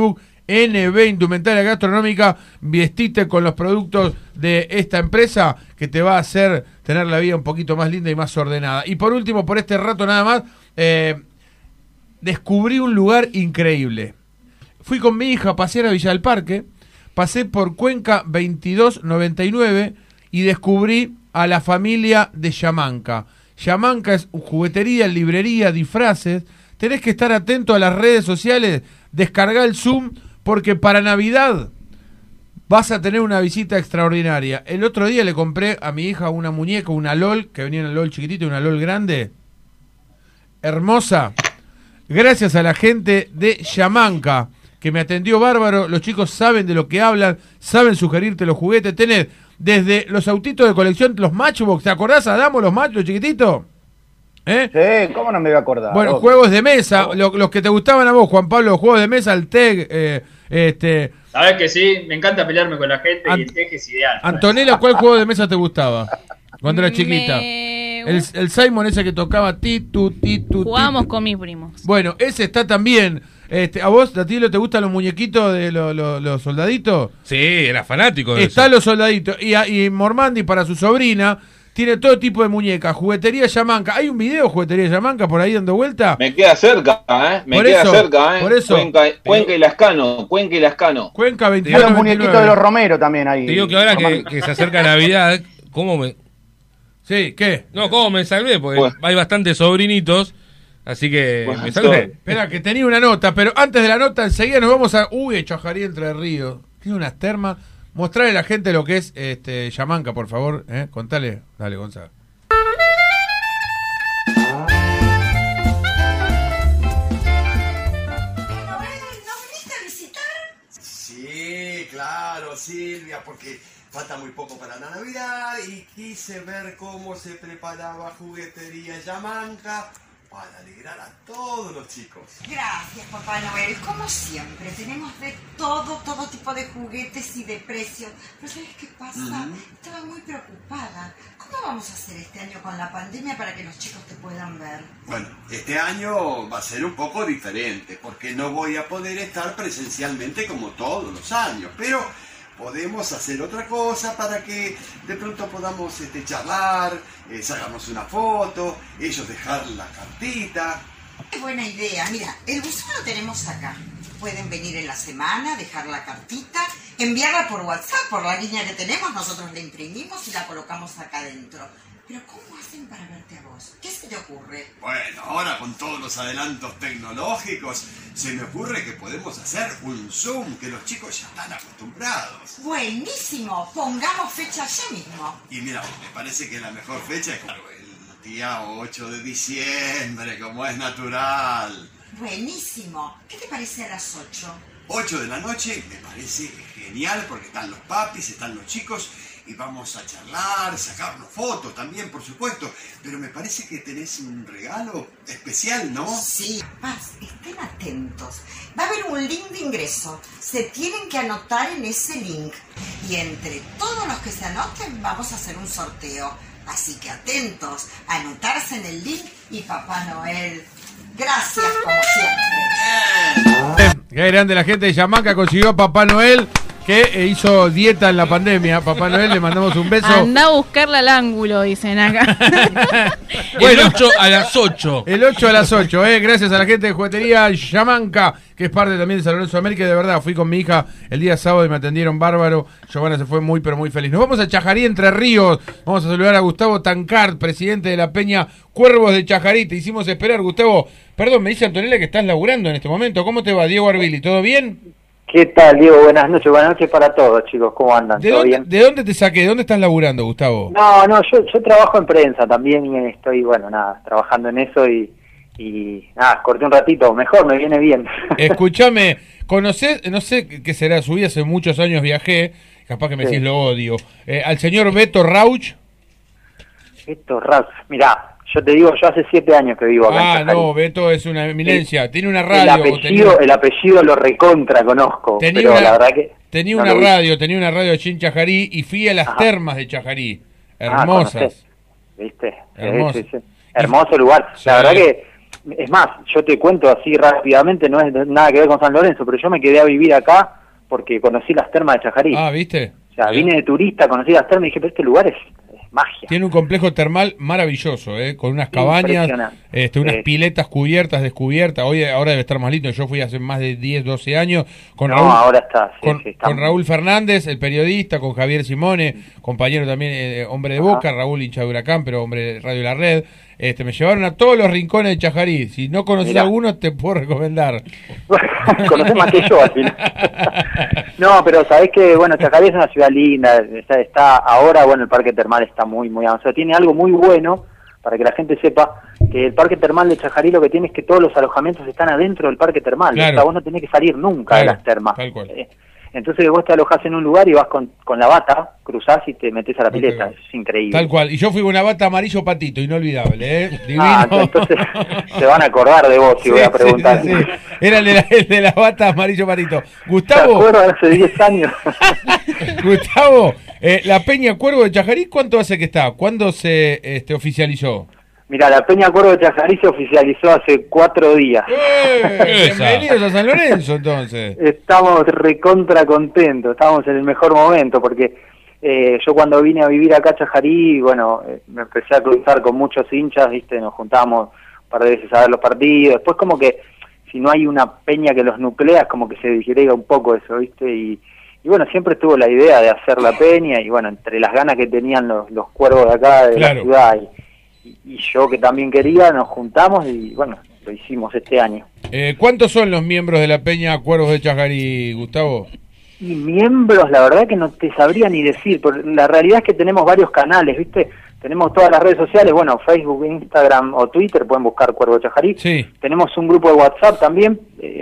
NB Indumentaria Gastronómica, vestite con los productos de esta empresa que te va a hacer tener la vida un poquito más linda y más ordenada. Y por último, por este rato nada más, descubrí un lugar increíble. Fui con mi hija a pasear a Villa del Parque, pasé por Cuenca 2299 y descubrí a la familia de Yamanca. Yamanca es juguetería, librería, disfraces. Tenés que estar atento a las redes sociales, descargá el Zoom, porque para Navidad vas a tener una visita extraordinaria. El otro día le compré a mi hija una muñeca, una LOL, que venía en el LOL chiquitito y una LOL grande. Hermosa. Gracias a la gente de Yamanca, que me atendió bárbaro. Los chicos saben de lo que hablan, saben sugerirte los juguetes. Tenés desde los autitos de colección, los Matchbox. ¿Te acordás, Adamo, los Match, los chiquititos? Sí, ¿cómo no me iba a acordar? Bueno, juegos de mesa, los que te gustaban a vos, Juan Pablo, los juegos de mesa, el TEG, Sabés que sí, me encanta pelearme con la gente y el TEG es ideal. Antonella, ¿cuál juego de mesa te gustaba cuando eras chiquita? El Simon ese que tocaba titu. Jugábamos con mis primos. Bueno, ese está también. ¿A vos, Datilo, te gustan los muñequitos de los soldaditos? Sí, era fanático de Están eso. los soldaditos. Y Mormandi, para su sobrina, tiene todo tipo de muñecas. Juguetería Yamanca. ¿Hay un video Juguetería Yamanca por ahí dando vuelta? Me queda cerca, Por eso. Cuenca y Lascano. Cuenca 21. Y los muñequitos de los Romero también ahí. Te digo que ahora que se acerca Navidad, ¿cómo me...? Sí, ¿qué? No, ¿cómo me salvé? Porque hay bastantes sobrinitos, así que me salvé. Espera, que tenía una nota, pero antes de la nota enseguida nos vamos a... Chajarí Entre Ríos. Tiene unas termas. Mostrarle a la gente lo que es Yamanca, por favor. Contale. Dale, Gonzalo. ¿Nos viniste a visitar? Sí, claro, Silvia, porque falta muy poco para la Navidad y quise ver cómo se preparaba Juguetería Yamanca para alegrar a todos los chicos. Gracias, Papá Noel. Como siempre, tenemos de todo tipo de juguetes y de precios. Pero ¿sabes qué pasa? Estaba muy preocupada. ¿Cómo vamos a hacer este año con la pandemia para que los chicos te puedan ver? Bueno, este año va a ser un poco diferente porque no voy a poder estar presencialmente como todos los años, pero podemos hacer otra cosa para que de pronto podamos charlar, sacarnos una foto, ellos dejar la cartita. Qué buena idea. Mira, el buzón lo tenemos acá. Pueden venir en la semana, dejar la cartita, enviarla por WhatsApp, por la línea que tenemos, nosotros la imprimimos y la colocamos acá adentro. Pero ¿cómo hacen para verte a vos? ¿Qué se te ocurre? Bueno, ahora con todos los adelantos tecnológicos, se me ocurre que podemos hacer un Zoom, que los chicos ya están acostumbrados. Buenísimo, pongamos fecha ya mismo. Y mira, me parece que la mejor fecha es claro, el día 8 de diciembre, como es natural. Buenísimo, ¿qué te parece a las 8? 8 de la noche me parece genial porque están los papis, están los chicos y vamos a charlar, sacarnos fotos también, por supuesto. Pero me parece que tenés un regalo especial, ¿no? Sí, papás, estén atentos. Va a haber un link de ingreso. Se tienen que anotar en ese link. Y entre todos los que se anoten vamos a hacer un sorteo. Así que atentos, a anotarse en el link y Papá Noel. Gracias, como siempre. Qué grande la gente de Yamanca, consiguió a Papá Noel, que hizo dieta en la pandemia. Papá Noel, le mandamos un beso. Anda a buscarla al ángulo, dicen acá. Bueno, el 8 a las 8. El 8 a las 8, gracias a la gente de Juguetería Yamanca, que es parte también de San Lorenzo de América. Y de verdad, fui con mi hija el día sábado y me atendieron bárbaro. Giovanna se fue muy, pero muy feliz. Nos vamos a Chajarí, Entre Ríos. Vamos a saludar a Gustavo Tancard, presidente de la Peña Cuervos de Chajarí. Te hicimos esperar, Gustavo. Perdón, me dice Antonella que estás laburando en este momento. ¿Cómo te va, Diego Arbili? ¿Todo bien? ¿Qué tal, Diego? Buenas noches para todos, chicos. ¿Cómo andan? ¿Todo bien? ¿De dónde te saqué? ¿De dónde estás laburando, Gustavo? No, yo trabajo en prensa también, estoy, trabajando en eso y corté un ratito, mejor, me viene bien. Escúchame, ¿conocés, no sé qué será, subí hace muchos años, viajé, capaz que me decís lo odio, al señor Beto Rauch? Beto Rauch, mirá. Yo te digo, yo hace 7 años que vivo acá en no, Beto es una eminencia, tiene una radio. El apellido lo recontra conozco, pero la verdad que... Tenía una radio allí en Chajarí y fui a las termas de Chajarí, hermosas. ¿Viste? Hermoso. Sí. Hermoso lugar. La verdad que Es más, yo te cuento así rápidamente, no es nada que ver con San Lorenzo, pero yo me quedé a vivir acá porque conocí las termas de Chajarí. Ah, ¿viste? O sea, vine de turista, conocí las termas y dije, pero este lugar es magia. Tiene un complejo termal maravilloso, con unas cabañas, unas piletas cubiertas, descubiertas. Ahora debe estar más lindo. Yo fui hace más de 10, 12 años con Raúl, ahora está, con Raúl Fernández, el periodista, con Javier Simone, compañero también, hombre de Boca, Raúl hincha de Huracán, pero hombre de Radio La Red. Me llevaron a todos los rincones de Chajarí. Si no conoces alguno, te puedo recomendar. Conocés más que yo, al final. No, pero sabés que, bueno, Chajarí es una ciudad linda. Está ahora, bueno, el parque termal está muy, muy avanzado. Tiene algo muy bueno, para que la gente sepa, que el parque termal de Chajarí lo que tiene es que todos los alojamientos están adentro del parque termal. Claro. O sea, vos no tenés que salir nunca de las termas. Tal cual. Entonces vos te alojás en un lugar y vas con la bata, cruzás y te metés a la pileta. Es increíble. Tal cual. Y yo fui con una bata amarillo patito, inolvidable, Divino. Entonces se van a acordar de vos si voy a preguntar. Sí. Era el de la bata amarillo patito. Gustavo. ¿Te acuerdas? Hace 10 años. Gustavo, la Peña Cuervo de Chajarí, ¿cuánto hace que está? ¿Cuándo se oficializó? Mira, la Peña Cuervo de Chajarí se oficializó hace 4 días. Bienvenidos a San Lorenzo, entonces. Estamos recontra contentos, estamos en el mejor momento, porque yo cuando vine a vivir acá a Chajarí, bueno, me empecé a cruzar con muchos hinchas, ¿viste? Nos juntábamos un par de veces a ver los partidos. Después como que si no hay una peña que los nuclea, como que se disgrega un poco eso, ¿viste? Y bueno, siempre estuvo la idea de hacer la peña, y bueno, entre las ganas que tenían los cuervos de acá, de la ciudad, y yo que también quería, nos juntamos y bueno, lo hicimos este año. ¿Cuántos son los miembros de la Peña Cuervos de Chajarí, Gustavo? Y miembros, la verdad que no te sabría ni decir, porque la realidad es que tenemos varios canales, ¿viste? Tenemos todas las redes sociales, bueno, Facebook, Instagram o Twitter, pueden buscar Cuervo de Chajarí. Sí. Tenemos un grupo de WhatsApp también,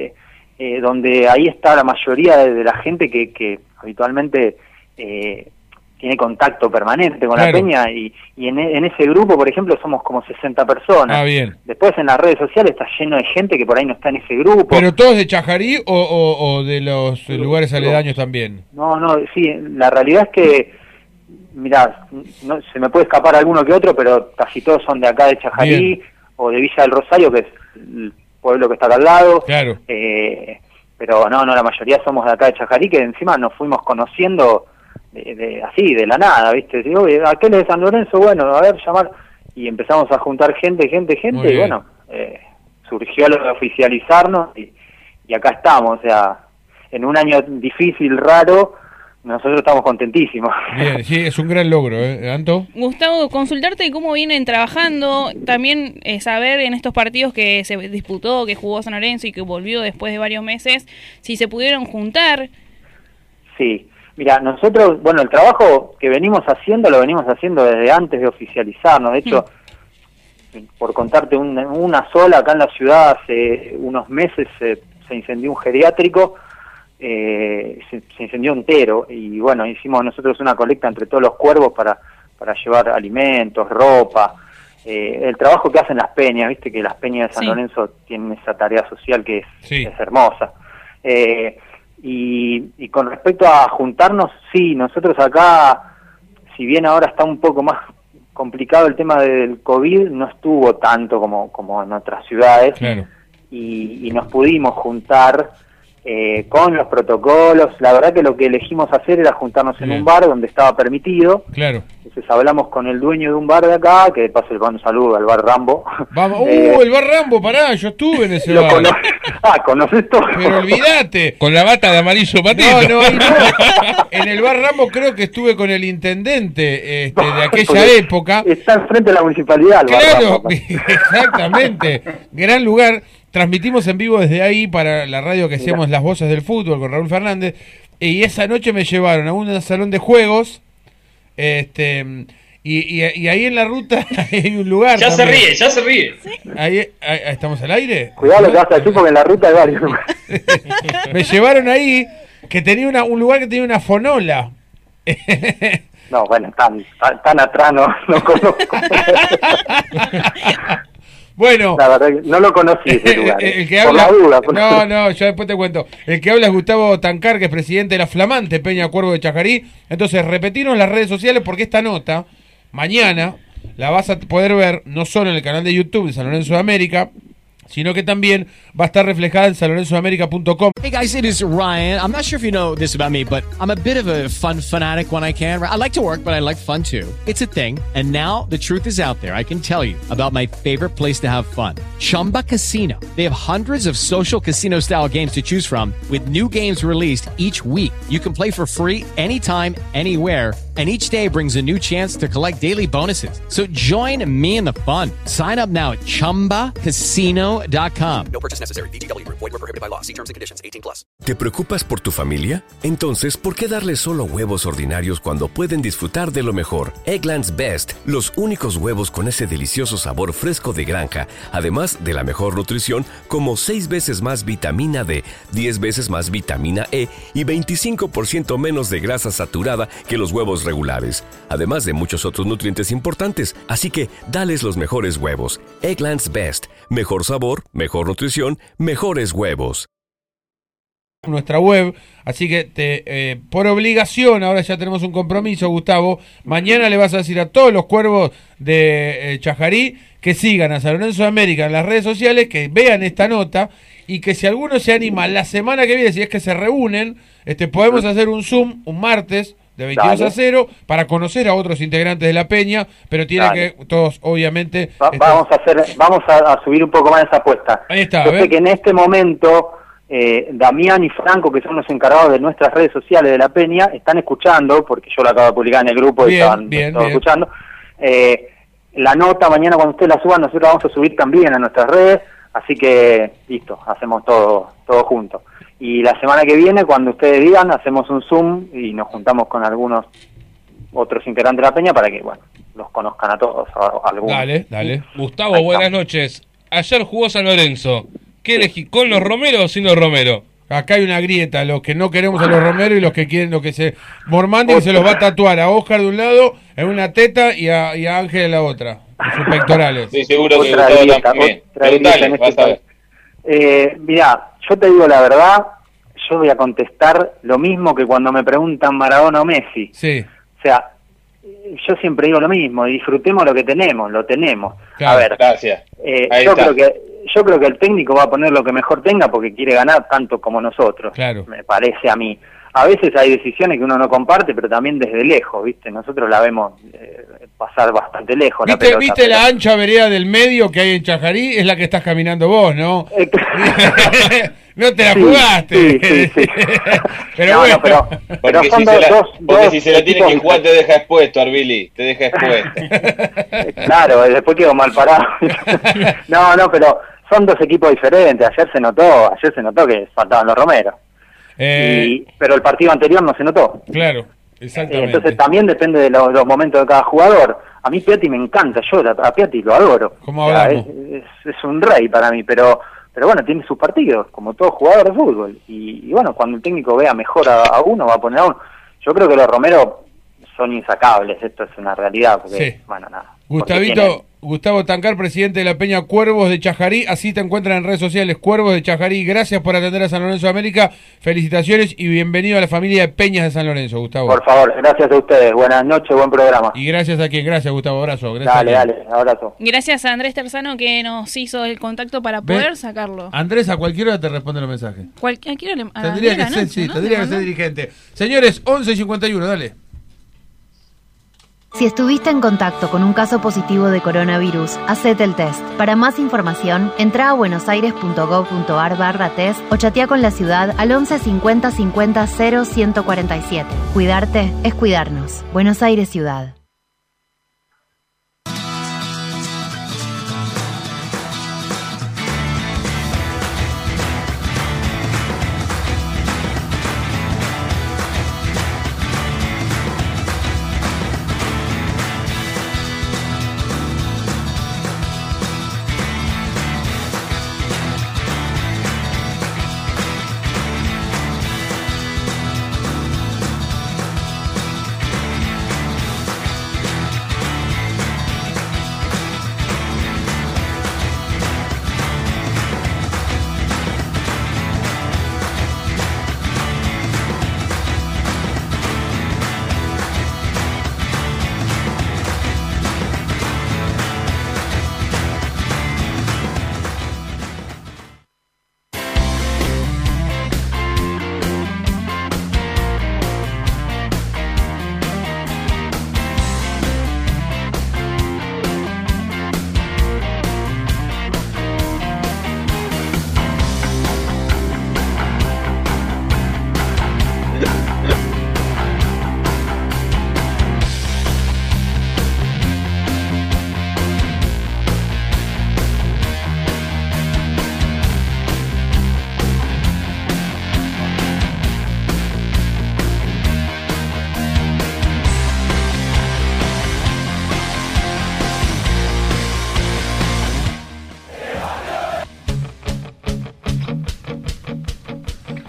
donde ahí está la mayoría de la gente que habitualmente tiene contacto permanente con la peña, y en ese grupo, por ejemplo, somos como 60 personas. Ah, bien. Después en las redes sociales está lleno de gente que por ahí no está en ese grupo. ¿Pero todos de Chajarí o de los lugares aledaños también? No, sí, la realidad es que, mirá, no, se me puede escapar alguno que otro, pero casi todos son de acá de Chajarí, bien, o de Villa del Rosario, que es el pueblo que está acá al lado. Claro. Pero no, la mayoría somos de acá de Chajarí, que encima nos fuimos conociendo así, de la nada, ¿viste? Digo, aquel es de San Lorenzo, bueno, a ver, llamar. Y empezamos a juntar gente, y bueno, surgió lo de oficializarnos, y acá estamos, o sea, en un año difícil, raro, nosotros estamos contentísimos. Bien, sí, es un gran logro, Anto. Gustavo, consultarte cómo vienen trabajando, también saber en estos partidos que se disputó, que jugó San Lorenzo y que volvió después de varios meses, si se pudieron juntar. Sí. Mira, nosotros, bueno, el trabajo que venimos haciendo, lo venimos haciendo desde antes de oficializarnos. De hecho, por contarte una sola, acá en la ciudad hace unos meses se incendió un geriátrico, se incendió entero, y bueno, hicimos nosotros una colecta entre todos los cuervos para llevar alimentos, ropa, el trabajo que hacen las peñas, viste que las peñas de San Lorenzo tienen esa tarea social que es hermosa. Y con respecto a juntarnos, sí, nosotros acá, si bien ahora está un poco más complicado el tema del COVID, no estuvo tanto como en otras ciudades, claro, y nos pudimos juntar con los protocolos. La verdad que lo que elegimos hacer era juntarnos en un bar donde estaba permitido. Claro. Entonces hablamos con el dueño de un bar de acá, que de paso le mando un saludo al bar Rambo. Vamos, el bar Rambo, pará, yo estuve en ese bar. ¿Conoces todo? Pero olvídate. Con la bata de amarillo patito. No. En el bar Rambo creo que estuve con el intendente de aquella época. Está enfrente de la municipalidad, el claro, bar Rambo. Exactamente. Gran lugar. Transmitimos en vivo desde ahí para la radio que hacíamos Las Voces del Fútbol con Raúl Fernández. Y esa noche me llevaron a un salón de juegos. Y ahí en la ruta hay un lugar. Ya también. Ya se ríe. Ahí ¿estamos al aire? Cuidado lo que vas a decir porque en la ruta hay varios lugares. Me llevaron ahí, que tenía un lugar que tenía una fonola. No, bueno, tan atrás no conozco. Bueno, la verdad que no lo conocí ese lugar. El que habla, no, yo después te cuento. El que habla es Gustavo Tancar, que es presidente de la flamante Peña Cuervo de Chajarí. Entonces, repetirnos las redes sociales porque esta nota, mañana, la vas a poder ver no solo en el canal de YouTube de San Lorenzo de América, sino que también va a estar reflejada en sanlorenzoamerica.com. Hey guys, it is Ryan. I'm not sure if you know this about me, but I'm a bit of a fun fanatic when I can. I like to work, but I like fun too. It's a thing. And now the truth is out there. I can tell you about my favorite place to have fun. Chumba Casino. They have hundreds of social casino style games to choose from with new games released each week. You can play for free anytime, anywhere. And each day brings a new chance to collect daily bonuses. So join me in the fun. Sign up now at ChumbaCasino.com. No purchase necessary. VGW Group. Void where prohibited by law. See terms and conditions. 18+. ¿Te preocupas por tu familia? Entonces, ¿por qué darles solo huevos ordinarios cuando pueden disfrutar de lo mejor? Eggland's Best, los únicos huevos con ese delicioso sabor fresco de granja, además de la mejor nutrición, como 6 veces más vitamina D, 10 veces más vitamina E y 25% menos de grasa saturada que los huevos regulares, además de muchos otros nutrientes importantes. Así que, dales los mejores huevos. Eggland's Best. Mejor sabor, mejor nutrición, mejores huevos. Nuestra web, así que por obligación, ahora ya tenemos un compromiso, Gustavo, mañana le vas a decir a todos los cuervos de Chajarí que sigan a San Lorenzo de América en las redes sociales, que vean esta nota y que si alguno se anima la semana que viene, si es que se reúnen, podemos hacer un Zoom un martes de 22 a 0 para conocer a otros integrantes de la Peña, pero tiene que todos obviamente vamos a subir un poco más esa apuesta. Ahí está, yo sé que en este momento Damián y Franco, que son los encargados de nuestras redes sociales de la Peña, están escuchando, porque yo lo acabo de publicar en el grupo y estaban escuchando. La nota mañana cuando ustedes la suban, nosotros la vamos a subir también a nuestras redes, así que listo, hacemos todo juntos. Y la semana que viene, cuando ustedes digan, hacemos un Zoom y nos juntamos con algunos otros integrantes de la Peña para que, los conozcan a todos. Dale. Gustavo, buenas noches. Ayer jugó San Lorenzo. ¿Qué elegí? ¿Con los Romero o sin los Romero? Acá hay una grieta, los que no queremos a los Romero y los que quieren, Mormandi se los va a tatuar a Oscar de un lado en una teta y a Ángel en la otra, en sus pectorales. Sí, seguro que Gustavo también. Preguntale, vas a ver. Mirá, yo te digo la verdad, yo voy a contestar lo mismo que cuando me preguntan Maradona o Messi. Sí. O sea, yo siempre digo lo mismo, disfrutemos lo que tenemos, lo tenemos. Claro, a ver, gracias. Yo creo que el técnico va a poner lo que mejor tenga porque quiere ganar tanto como nosotros, claro. Me parece a mí. A veces hay decisiones que uno no comparte, pero también desde lejos, ¿viste? Nosotros la vemos pasar bastante lejos. ¿Viste la ancha vereda del medio que hay en Chajarí? Es la que estás caminando vos, ¿no? No te la jugaste. Sí. Pero bueno. Pero son porque si se la tiene que jugar te deja expuesto, Arbili. Te deja expuesto. Claro, después quedo mal parado. No, pero son dos equipos diferentes. Ayer se notó que faltaban los Romero. Pero el partido anterior no se notó. Claro, exactamente. Entonces también depende de los momentos de cada jugador. A mí Piatti me encanta, yo a Piatti lo adoro. ¿Cómo hablamos? Es un rey para mí, pero bueno, tiene sus partidos, como todo jugador de fútbol. Y bueno, cuando el técnico vea mejor a uno, va a poner a uno. Yo creo que los Romero son insacables, esto es una realidad. Porque, nada. Gustavo Tancar, presidente de la Peña Cuervos de Chajarí, así te encuentran en redes sociales, Cuervos de Chajarí. Gracias por atender a San Lorenzo de América, felicitaciones y bienvenido a la familia de Peñas de San Lorenzo, Gustavo. Por favor, gracias a ustedes, buenas noches, buen programa. Y gracias a quien, gracias Gustavo, abrazo. Gracias dale, abrazo. Gracias a Andrés Terzano que nos hizo el contacto para poder sacarlo. Andrés, a cualquier hora te responde los mensajes. Tendría que ser dirigente. Señores, 11:51, dale. Si estuviste en contacto con un caso positivo de coronavirus, hacete el test. Para más información, entra a buenosaires.gov.ar/test o chatea con la ciudad al 11 50 50 0 147. Cuidarte es cuidarnos. Buenos Aires Ciudad.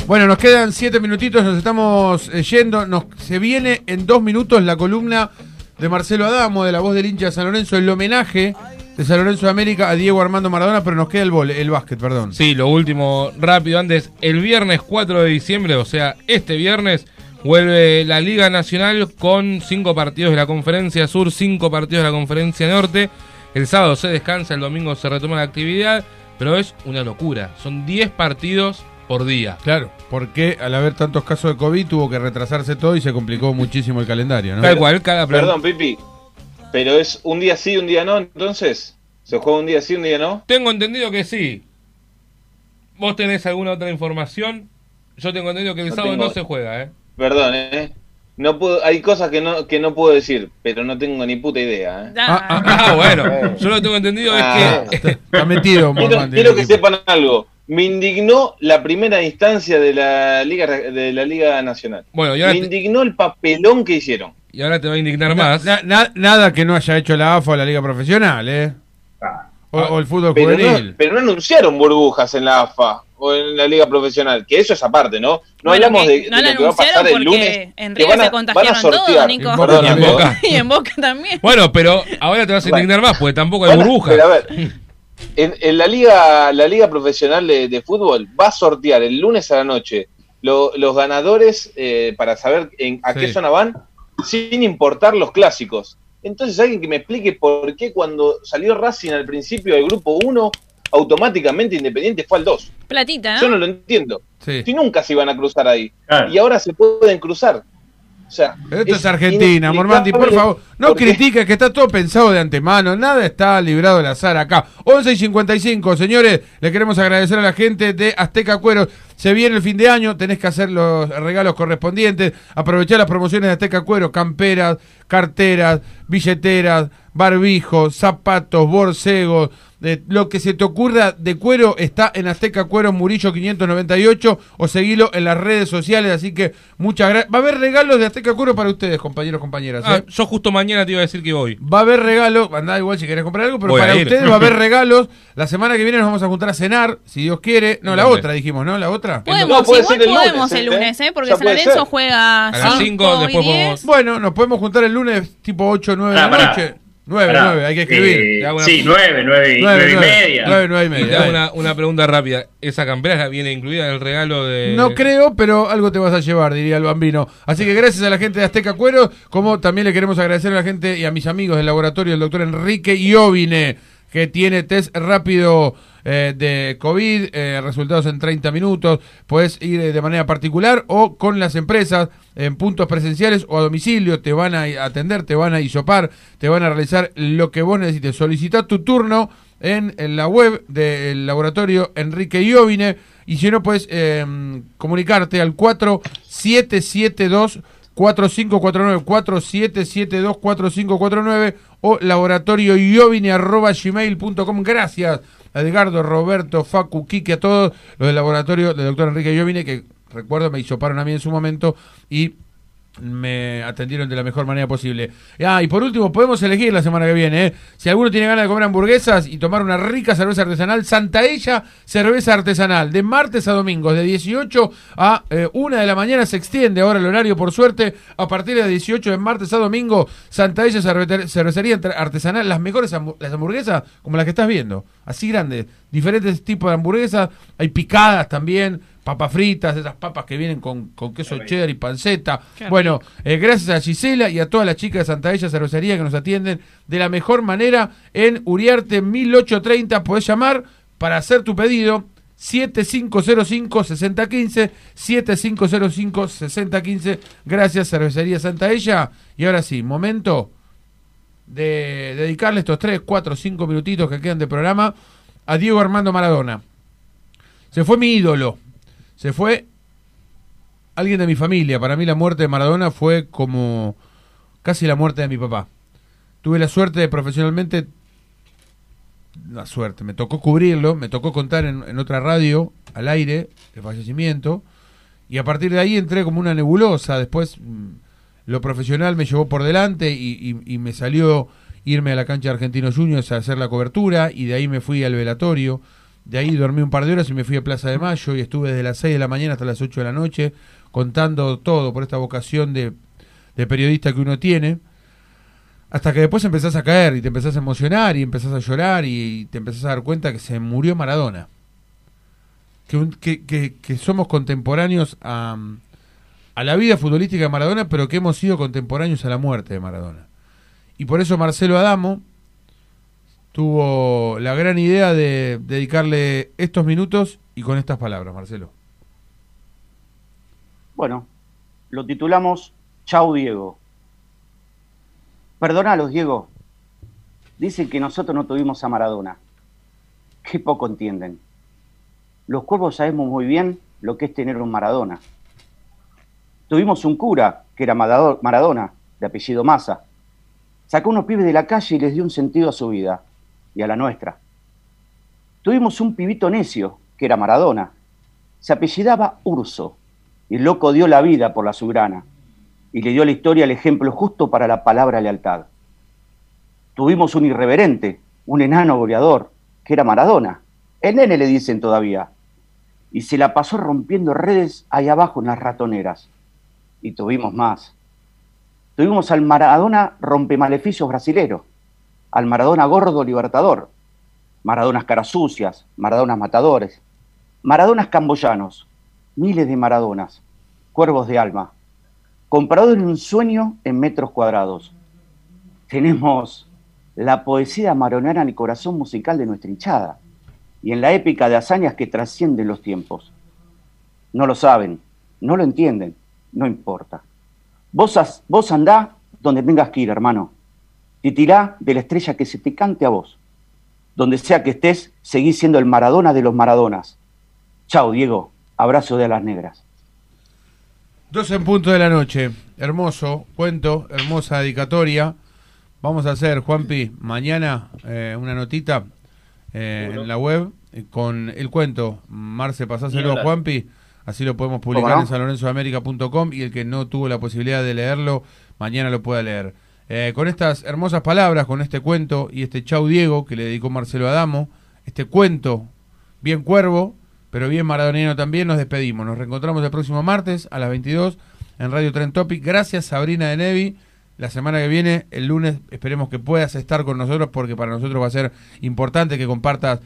Bueno, nos quedan 7 minutitos, nos estamos yendo. Se viene en 2 minutos la columna de Marcelo Adamo, de La Voz del Hincha de San Lorenzo, el homenaje de San Lorenzo de América a Diego Armando Maradona, pero nos queda el básquet, perdón. Sí, lo último, rápido, antes, el viernes 4 de diciembre, o sea, este viernes, vuelve la Liga Nacional con 5 partidos de la Conferencia Sur, 5 partidos de la Conferencia Norte. El sábado se descansa, el domingo se retoma la actividad, pero es una locura, son 10 partidos por día. Claro, porque al haber tantos casos de COVID tuvo que retrasarse todo y se complicó muchísimo el calendario, ¿no? Tal cual, Perdón, Pipi, pero es un día sí, un día no, entonces, ¿se juega un día sí, un día no? Tengo entendido que sí. ¿Vos tenés alguna otra información? Yo tengo entendido que el sábado no se juega, Perdón, no puedo, hay cosas que no puedo decir, pero no tengo ni puta idea, bueno, yo lo tengo entendido es que está metido. Quiero que sepan algo. Me indignó la primera instancia de la Liga Nacional. Bueno, me indignó el papelón que hicieron. Y ahora te va a indignar más. Nada que no haya hecho la AFA o la Liga Profesional, o el fútbol juvenil. Pero no anunciaron burbujas en la AFA o en la Liga Profesional, que eso es aparte, ¿no? No hablamos de lo que va a pasar el lunes. En River se contagiaron todos, Nico. Y en Boca. Y en Boca también. Bueno, pero ahora te vas a indignar más, porque tampoco hay burbujas. Pero a ver, en la Liga Profesional de fútbol va a sortear el lunes a la noche los ganadores para saber a qué zona van, sin importar los clásicos. Entonces, alguien que me explique por qué cuando salió Racing al principio del grupo 1, automáticamente Independiente fue al 2. Platita, ¿no? Yo no lo entiendo. Sí. Si nunca se iban a cruzar ahí. Claro. Y ahora se pueden cruzar. O sea, esto es Argentina, Mormanti, por favor, no critiques, que está todo pensado de antemano, nada está librado al azar acá. 11:55, señores, le queremos agradecer a la gente de Azteca Cueros. Se viene el fin de año, tenés que hacer los regalos correspondientes, aprovechar las promociones de Azteca Cueros, camperas, carteras, billeteras, barbijos, zapatos, borcegos, lo que se te ocurra de cuero está en Azteca Cueros Murillo 598, o seguilo en las redes sociales, así que muchas gracias. Va a haber regalos de Azteca Cueros para ustedes, compañeros, compañeras. Yo justo mañana te iba a decir que voy. Va a haber regalos, andá igual si querés comprar algo, pero voy para ustedes va a haber regalos. La semana que viene nos vamos a juntar a cenar, si Dios quiere. No, la otra dijimos, ¿no? La otra. Podemos, igual podemos el lunes, porque San Lorenzo juega a las 5, después podemos... Bueno, nos podemos juntar el lunes tipo 8, 9 de la noche. 9, hay que escribir. Sí, 9 y media. 9 y media. Te hago una pregunta rápida. ¿Esa campera viene incluida en el regalo de...? No creo, pero algo te vas a llevar, diría el Bambino. Así que gracias a la gente de Azteca Cueros, como también le queremos agradecer a la gente y a mis amigos del laboratorio del doctor Enrique Iovine, que tiene test rápido de COVID, resultados en 30 minutos. Puedes ir de manera particular o con las empresas en puntos presenciales o a domicilio. Te van a atender, te van a hisopar, te van a realizar lo que vos necesites. Solicita tu turno en la web del laboratorio Enrique Iovine, y si no puedes comunicarte al 4772 4549 4772 4549 o laboratorioiovine@gmail.com. Gracias a Edgardo, Roberto, Facu, Quique, a todos los del laboratorio del doctor Enrique Iovine, que recuerdo me hisoparon a mí en su momento y me atendieron de la mejor manera posible. Y por último, podemos elegir la semana que viene, si alguno tiene ganas de comer hamburguesas y tomar una rica cerveza artesanal, Santa Ella Cerveza Artesanal, de martes a domingos, de 18 a 1 de la mañana. Se extiende ahora el horario, por suerte, a partir de 18 de martes a domingo. Santa Ella Cervecería Artesanal, las mejores las hamburguesas, como las que estás viendo, así grandes, diferentes tipos de hamburguesas, hay picadas también, papas fritas, esas papas que vienen con queso cheddar y panceta. Bueno, gracias a Gisela y a todas las chicas de Santa Ella Cervecería que nos atienden de la mejor manera en Uriarte 1830. Podés llamar para hacer tu pedido 7505-6015, 7505-6015. Gracias, Cervecería Santa Ella. Y ahora sí, momento de dedicarle estos 3, 4, 5 minutitos que quedan de programa a Diego Armando Maradona. Se fue mi ídolo. Se fue alguien de mi familia. Para mí la muerte de Maradona fue como casi la muerte de mi papá. Tuve la suerte de profesionalmente... La suerte, me tocó cubrirlo, me tocó contar en otra radio, al aire, el fallecimiento. Y a partir de ahí entré como una nebulosa. Después lo profesional me llevó por delante y me salió irme a la cancha de Argentinos Juniors a hacer la cobertura. Y de ahí me fui al velatorio de ahí dormí un par de horas y me fui a Plaza de Mayo y estuve desde las 6 de la mañana hasta las 8 de la noche contando todo por esta vocación de periodista que uno tiene, hasta que después empezás a caer y te empezás a emocionar y empezás a llorar y te empezás a dar cuenta que se murió Maradona, que somos contemporáneos a la vida futbolística de Maradona, pero que hemos sido contemporáneos a la muerte de Maradona. Y por eso Marcelo Adamo tuvo la gran idea de dedicarle estos minutos y con estas palabras. Marcelo. Bueno, lo titulamos Chau Diego. Perdonalos, Diego. Dicen que nosotros no tuvimos a Maradona. Qué poco entienden. Los cuervos sabemos muy bien lo que es tener un Maradona. Tuvimos un cura que era Maradona, de apellido Massa. Sacó unos pibes de la calle y les dio un sentido a su vida y a la nuestra. Tuvimos un pibito necio que era Maradona. Se apellidaba Urso y el loco dio la vida por la azulgrana y le dio a la historia el ejemplo justo para la palabra lealtad. Tuvimos un irreverente, un enano goleador, que era Maradona. El nene le dicen todavía. Y se la pasó rompiendo redes ahí abajo en las ratoneras. Y tuvimos más. Tuvimos al Maradona rompemaleficios brasilero, al Maradona gordo libertador, Maradonas caras sucias, Maradonas matadores, Maradonas camboyanos, miles de Maradonas, cuervos de alma, compradores de un sueño en metros cuadrados. Tenemos la poesía maradoniana en el corazón musical de nuestra hinchada y en la épica de hazañas que trascienden los tiempos. No lo saben, no lo entienden, no importa. Vos andá donde tengas que ir, hermano. Titirá de la estrella que se te cante a vos. Donde sea que estés, seguís siendo el Maradona de los Maradonas. Chau, Diego. Abrazo de alas negras. 12 en punto de la noche. Hermoso cuento, hermosa dedicatoria. Vamos a hacer, Juanpi, mañana una notita en la web con el cuento. Marce, pasáselo, Juanpi. Así lo podemos publicar en sanlorenzoamerica.com y el que no tuvo la posibilidad de leerlo, mañana lo pueda leer. Con estas hermosas palabras, con este cuento y este Chau Diego que le dedicó Marcelo Adamo, este cuento bien cuervo, pero bien maradoniano también, nos despedimos. Nos reencontramos el próximo martes a las 22 en Radio Trend Topic. Gracias, Sabrina de Nevi. La semana que viene, el lunes, esperemos que puedas estar con nosotros porque para nosotros va a ser importante que compartas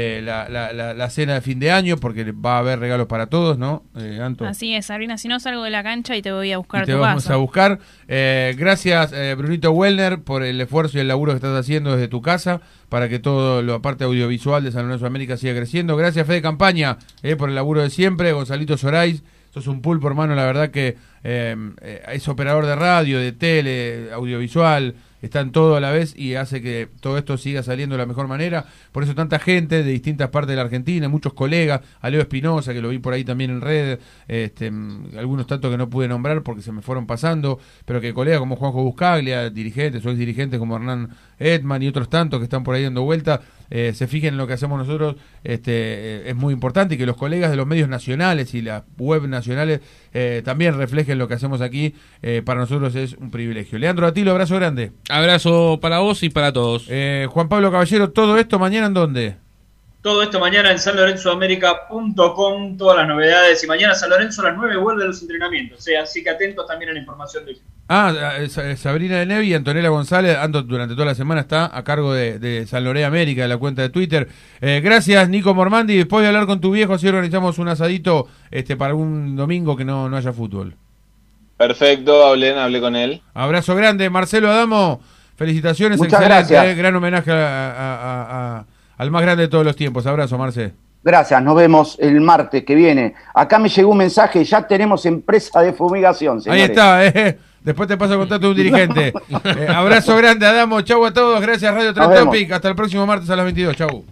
la cena de fin de año porque va a haber regalos para todos, ¿no, Anto? Así es, Sabrina, si no salgo de la cancha y te voy a buscar a tu casa. Te vamos a buscar. Gracias, Brunito Wellner, por el esfuerzo y el laburo que estás haciendo desde tu casa para que todo lo parte audiovisual de San Lorenzo de América siga creciendo. Gracias, Fede Campaña, por el laburo de siempre. Gonzalito Sorais, sos un pulpo, hermano, la verdad que es operador de radio, de tele, audiovisual, está en todo a la vez y hace que todo esto siga saliendo de la mejor manera. Por eso tanta gente de distintas partes de la Argentina, muchos colegas, a Leo Espinosa, que lo vi por ahí también en redes, algunos tantos que no pude nombrar porque se me fueron pasando, pero que colegas como Juanjo Buscaglia, dirigentes o ex dirigentes como Hernán Edman y otros tantos que están por ahí dando vuelta, se fijen en lo que hacemos nosotros, es muy importante y que los colegas de los medios nacionales y las web nacionales también reflejen lo que hacemos aquí. Para nosotros es un privilegio. Leandro Atilo, abrazo grande. Abrazo para vos y para todos. Juan Pablo Caballero, ¿todo esto mañana en dónde? Todo esto mañana en sanlorenzoamerica.com, todas las novedades. Y mañana San Lorenzo a las 9 vuelve a los entrenamientos. Así que atentos también a la información de Sabrina de Nevi y Antonella González, durante toda la semana está a cargo de San Lorenzo América, de la cuenta de Twitter. Gracias, Nico Mormandi. Después de hablar con tu viejo, si organizamos un asadito para un domingo que no haya fútbol. Perfecto, hablé con él. Abrazo grande, Marcelo Adamo. Felicitaciones, muchas excelente, gracias. Gran homenaje al más grande de todos los tiempos. Abrazo, Marce. Gracias, nos vemos el martes que viene. Acá me llegó un mensaje, ya tenemos empresa de fumigación, señores. Ahí está, Después te paso a contacto de un dirigente. Abrazo grande, Adamo. Chau a todos. Gracias, Radio Trend Topic. Hasta el próximo martes a las 22. Chau.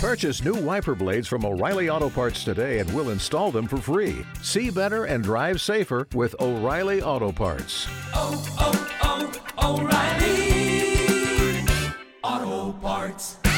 Purchase new wiper blades from O'Reilly Auto Parts today and we'll install them for free. See better and drive safer with O'Reilly Auto Parts. O'Reilly Auto Parts.